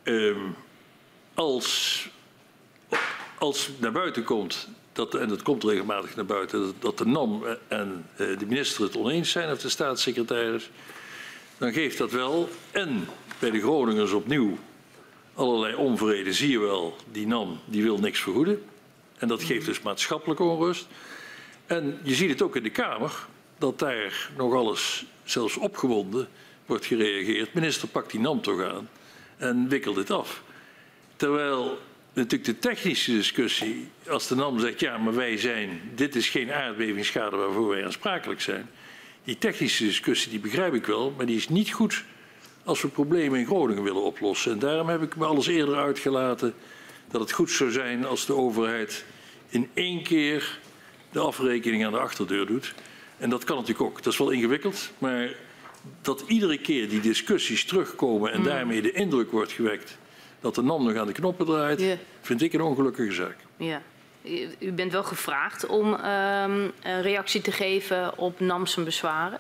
als naar buiten komt, en dat komt regelmatig naar buiten, dat de NAM en de minister het oneens zijn, of de staatssecretaris, dan geeft dat wel. En bij de Groningers opnieuw allerlei onvrede, zie je wel, die NAM die wil niks vergoeden. En dat geeft dus maatschappelijke onrust. En je ziet het ook in de Kamer, dat daar nog alles, zelfs opgewonden, wordt gereageerd. Minister pakt die NAM toch aan en wikkelt dit af. Terwijl natuurlijk de technische discussie, als de NAM zegt, ja, maar dit is geen aardbevingsschade waarvoor wij aansprakelijk zijn. Die technische discussie, die begrijp ik wel, maar die is niet goed als we problemen in Groningen willen oplossen. En daarom heb ik me al eens eerder uitgelaten dat het goed zou zijn als de overheid in 1 keer de afrekening aan de achterdeur doet. En dat kan natuurlijk ook. Dat is wel ingewikkeld, maar dat iedere keer die discussies terugkomen en daarmee de indruk wordt gewekt dat de NAM nog aan de knoppen draait, vind ik een ongelukkige zaak. Ja. U bent wel gevraagd om een reactie te geven op NAM's bezwaren?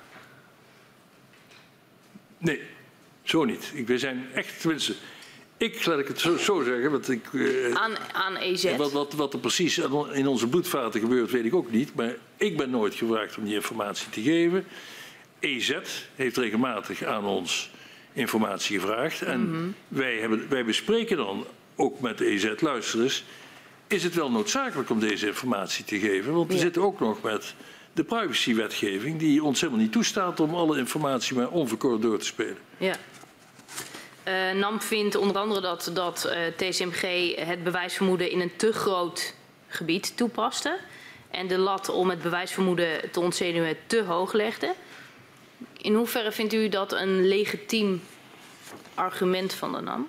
Nee, zo niet. We zijn echt, tenminste, laat ik het zo zeggen, want ik... Aan EZ? Wat er precies in onze bloedvaten gebeurt, weet ik ook niet. Maar ik ben nooit gevraagd om die informatie te geven. EZ heeft regelmatig aan ons informatie gevraagd. En wij bespreken dan ook met de EZ, luister eens, is het wel noodzakelijk om deze informatie te geven? Want we zitten ook nog met de privacywetgeving die ons helemaal niet toestaat om alle informatie maar onverkort door te spelen. Ja. NAM vindt onder andere dat TCMG het bewijsvermoeden in een te groot gebied toepaste en de lat om het bewijsvermoeden te ontzenuwen te hoog legde. In hoeverre vindt u dat een legitiem argument van de NAM?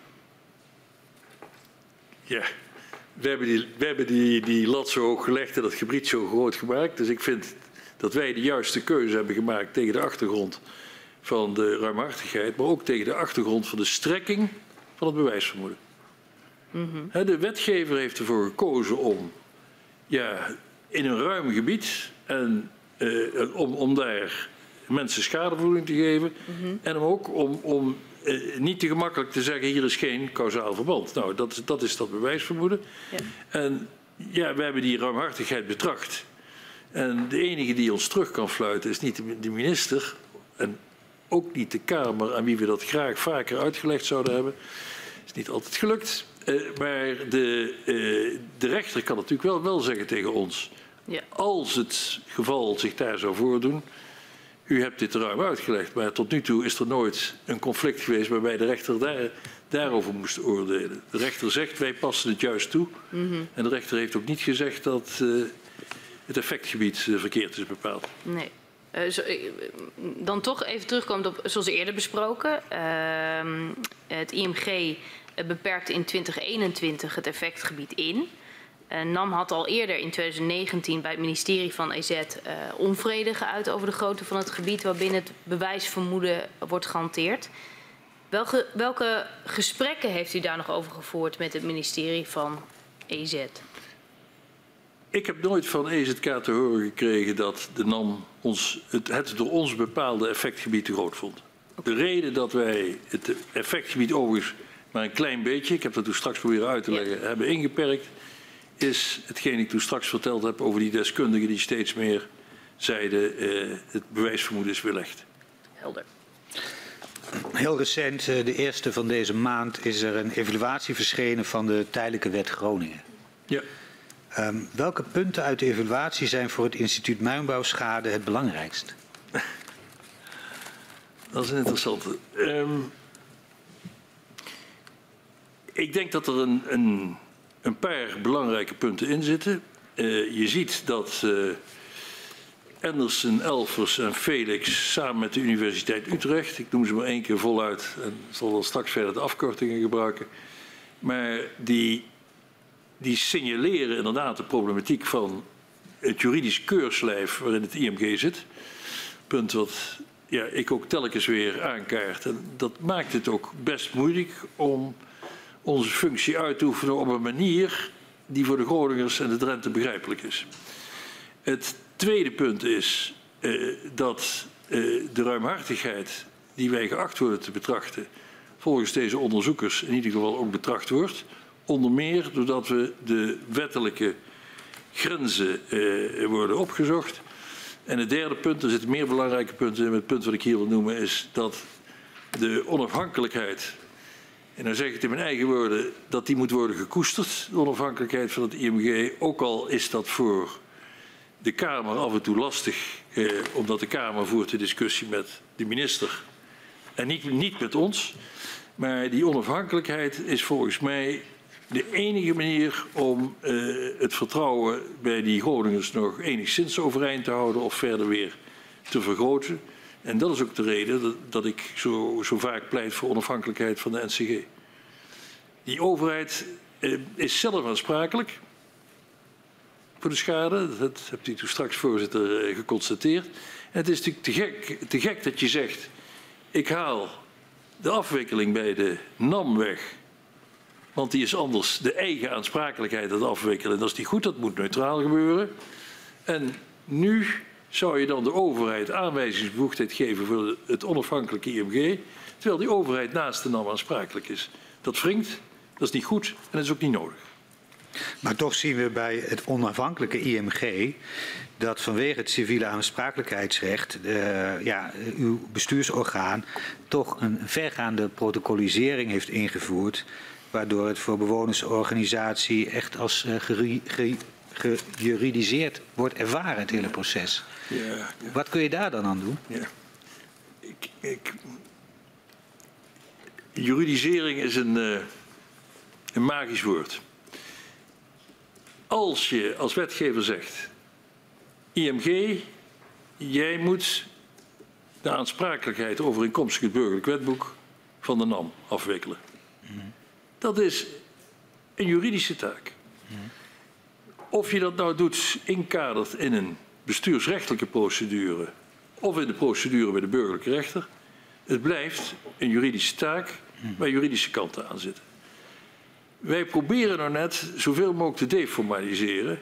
Ja, we hebben die lat zo hoog gelegd en dat gebied zo groot gemaakt. Dus ik vind dat wij de juiste keuze hebben gemaakt tegen de achtergrond van de ruimhartigheid, maar ook tegen de achtergrond van de strekking van het bewijsvermoeden. De wetgever heeft ervoor gekozen om in een ruim gebied en om daar mensen schadevergoeding te geven en ook om niet te gemakkelijk te zeggen hier is geen kausaal verband. Nou, dat is dat bewijsvermoeden. Ja. En ja, we hebben die ruimhartigheid betracht. En de enige die ons terug kan fluiten is niet de minister en ook niet de Kamer aan wie we dat graag vaker uitgelegd zouden hebben. Dat is niet altijd gelukt. Maar de rechter kan natuurlijk wel zeggen tegen ons, als het geval zich daar zou voordoen, u hebt dit ruim uitgelegd, maar tot nu toe is er nooit een conflict geweest waarbij de rechter daarover moest oordelen. De rechter zegt, wij passen het juist toe. En de rechter heeft ook niet gezegd dat het effectgebied verkeerd is bepaald. Nee. Dan toch even terugkomend op, zoals eerder besproken, het IMG beperkt in 2021 het effectgebied in. NAM had al eerder in 2019 bij het ministerie van EZ onvrede geuit over de grootte van het gebied waarbinnen het bewijsvermoeden wordt gehanteerd. Welke gesprekken heeft u daar nog over gevoerd met het ministerie van EZ? Ik heb nooit van EZK te horen gekregen dat de NAM het door ons bepaalde effectgebied te groot vond. De reden dat wij het effectgebied overigens maar een klein beetje, ik heb dat toen straks proberen uit te leggen, hebben ingeperkt, is hetgeen ik toen straks verteld heb over die deskundigen die steeds meer zeiden het bewijsvermoeden is weerlegd. Helder. Heel recent, de eerste van deze maand, is er een evaluatie verschenen van de tijdelijke wet Groningen. Ja. Welke punten uit de evaluatie zijn voor het instituut Mijnbouwschade het belangrijkst? Dat is een interessante. Ik denk dat er een paar belangrijke punten in zitten. Je ziet dat Anderson, Elfers en Felix samen met de Universiteit Utrecht, ik noem ze maar 1 keer voluit en zal dan straks verder de afkortingen gebruiken, maar die signaleren inderdaad de problematiek van het juridisch keurslijf waarin het IMG zit. Punt wat ik ook telkens weer aankaart. En dat maakt het ook best moeilijk om onze functie uit te oefenen op een manier die voor de Groningers en de Drenten begrijpelijk is. Het tweede punt is dat de ruimhartigheid die wij geacht worden te betrachten, volgens deze onderzoekers in ieder geval ook betracht wordt. Onder meer doordat we de wettelijke grenzen worden opgezocht. En het derde punt, er zitten meer belangrijke punten in, maar het punt wat ik hier wil noemen is dat de onafhankelijkheid, en dan zeg ik het in mijn eigen woorden, dat die moet worden gekoesterd, de onafhankelijkheid van het IMG, ook al is dat voor de Kamer af en toe lastig, omdat de Kamer voert de discussie met de minister en niet met ons. Maar die onafhankelijkheid is volgens mij de enige manier om het vertrouwen bij die Groningers nog enigszins overeind te houden of verder weer te vergroten. En dat is ook de reden dat ik zo vaak pleit voor onafhankelijkheid van de NCG. Die overheid is zelf aansprakelijk voor de schade. Dat hebt u toen straks, voorzitter, geconstateerd. En het is natuurlijk te gek dat je zegt, ik haal de afwikkeling bij de NAM weg, want die is anders de eigen aansprakelijkheid aan het afwikkelen. Dat is niet goed, dat moet neutraal gebeuren. En nu zou je dan de overheid aanwijzingsbevoegdheid geven voor het onafhankelijke IMG, terwijl die overheid naast de NAM aansprakelijk is. Dat wringt, dat is niet goed en dat is ook niet nodig. Maar toch zien we bij het onafhankelijke IMG dat vanwege het civiele aansprakelijkheidsrecht uw bestuursorgaan toch een vergaande protocolisering heeft ingevoerd, waardoor het voor bewonersorganisatie echt als gejuridiseerd wordt ervaren, het hele proces. Ja. Wat kun je daar dan aan doen? Ja. Juridisering is een magisch woord. Als je als wetgever zegt, IMG, jij moet de aansprakelijkheid overeenkomstig het burgerlijk wetboek van de NAM afwikkelen. Dat is een juridische taak. Of je dat nou doet inkaderd in een bestuursrechtelijke procedure of in de procedure bij de burgerlijke rechter, het blijft een juridische taak waar juridische kanten aan zitten. Wij proberen nou net zoveel mogelijk te deformaliseren.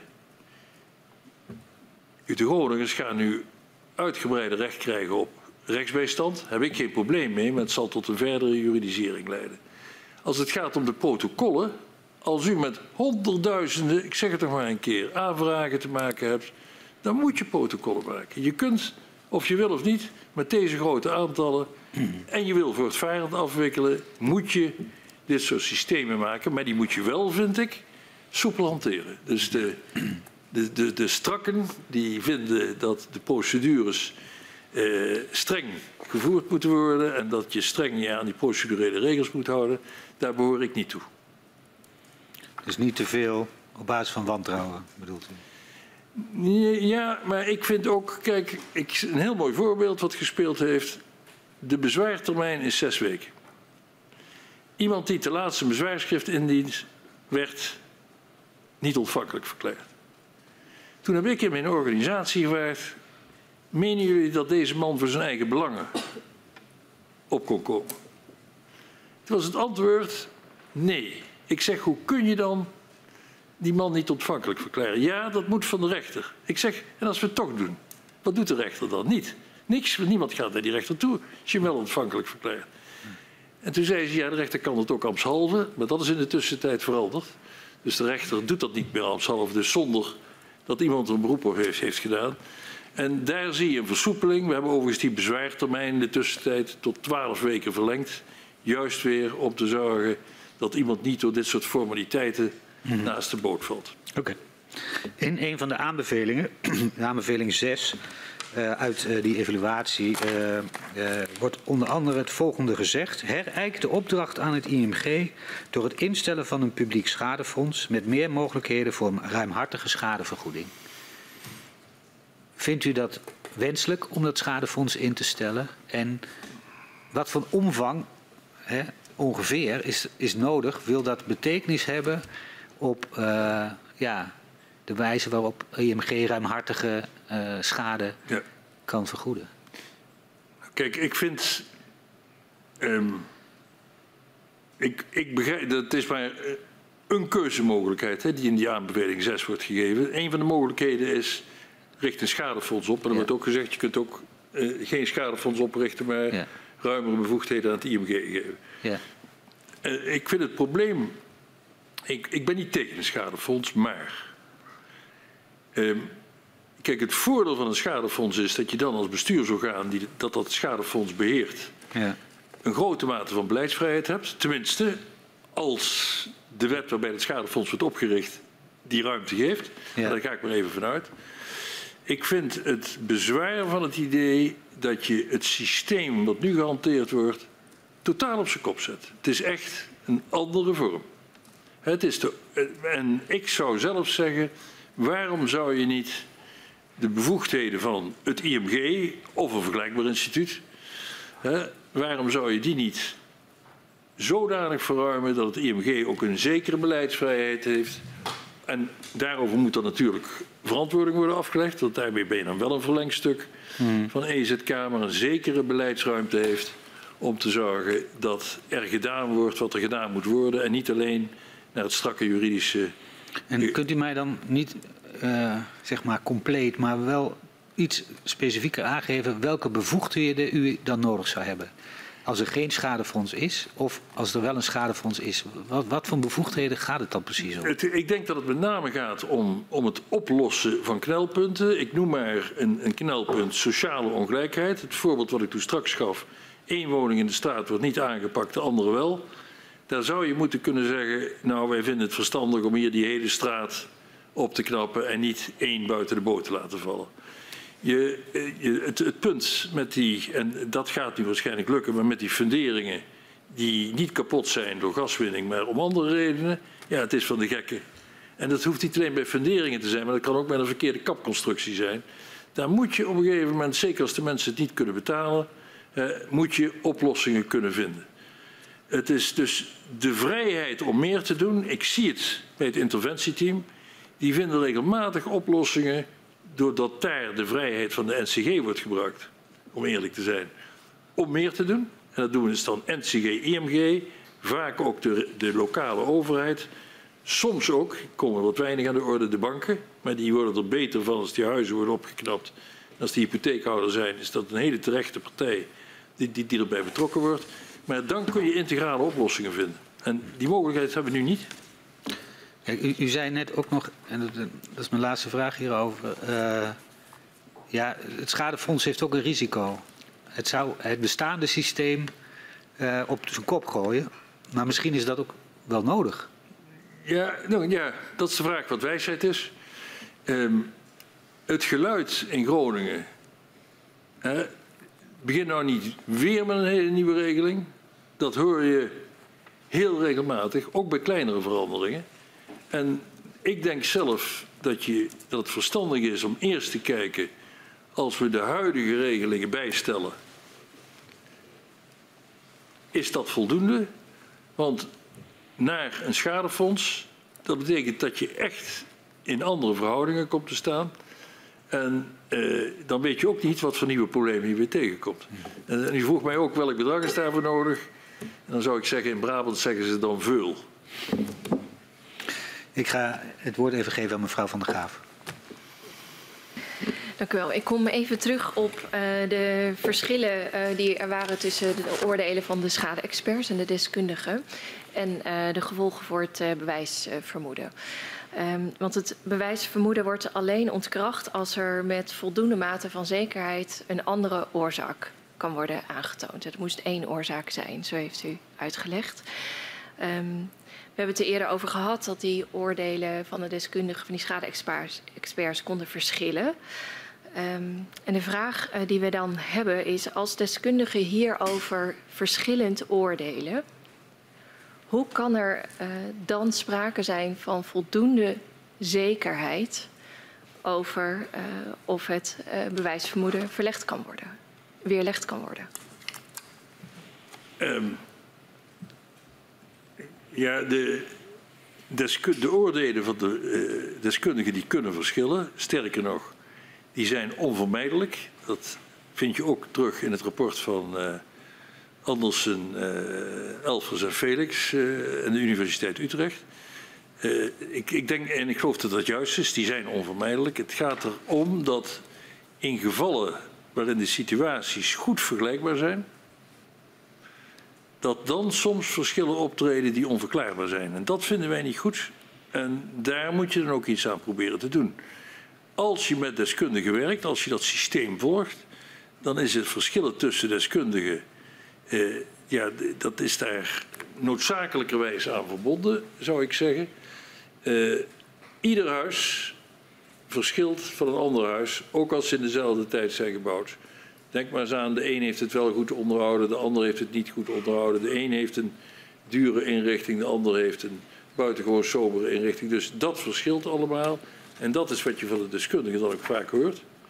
De Groningers gaan nu uitgebreide recht krijgen op rechtsbijstand. Daar heb ik geen probleem mee, maar het zal tot een verdere juridisering leiden. Als het gaat om de protocollen, als u met honderdduizenden, ik zeg het nog maar een keer, aanvragen te maken hebt, dan moet je protocollen maken. Je kunt, of je wil of niet, met deze grote aantallen en je wil voortvarend afwikkelen, moet je dit soort systemen maken. Maar die moet je wel, vind ik, soepel hanteren. Dus de strakken die vinden dat de procedures streng gevoerd moeten worden en dat je streng je aan die procedurele regels moet houden, daar behoor ik niet toe. Dus niet te veel op basis van wantrouwen, bedoelt u? Ja, maar ik vind ook, kijk, een heel mooi voorbeeld wat gespeeld heeft. De bezwaartermijn is 6 weken. Iemand die te laat zijn bezwaarschrift indient, werd niet ontvankelijk verklaard. Toen heb ik in mijn organisatie gevraagd, menen jullie dat deze man voor zijn eigen belangen op kon komen? Toen was het antwoord, nee. Ik zeg, hoe kun je dan die man niet ontvankelijk verklaren? Ja, dat moet van de rechter. Ik zeg, en als we het toch doen, wat doet de rechter dan? Niet. Niks, niemand gaat naar die rechter toe als je hem wel ontvankelijk verklaart. En toen zei ze, ja, de rechter kan het ook ambtshalve, maar dat is in de tussentijd veranderd. Dus de rechter doet dat niet meer ambtshalve, dus zonder dat iemand er een beroep op heeft gedaan. En daar zie je een versoepeling. We hebben overigens die bezwaartermijn in de tussentijd tot 12 weken verlengd. Juist weer om te zorgen dat iemand niet door dit soort formaliteiten naast de boot valt. Oké. In een van de aanbevelingen, de aanbeveling 6 uit die evaluatie, wordt onder andere het volgende gezegd. Herijkt de opdracht aan het IMG door het instellen van een publiek schadefonds met meer mogelijkheden voor een ruimhartige schadevergoeding. Vindt u dat wenselijk om dat schadefonds in te stellen? En wat voor omvang ongeveer is nodig? Wil dat betekenis hebben op de wijze waarop IMG ruimhartige schade kan vergoeden? Kijk, ik vind... Ik begrijp, dat is maar een keuzemogelijkheid die in die aanbeveling 6 wordt gegeven. Een van de mogelijkheden is, richt een schadefonds op. En dan wordt ook gezegd, je kunt ook geen schadefonds oprichten, maar ruimere bevoegdheden aan het IMG geven. Ja. Ik vind het probleem... Ik ben niet tegen een schadefonds, maar... Kijk, het voordeel van een schadefonds is dat je dan als bestuursorgaan dat schadefonds beheert, een grote mate van beleidsvrijheid hebt. Tenminste, als de wet waarbij het schadefonds wordt opgericht die ruimte geeft. Ja. Daar ga ik maar even vanuit. Ik vind het bezwaar van het idee dat je het systeem dat nu gehanteerd wordt totaal op zijn kop zet. Het is echt een andere vorm. En ik zou zelf zeggen, waarom zou je niet de bevoegdheden van het IMG of een vergelijkbaar instituut. Waarom zou je die niet zodanig verruimen dat het IMG ook een zekere beleidsvrijheid heeft? En daarover moet dan natuurlijk verantwoording worden afgelegd, want daarmee ben je dan wel een verlengstuk van EZK, maar een zekere beleidsruimte heeft om te zorgen dat er gedaan wordt wat er gedaan moet worden en niet alleen naar het strakke juridische. En kunt u mij dan niet, zeg maar compleet, maar wel iets specifieker aangeven welke bevoegdheden u dan nodig zou hebben? Als er geen schadefonds is of als er wel een schadefonds is, wat voor bevoegdheden gaat het dan precies om? Ik denk dat het met name gaat om het oplossen van knelpunten. Ik noem maar een knelpunt sociale ongelijkheid. Het voorbeeld wat ik toen straks gaf. 1 woning in de straat wordt niet aangepakt, de andere wel. Daar zou je moeten kunnen zeggen, nou wij vinden het verstandig om hier die hele straat op te knappen en niet 1 buiten de boot te laten vallen. Het punt met die, en dat gaat nu waarschijnlijk lukken, maar met die funderingen die niet kapot zijn door gaswinning, maar om andere redenen, ja, het is van de gekken. En dat hoeft niet alleen bij funderingen te zijn, maar dat kan ook met een verkeerde kapconstructie zijn. Daar moet je op een gegeven moment, zeker als de mensen het niet kunnen betalen, moet je oplossingen kunnen vinden. Het is dus de vrijheid om meer te doen. Ik zie het bij het interventieteam. Die vinden regelmatig oplossingen doordat daar de vrijheid van de NCG wordt gebruikt, om eerlijk te zijn, om meer te doen. En dat doen we dus dan NCG, IMG, vaak ook de lokale overheid. Soms ook, komen wat weinig aan de orde, de banken. Maar die worden er beter van als die huizen worden opgeknapt. En als die hypotheekhouder zijn, is dat een hele terechte partij die erbij betrokken wordt. Maar dan kun je integrale oplossingen vinden. En die mogelijkheid hebben we nu niet. Kijk, u zei net ook nog, en dat is mijn laatste vraag hierover. Ja, het schadefonds heeft ook een risico. Het zou het bestaande systeem op zijn kop gooien. Maar misschien is dat ook wel nodig. Ja, nou, ja, dat is de vraag wat wijsheid is. Het geluid in Groningen begint nou niet weer met een hele nieuwe regeling. Dat hoor je heel regelmatig, ook bij kleinere veranderingen. En ik denk zelf dat het verstandig is om eerst te kijken, als we de huidige regelingen bijstellen, is dat voldoende? Want naar een schadefonds, dat betekent dat je echt in andere verhoudingen komt te staan. En dan weet je ook niet wat voor nieuwe problemen je weer tegenkomt. En u vroeg mij ook welk bedrag is daarvoor nodig. En dan zou ik zeggen, in Brabant zeggen ze dan veul. Ik ga het woord even geven aan mevrouw Van der Graaf. Dank u wel. Ik kom even terug op de verschillen die er waren tussen de oordelen van de schade-experts en de deskundigen en de gevolgen voor het bewijsvermoeden. Want het bewijsvermoeden wordt alleen ontkracht als er met voldoende mate van zekerheid een andere oorzaak kan worden aangetoond. Het moest 1 oorzaak zijn, zo heeft u uitgelegd. We hebben het er eerder over gehad dat die oordelen van de deskundigen, van die schade-experts konden verschillen. En de vraag die we dan hebben is, als deskundigen hierover verschillend oordelen, hoe kan er dan sprake zijn van voldoende zekerheid over of het bewijsvermoeden weerlegd kan worden? Ja, de oordelen van de deskundigen die kunnen verschillen. Sterker nog, die zijn onvermijdelijk. Dat vind je ook terug in het rapport van Andersen, Elfers en Felix en de Universiteit Utrecht. Ik denk, en ik geloof dat dat juist is, die zijn onvermijdelijk. Het gaat erom dat in gevallen waarin de situaties goed vergelijkbaar zijn, dat dan soms verschillen optreden die onverklaarbaar zijn. En dat vinden wij niet goed. En daar moet je dan ook iets aan proberen te doen. Als je met deskundigen werkt, als je dat systeem volgt, dan is het verschillen tussen deskundigen, dat is daar noodzakelijkerwijs aan verbonden, zou ik zeggen. Ieder huis verschilt van een ander huis, ook als ze in dezelfde tijd zijn gebouwd. Denk maar eens aan, de een heeft het wel goed onderhouden, de ander heeft het niet goed onderhouden. De een heeft een dure inrichting, de ander heeft een buitengewoon sobere inrichting. Dus dat verschilt allemaal. En dat is wat je van de deskundigen dan ook vaak hoort.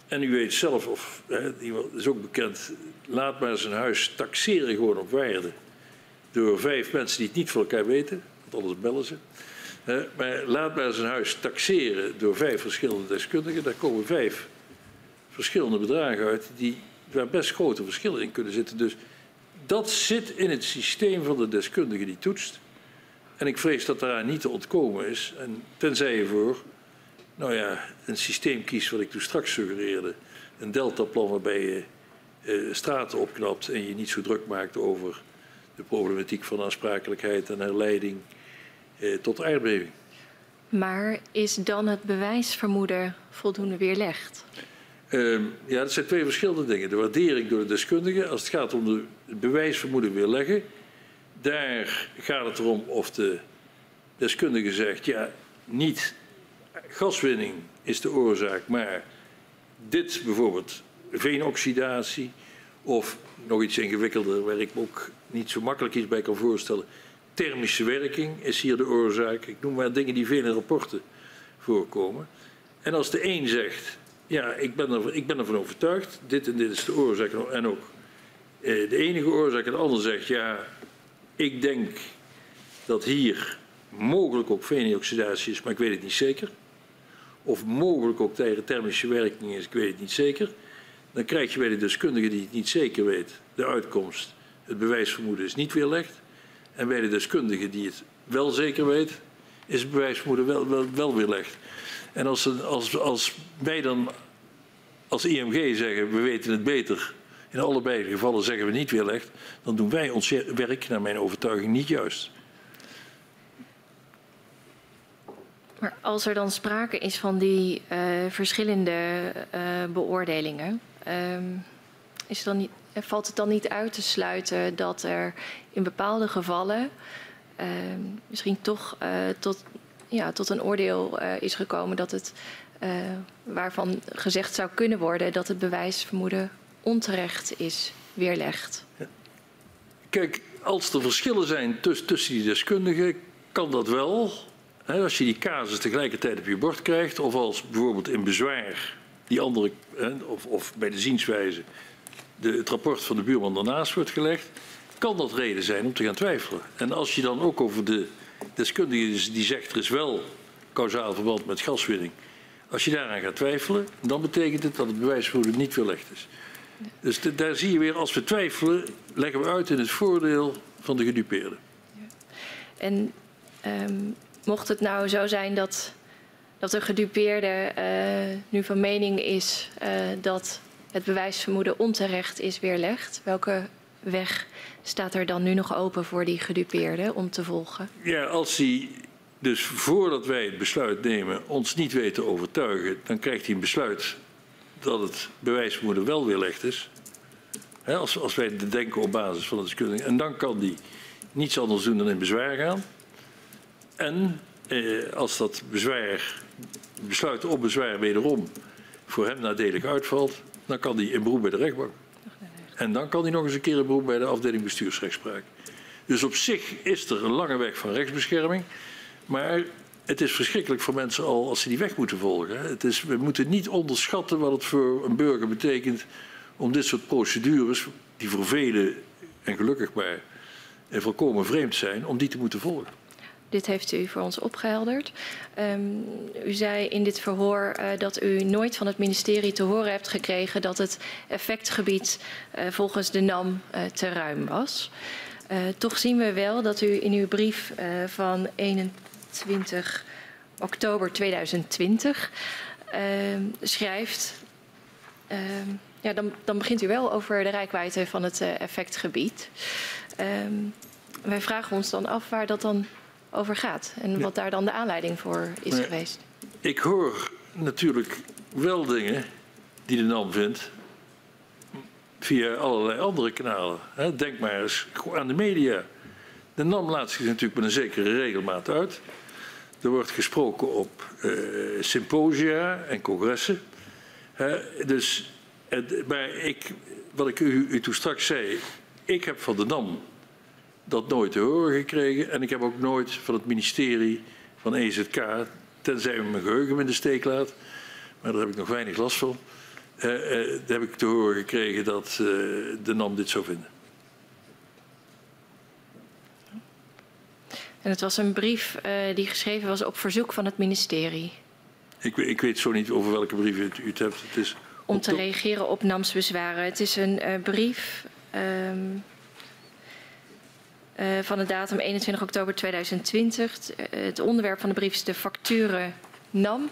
En u weet zelf, of iemand is ook bekend, laat maar zijn huis taxeren gewoon op waarde. Door 5 mensen die het niet voor elkaar weten, want anders bellen ze. Maar laat maar zijn huis taxeren door 5 verschillende deskundigen. Daar komen 5 verschillende bedragen uit waar best grote verschillen in kunnen zitten. Dus dat zit in het systeem van de deskundige die toetst. En ik vrees dat daaraan niet te ontkomen is. En tenzij je voor een systeem kiest wat ik toen straks suggereerde. Een deltaplan waarbij je straten opknapt en je niet zo druk maakt over de problematiek van aansprakelijkheid en herleiding tot aardbeving. Maar is dan het bewijsvermoeden voldoende weerlegd? Dat zijn 2 verschillende dingen. De waardering door de deskundige, als het gaat om het bewijsvermoeden weerleggen, daar gaat het erom of de deskundige zegt, ja, niet gaswinning is de oorzaak, maar dit bijvoorbeeld veenoxidatie of nog iets ingewikkelder waar ik me ook niet zo makkelijk iets bij kan voorstellen. Thermische werking is hier de oorzaak. Ik noem maar dingen die veel in rapporten voorkomen. En als de een zegt, ja, ik ben ervan overtuigd, dit en dit is de oorzaak en ook de enige oorzaak, en de ander zegt, ja, ik denk dat hier mogelijk ook veenoxidatie is, maar ik weet het niet zeker. Of mogelijk ook tegen thermische werking is, ik weet het niet zeker. Dan krijg je bij de deskundige die het niet zeker weet, de uitkomst. Het bewijsvermoeden is niet weerlegd. En bij de deskundige die het wel zeker weet, is het bewijsvermoeden wel weerlegd. En als wij dan als IMG zeggen, we weten het beter, in allebei de gevallen zeggen we niet weerlegd, dan doen wij ons werk, naar mijn overtuiging, niet juist. Maar als er dan sprake is van die verschillende beoordelingen, valt het dan niet uit te sluiten dat er in bepaalde gevallen misschien toch tot een oordeel is gekomen dat het, waarvan gezegd zou kunnen worden dat het bewijsvermoeden onterecht is weerlegd? Ja. Kijk, als er verschillen zijn tussen die deskundigen, kan dat wel. Als je die casus tegelijkertijd op je bord krijgt, of als bijvoorbeeld in bezwaar die andere, of bij de zienswijze, het rapport van de buurman daarnaast wordt gelegd, kan dat reden zijn om te gaan twijfelen. En als je dan ook over de deskundige die zegt er is wel kausaal verband met gaswinning, als je daaraan gaat twijfelen, dan betekent het dat het bewijsvermoeden niet weerlegd is. Dus daar zie je weer, als we twijfelen, leggen we uit in het voordeel van de gedupeerde. En mocht het nou zo zijn dat de gedupeerde nu van mening is dat het bewijsvermoeden onterecht is weerlegd, welke weg staat er dan nu nog open voor die gedupeerde om te volgen? Ja, als hij dus voordat wij het besluit nemen ons niet weet te overtuigen, dan krijgt hij een besluit dat het bewijsvermoeden wel weerlegd is. Als wij denken op basis van de deskundige. En dan kan hij niets anders doen dan in bezwaar gaan. En als dat besluit op bezwaar wederom voor hem nadelig uitvalt, dan kan hij in beroep bij de rechtbank. En dan kan hij nog eens een keer in beroep bij de afdeling bestuursrechtspraak. Dus op zich is er een lange weg van rechtsbescherming. Maar het is verschrikkelijk voor mensen al als ze die weg moeten volgen. We moeten niet onderschatten wat het voor een burger betekent om dit soort procedures, die voor velen, en gelukkig maar, volkomen vreemd zijn, om die te moeten volgen. Dit heeft u voor ons opgehelderd. U zei in dit verhoor dat u nooit van het ministerie te horen hebt gekregen dat het effectgebied volgens de NAM te ruim was. Toch zien we wel dat u in uw brief van 21 oktober 2020 schrijft. Dan begint u wel over de reikwijdte van het effectgebied. Wij vragen ons dan af waar dat dan over gaat en wat daar dan de aanleiding voor is geweest. Ik hoor natuurlijk wel dingen die de NAM vindt via allerlei andere kanalen. Denk maar eens aan de media. De NAM laat zich natuurlijk met een zekere regelmaat uit. Er wordt gesproken op symposia en congressen. Maar wat ik u toen straks zei, ik heb van de NAM dat nooit te horen gekregen. En ik heb ook nooit van het ministerie van EZK, tenzij mijn geheugen me in de steek laat, maar daar heb ik nog weinig last van, heb ik te horen gekregen dat de NAM dit zou vinden. En het was een brief die geschreven was op verzoek van het ministerie. Ik weet zo niet over welke brief u het hebt. Het is om te reageren op NAMS-bezwaren. Het is een brief van de datum 21 oktober 2020. Het onderwerp van de brief is de facturen NAM.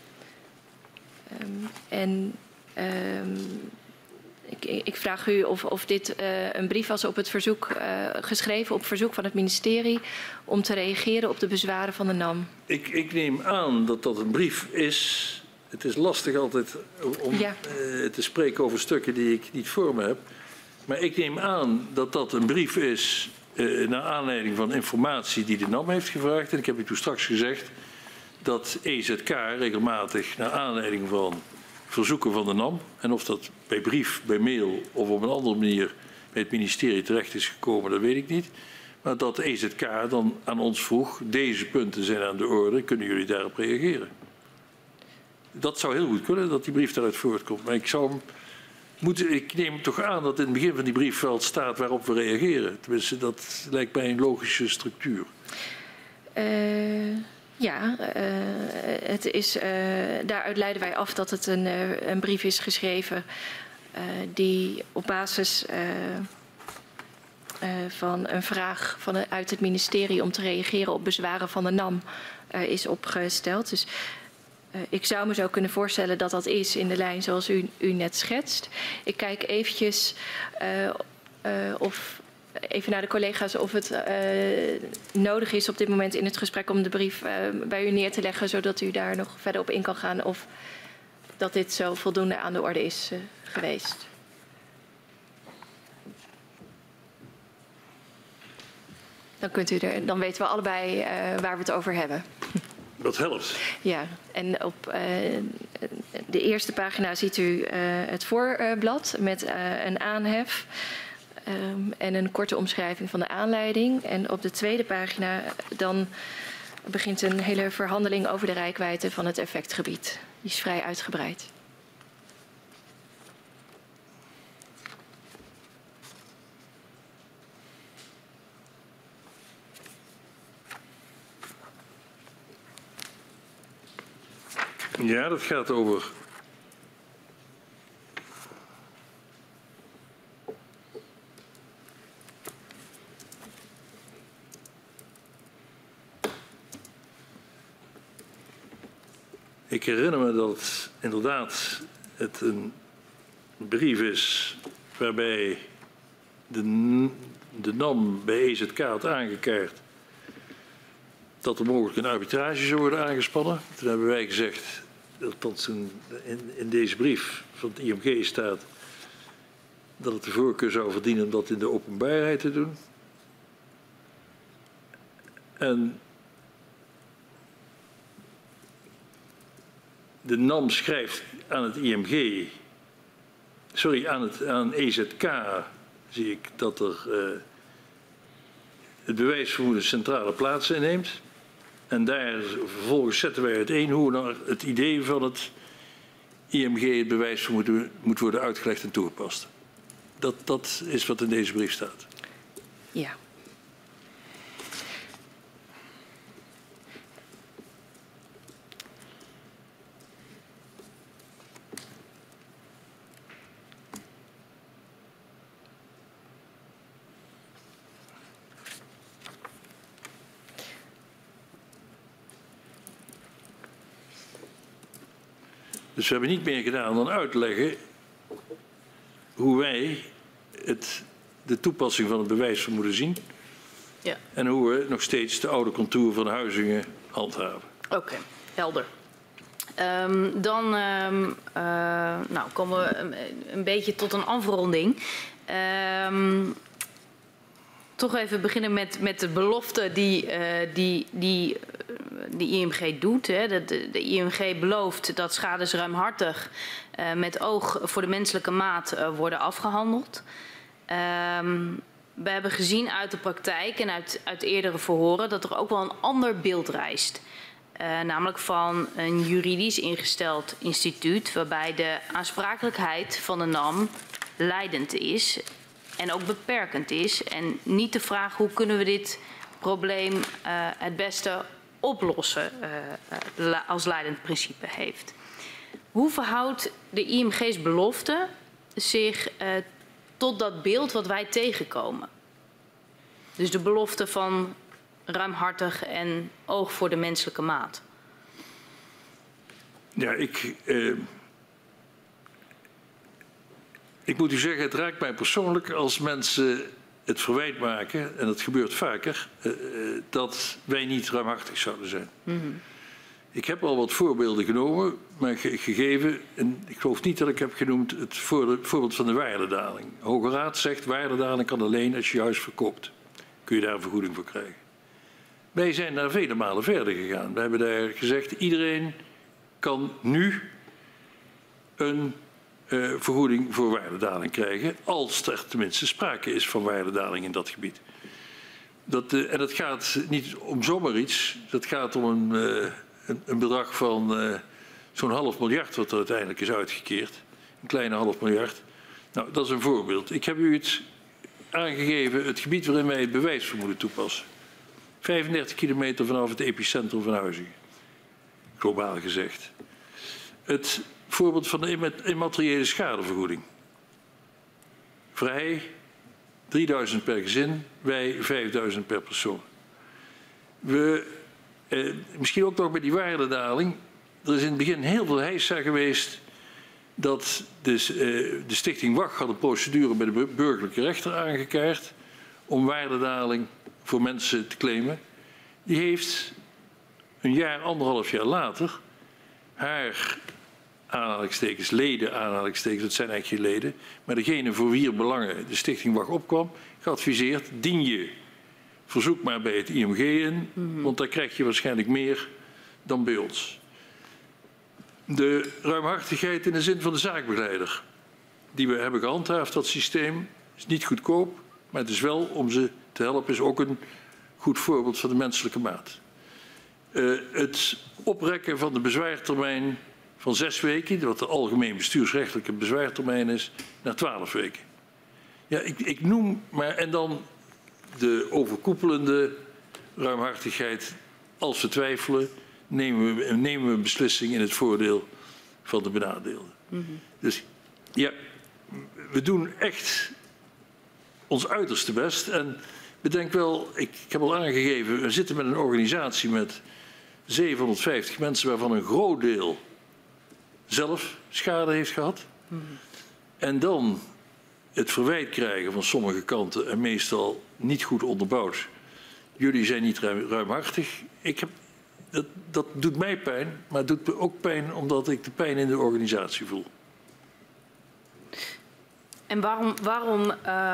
Ik vraag u of dit een brief was op het verzoek, geschreven op verzoek van het ministerie om te reageren op de bezwaren van de NAM. Ik neem aan dat dat een brief is. Het is lastig altijd om te spreken over stukken die ik niet voor me heb. Maar ik neem aan dat dat een brief is naar aanleiding van informatie die de NAM heeft gevraagd. En ik heb u toen straks gezegd dat EZK regelmatig naar aanleiding van verzoeken van de NAM, en of dat bij brief, bij mail of op een andere manier bij het ministerie terecht is gekomen, dat weet ik niet. Maar dat de EZK dan aan ons vroeg, deze punten zijn aan de orde, kunnen jullie daarop reageren? Dat zou heel goed kunnen, dat die brief daaruit voortkomt. Maar ik neem toch aan dat in het begin van die brief wel staat waarop we reageren. Tenminste, dat lijkt mij een logische structuur. Het is, daaruit leiden wij af dat het een brief is geschreven die op basis van een vraag uit het ministerie om te reageren op bezwaren van de NAM is opgesteld. Dus ik zou me zo kunnen voorstellen dat dat is in de lijn zoals u net schetst. Ik kijk eventjes even naar de collega's of het nodig is op dit moment in het gesprek om de brief bij u neer te leggen, zodat u daar nog verder op in kan gaan of dat dit zo voldoende aan de orde is geweest. Dan weten we allebei waar we het over hebben. Dat helpt. Ja, en op de eerste pagina ziet u het voorblad met een aanhef en een korte omschrijving van de aanleiding. En op de tweede pagina dan begint een hele verhandeling over de reikwijdte van het effectgebied. Die is vrij uitgebreid. Ja, dat gaat over ik herinner me dat inderdaad het een brief is waarbij de NAM bij EZK had aangekaart dat er mogelijk een arbitrage zou worden aangespannen. Toen hebben wij gezegd dat in deze brief van het IMG staat dat het de voorkeur zou verdienen om dat in de openbaarheid te doen. En de NAM schrijft aan het IMG, aan EZK zie ik dat er het bewijsvermoeden centrale plaats inneemt. En daar vervolgens zetten wij uiteen hoe naar het idee van het IMG het bewijsvermoeden moet worden uitgelegd en toegepast. Dat is wat in deze brief staat. Ja. Dus we hebben niet meer gedaan dan uitleggen hoe wij de toepassing van het bewijsvermoeden zien. Ja. En hoe we nog steeds de oude contour van Huizingen handhaven. Oké, helder. Dan komen we een beetje tot een afronding. Toch even beginnen met de belofte die IMG doet. Hè. De IMG belooft dat schades ruimhartig met oog voor de menselijke maat worden afgehandeld. We hebben gezien uit de praktijk en uit eerdere verhoren dat er ook wel een ander beeld rijst. Namelijk van een juridisch ingesteld instituut waarbij de aansprakelijkheid van de NAM leidend is en ook beperkend is. En niet de vraag hoe kunnen we dit probleem het beste oplossen als leidend principe heeft. Hoe verhoudt de IMG's belofte zich tot dat beeld wat wij tegenkomen? Dus de belofte van ruimhartig en oog voor de menselijke maat. Ja, ik moet u zeggen, het raakt mij persoonlijk als mensen het verwijt maken, en dat gebeurt vaker, dat wij niet ruimhartig zouden zijn. Mm-hmm. Ik heb al wat voorbeelden genomen, maar gegeven, en ik geloof niet dat ik heb genoemd het voorbeeld van de waardedaling. De Hoge Raad zegt, waardedaling kan alleen als je je huis verkoopt. Kun je daar een vergoeding voor krijgen. Wij zijn daar vele malen verder gegaan. We hebben daar gezegd, iedereen kan nu een vergoeding voor waardedaling krijgen, als er tenminste sprake is van waardedaling in dat gebied. En dat gaat niet om zomaar iets, dat gaat om een bedrag van zo'n $500 miljoen wat er uiteindelijk is uitgekeerd. Een kleine $500 miljoen. Nou, dat is een voorbeeld. Ik heb u het aangegeven, het gebied waarin wij het bewijsvermoeden toepassen. 35 kilometer vanaf het epicentrum van Huizinge. Globaal gezegd. Het voorbeeld van de immateriële schadevergoeding. Vrij, 3.000 per gezin, wij 5.000 per persoon. Misschien ook nog bij die waardedaling. Er is in het begin heel veel heisa geweest dat de Stichting WAG had een procedure bij de burgerlijke rechter aangekaart om waardedaling voor mensen te claimen. Die heeft een jaar, 1,5 jaar later haar aanhalingstekens, leden aanhalingstekens, dat zijn eigenlijk geen leden, maar degene voor wie er belangen de Stichting WAG opkwam, geadviseerd, dien je verzoek maar bij het IMG in, want daar krijg je waarschijnlijk meer dan bij ons. De ruimhartigheid in de zin van de zaakbegeleider, die we hebben gehandhaafd, dat systeem, is niet goedkoop, maar het is wel, om ze te helpen, is ook een goed voorbeeld van de menselijke maat. Het oprekken van de bezwaartermijn van 6 weken, wat de algemeen bestuursrechtelijke bezwaartermijn is, naar 12 weken. Ja, ik noem maar, en dan de overkoepelende ruimhartigheid. Als we twijfelen, nemen we een beslissing in het voordeel van de benadeelden. Mm-hmm. Dus ja, we doen echt ons uiterste best. En bedenk wel, ik heb al aangegeven, we zitten met een organisatie met 750 mensen, waarvan een groot deel zelf schade heeft gehad. Mm-hmm. En dan het verwijt krijgen van sommige kanten, en meestal niet goed onderbouwd. Jullie zijn niet ruimhartig. Dat doet mij pijn, maar het doet me ook pijn omdat ik de pijn in de organisatie voel. En waarom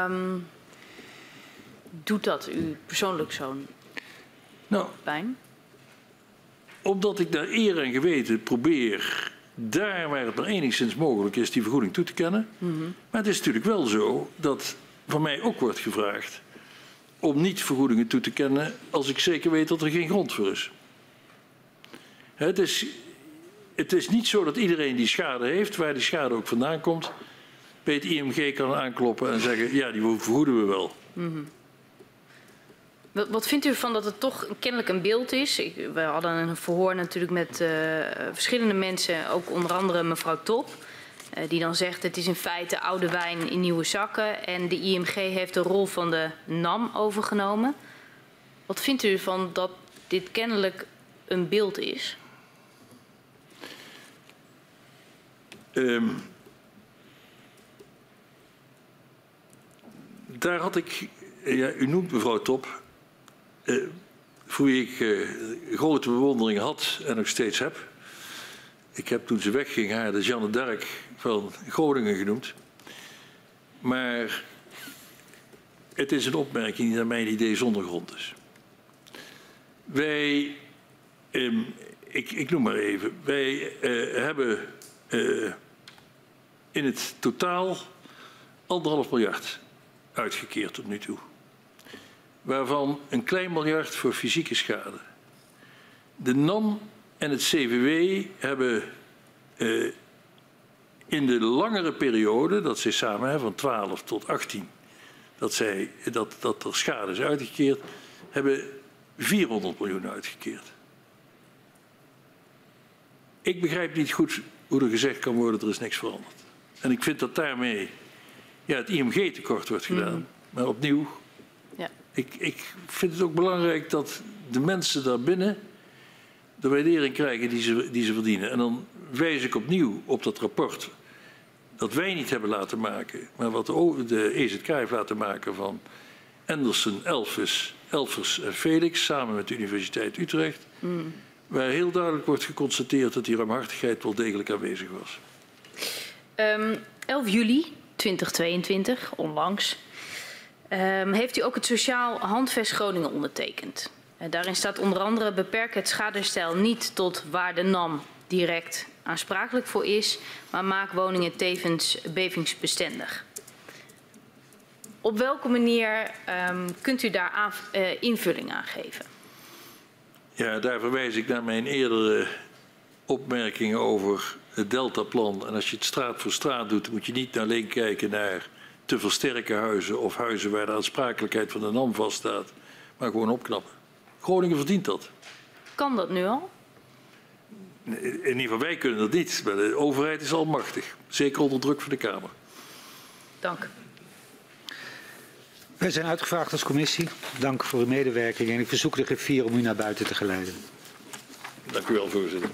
doet dat u persoonlijk zo'n pijn? Omdat ik naar eer en geweten probeer, daar waar het maar enigszins mogelijk is, die vergoeding toe te kennen. Mm-hmm. Maar het is natuurlijk wel zo dat van mij ook wordt gevraagd om niet vergoedingen toe te kennen als ik zeker weet dat er geen grond voor is. Het is niet zo dat iedereen die schade heeft, waar die schade ook vandaan komt, bij het IMG kan aankloppen en zeggen, ja, die vergoeden we wel. Mm-hmm. Wat vindt u ervan dat het toch kennelijk een beeld is? We hadden een verhoor natuurlijk met verschillende mensen, ook onder andere mevrouw Top, die dan zegt het is in feite oude wijn in nieuwe zakken en de IMG heeft de rol van de NAM overgenomen. Wat vindt u ervan dat dit kennelijk een beeld is? Daar had ik, ja, u noemt mevrouw Top, voor wie ik grote bewondering had en nog steeds heb. Ik heb toen ze wegging haar de Jeanne d'Arc van Groningen genoemd. Maar het is een opmerking die naar mijn idee zonder grond is. Wij, ik noem maar even, wij hebben in het totaal 1,5 miljard uitgekeerd tot nu toe. Waarvan een klein miljard voor fysieke schade. De NAM en het CVW hebben in de langere periode, dat zij samen van 12 tot 18, dat er schade is uitgekeerd, hebben 400 miljoen uitgekeerd. Ik begrijp niet goed hoe er gezegd kan worden, er is niks veranderd. En ik vind dat daarmee het IMG tekort wordt gedaan. Maar opnieuw, ik vind het ook belangrijk dat de mensen daarbinnen de waardering krijgen die ze verdienen. En dan wijs ik opnieuw op dat rapport dat wij niet hebben laten maken, maar wat de EZK heeft laten maken van Anderson, Elfers en Felix, samen met de Universiteit Utrecht, waar heel duidelijk wordt geconstateerd dat die ruimhartigheid wel degelijk aanwezig was. 11 juli 2022, onlangs, heeft u ook het Sociaal Handvest Groningen ondertekend. Daarin staat onder andere: beperk het schadeherstel niet tot waar de NAM direct aansprakelijk voor is, maar maak woningen tevens bevingsbestendig. Op welke manier kunt u daar invulling aan geven? Ja, daar verwijs ik naar mijn eerdere opmerkingen over het Deltaplan. En als je het straat voor straat doet, moet je niet alleen kijken naar te versterken huizen of huizen waar de aansprakelijkheid van de NAM vaststaat, maar gewoon opknappen. Groningen verdient dat. Kan dat nu al? In ieder geval, wij kunnen dat niet. Maar de overheid is almachtig. Zeker onder druk van de Kamer. Dank. Wij zijn uitgevraagd als commissie. Dank voor uw medewerking en ik verzoek de griffier om u naar buiten te geleiden. Dank u wel, voorzitter.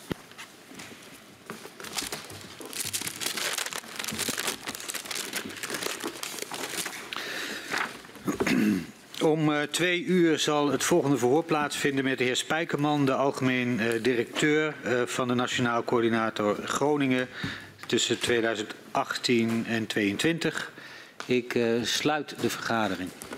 Om 2 uur zal het volgende verhoor plaatsvinden met de heer Spijkerman, de algemeen directeur van de Nationaal Coördinator Groningen tussen 2018 en 2022. Ik sluit de vergadering.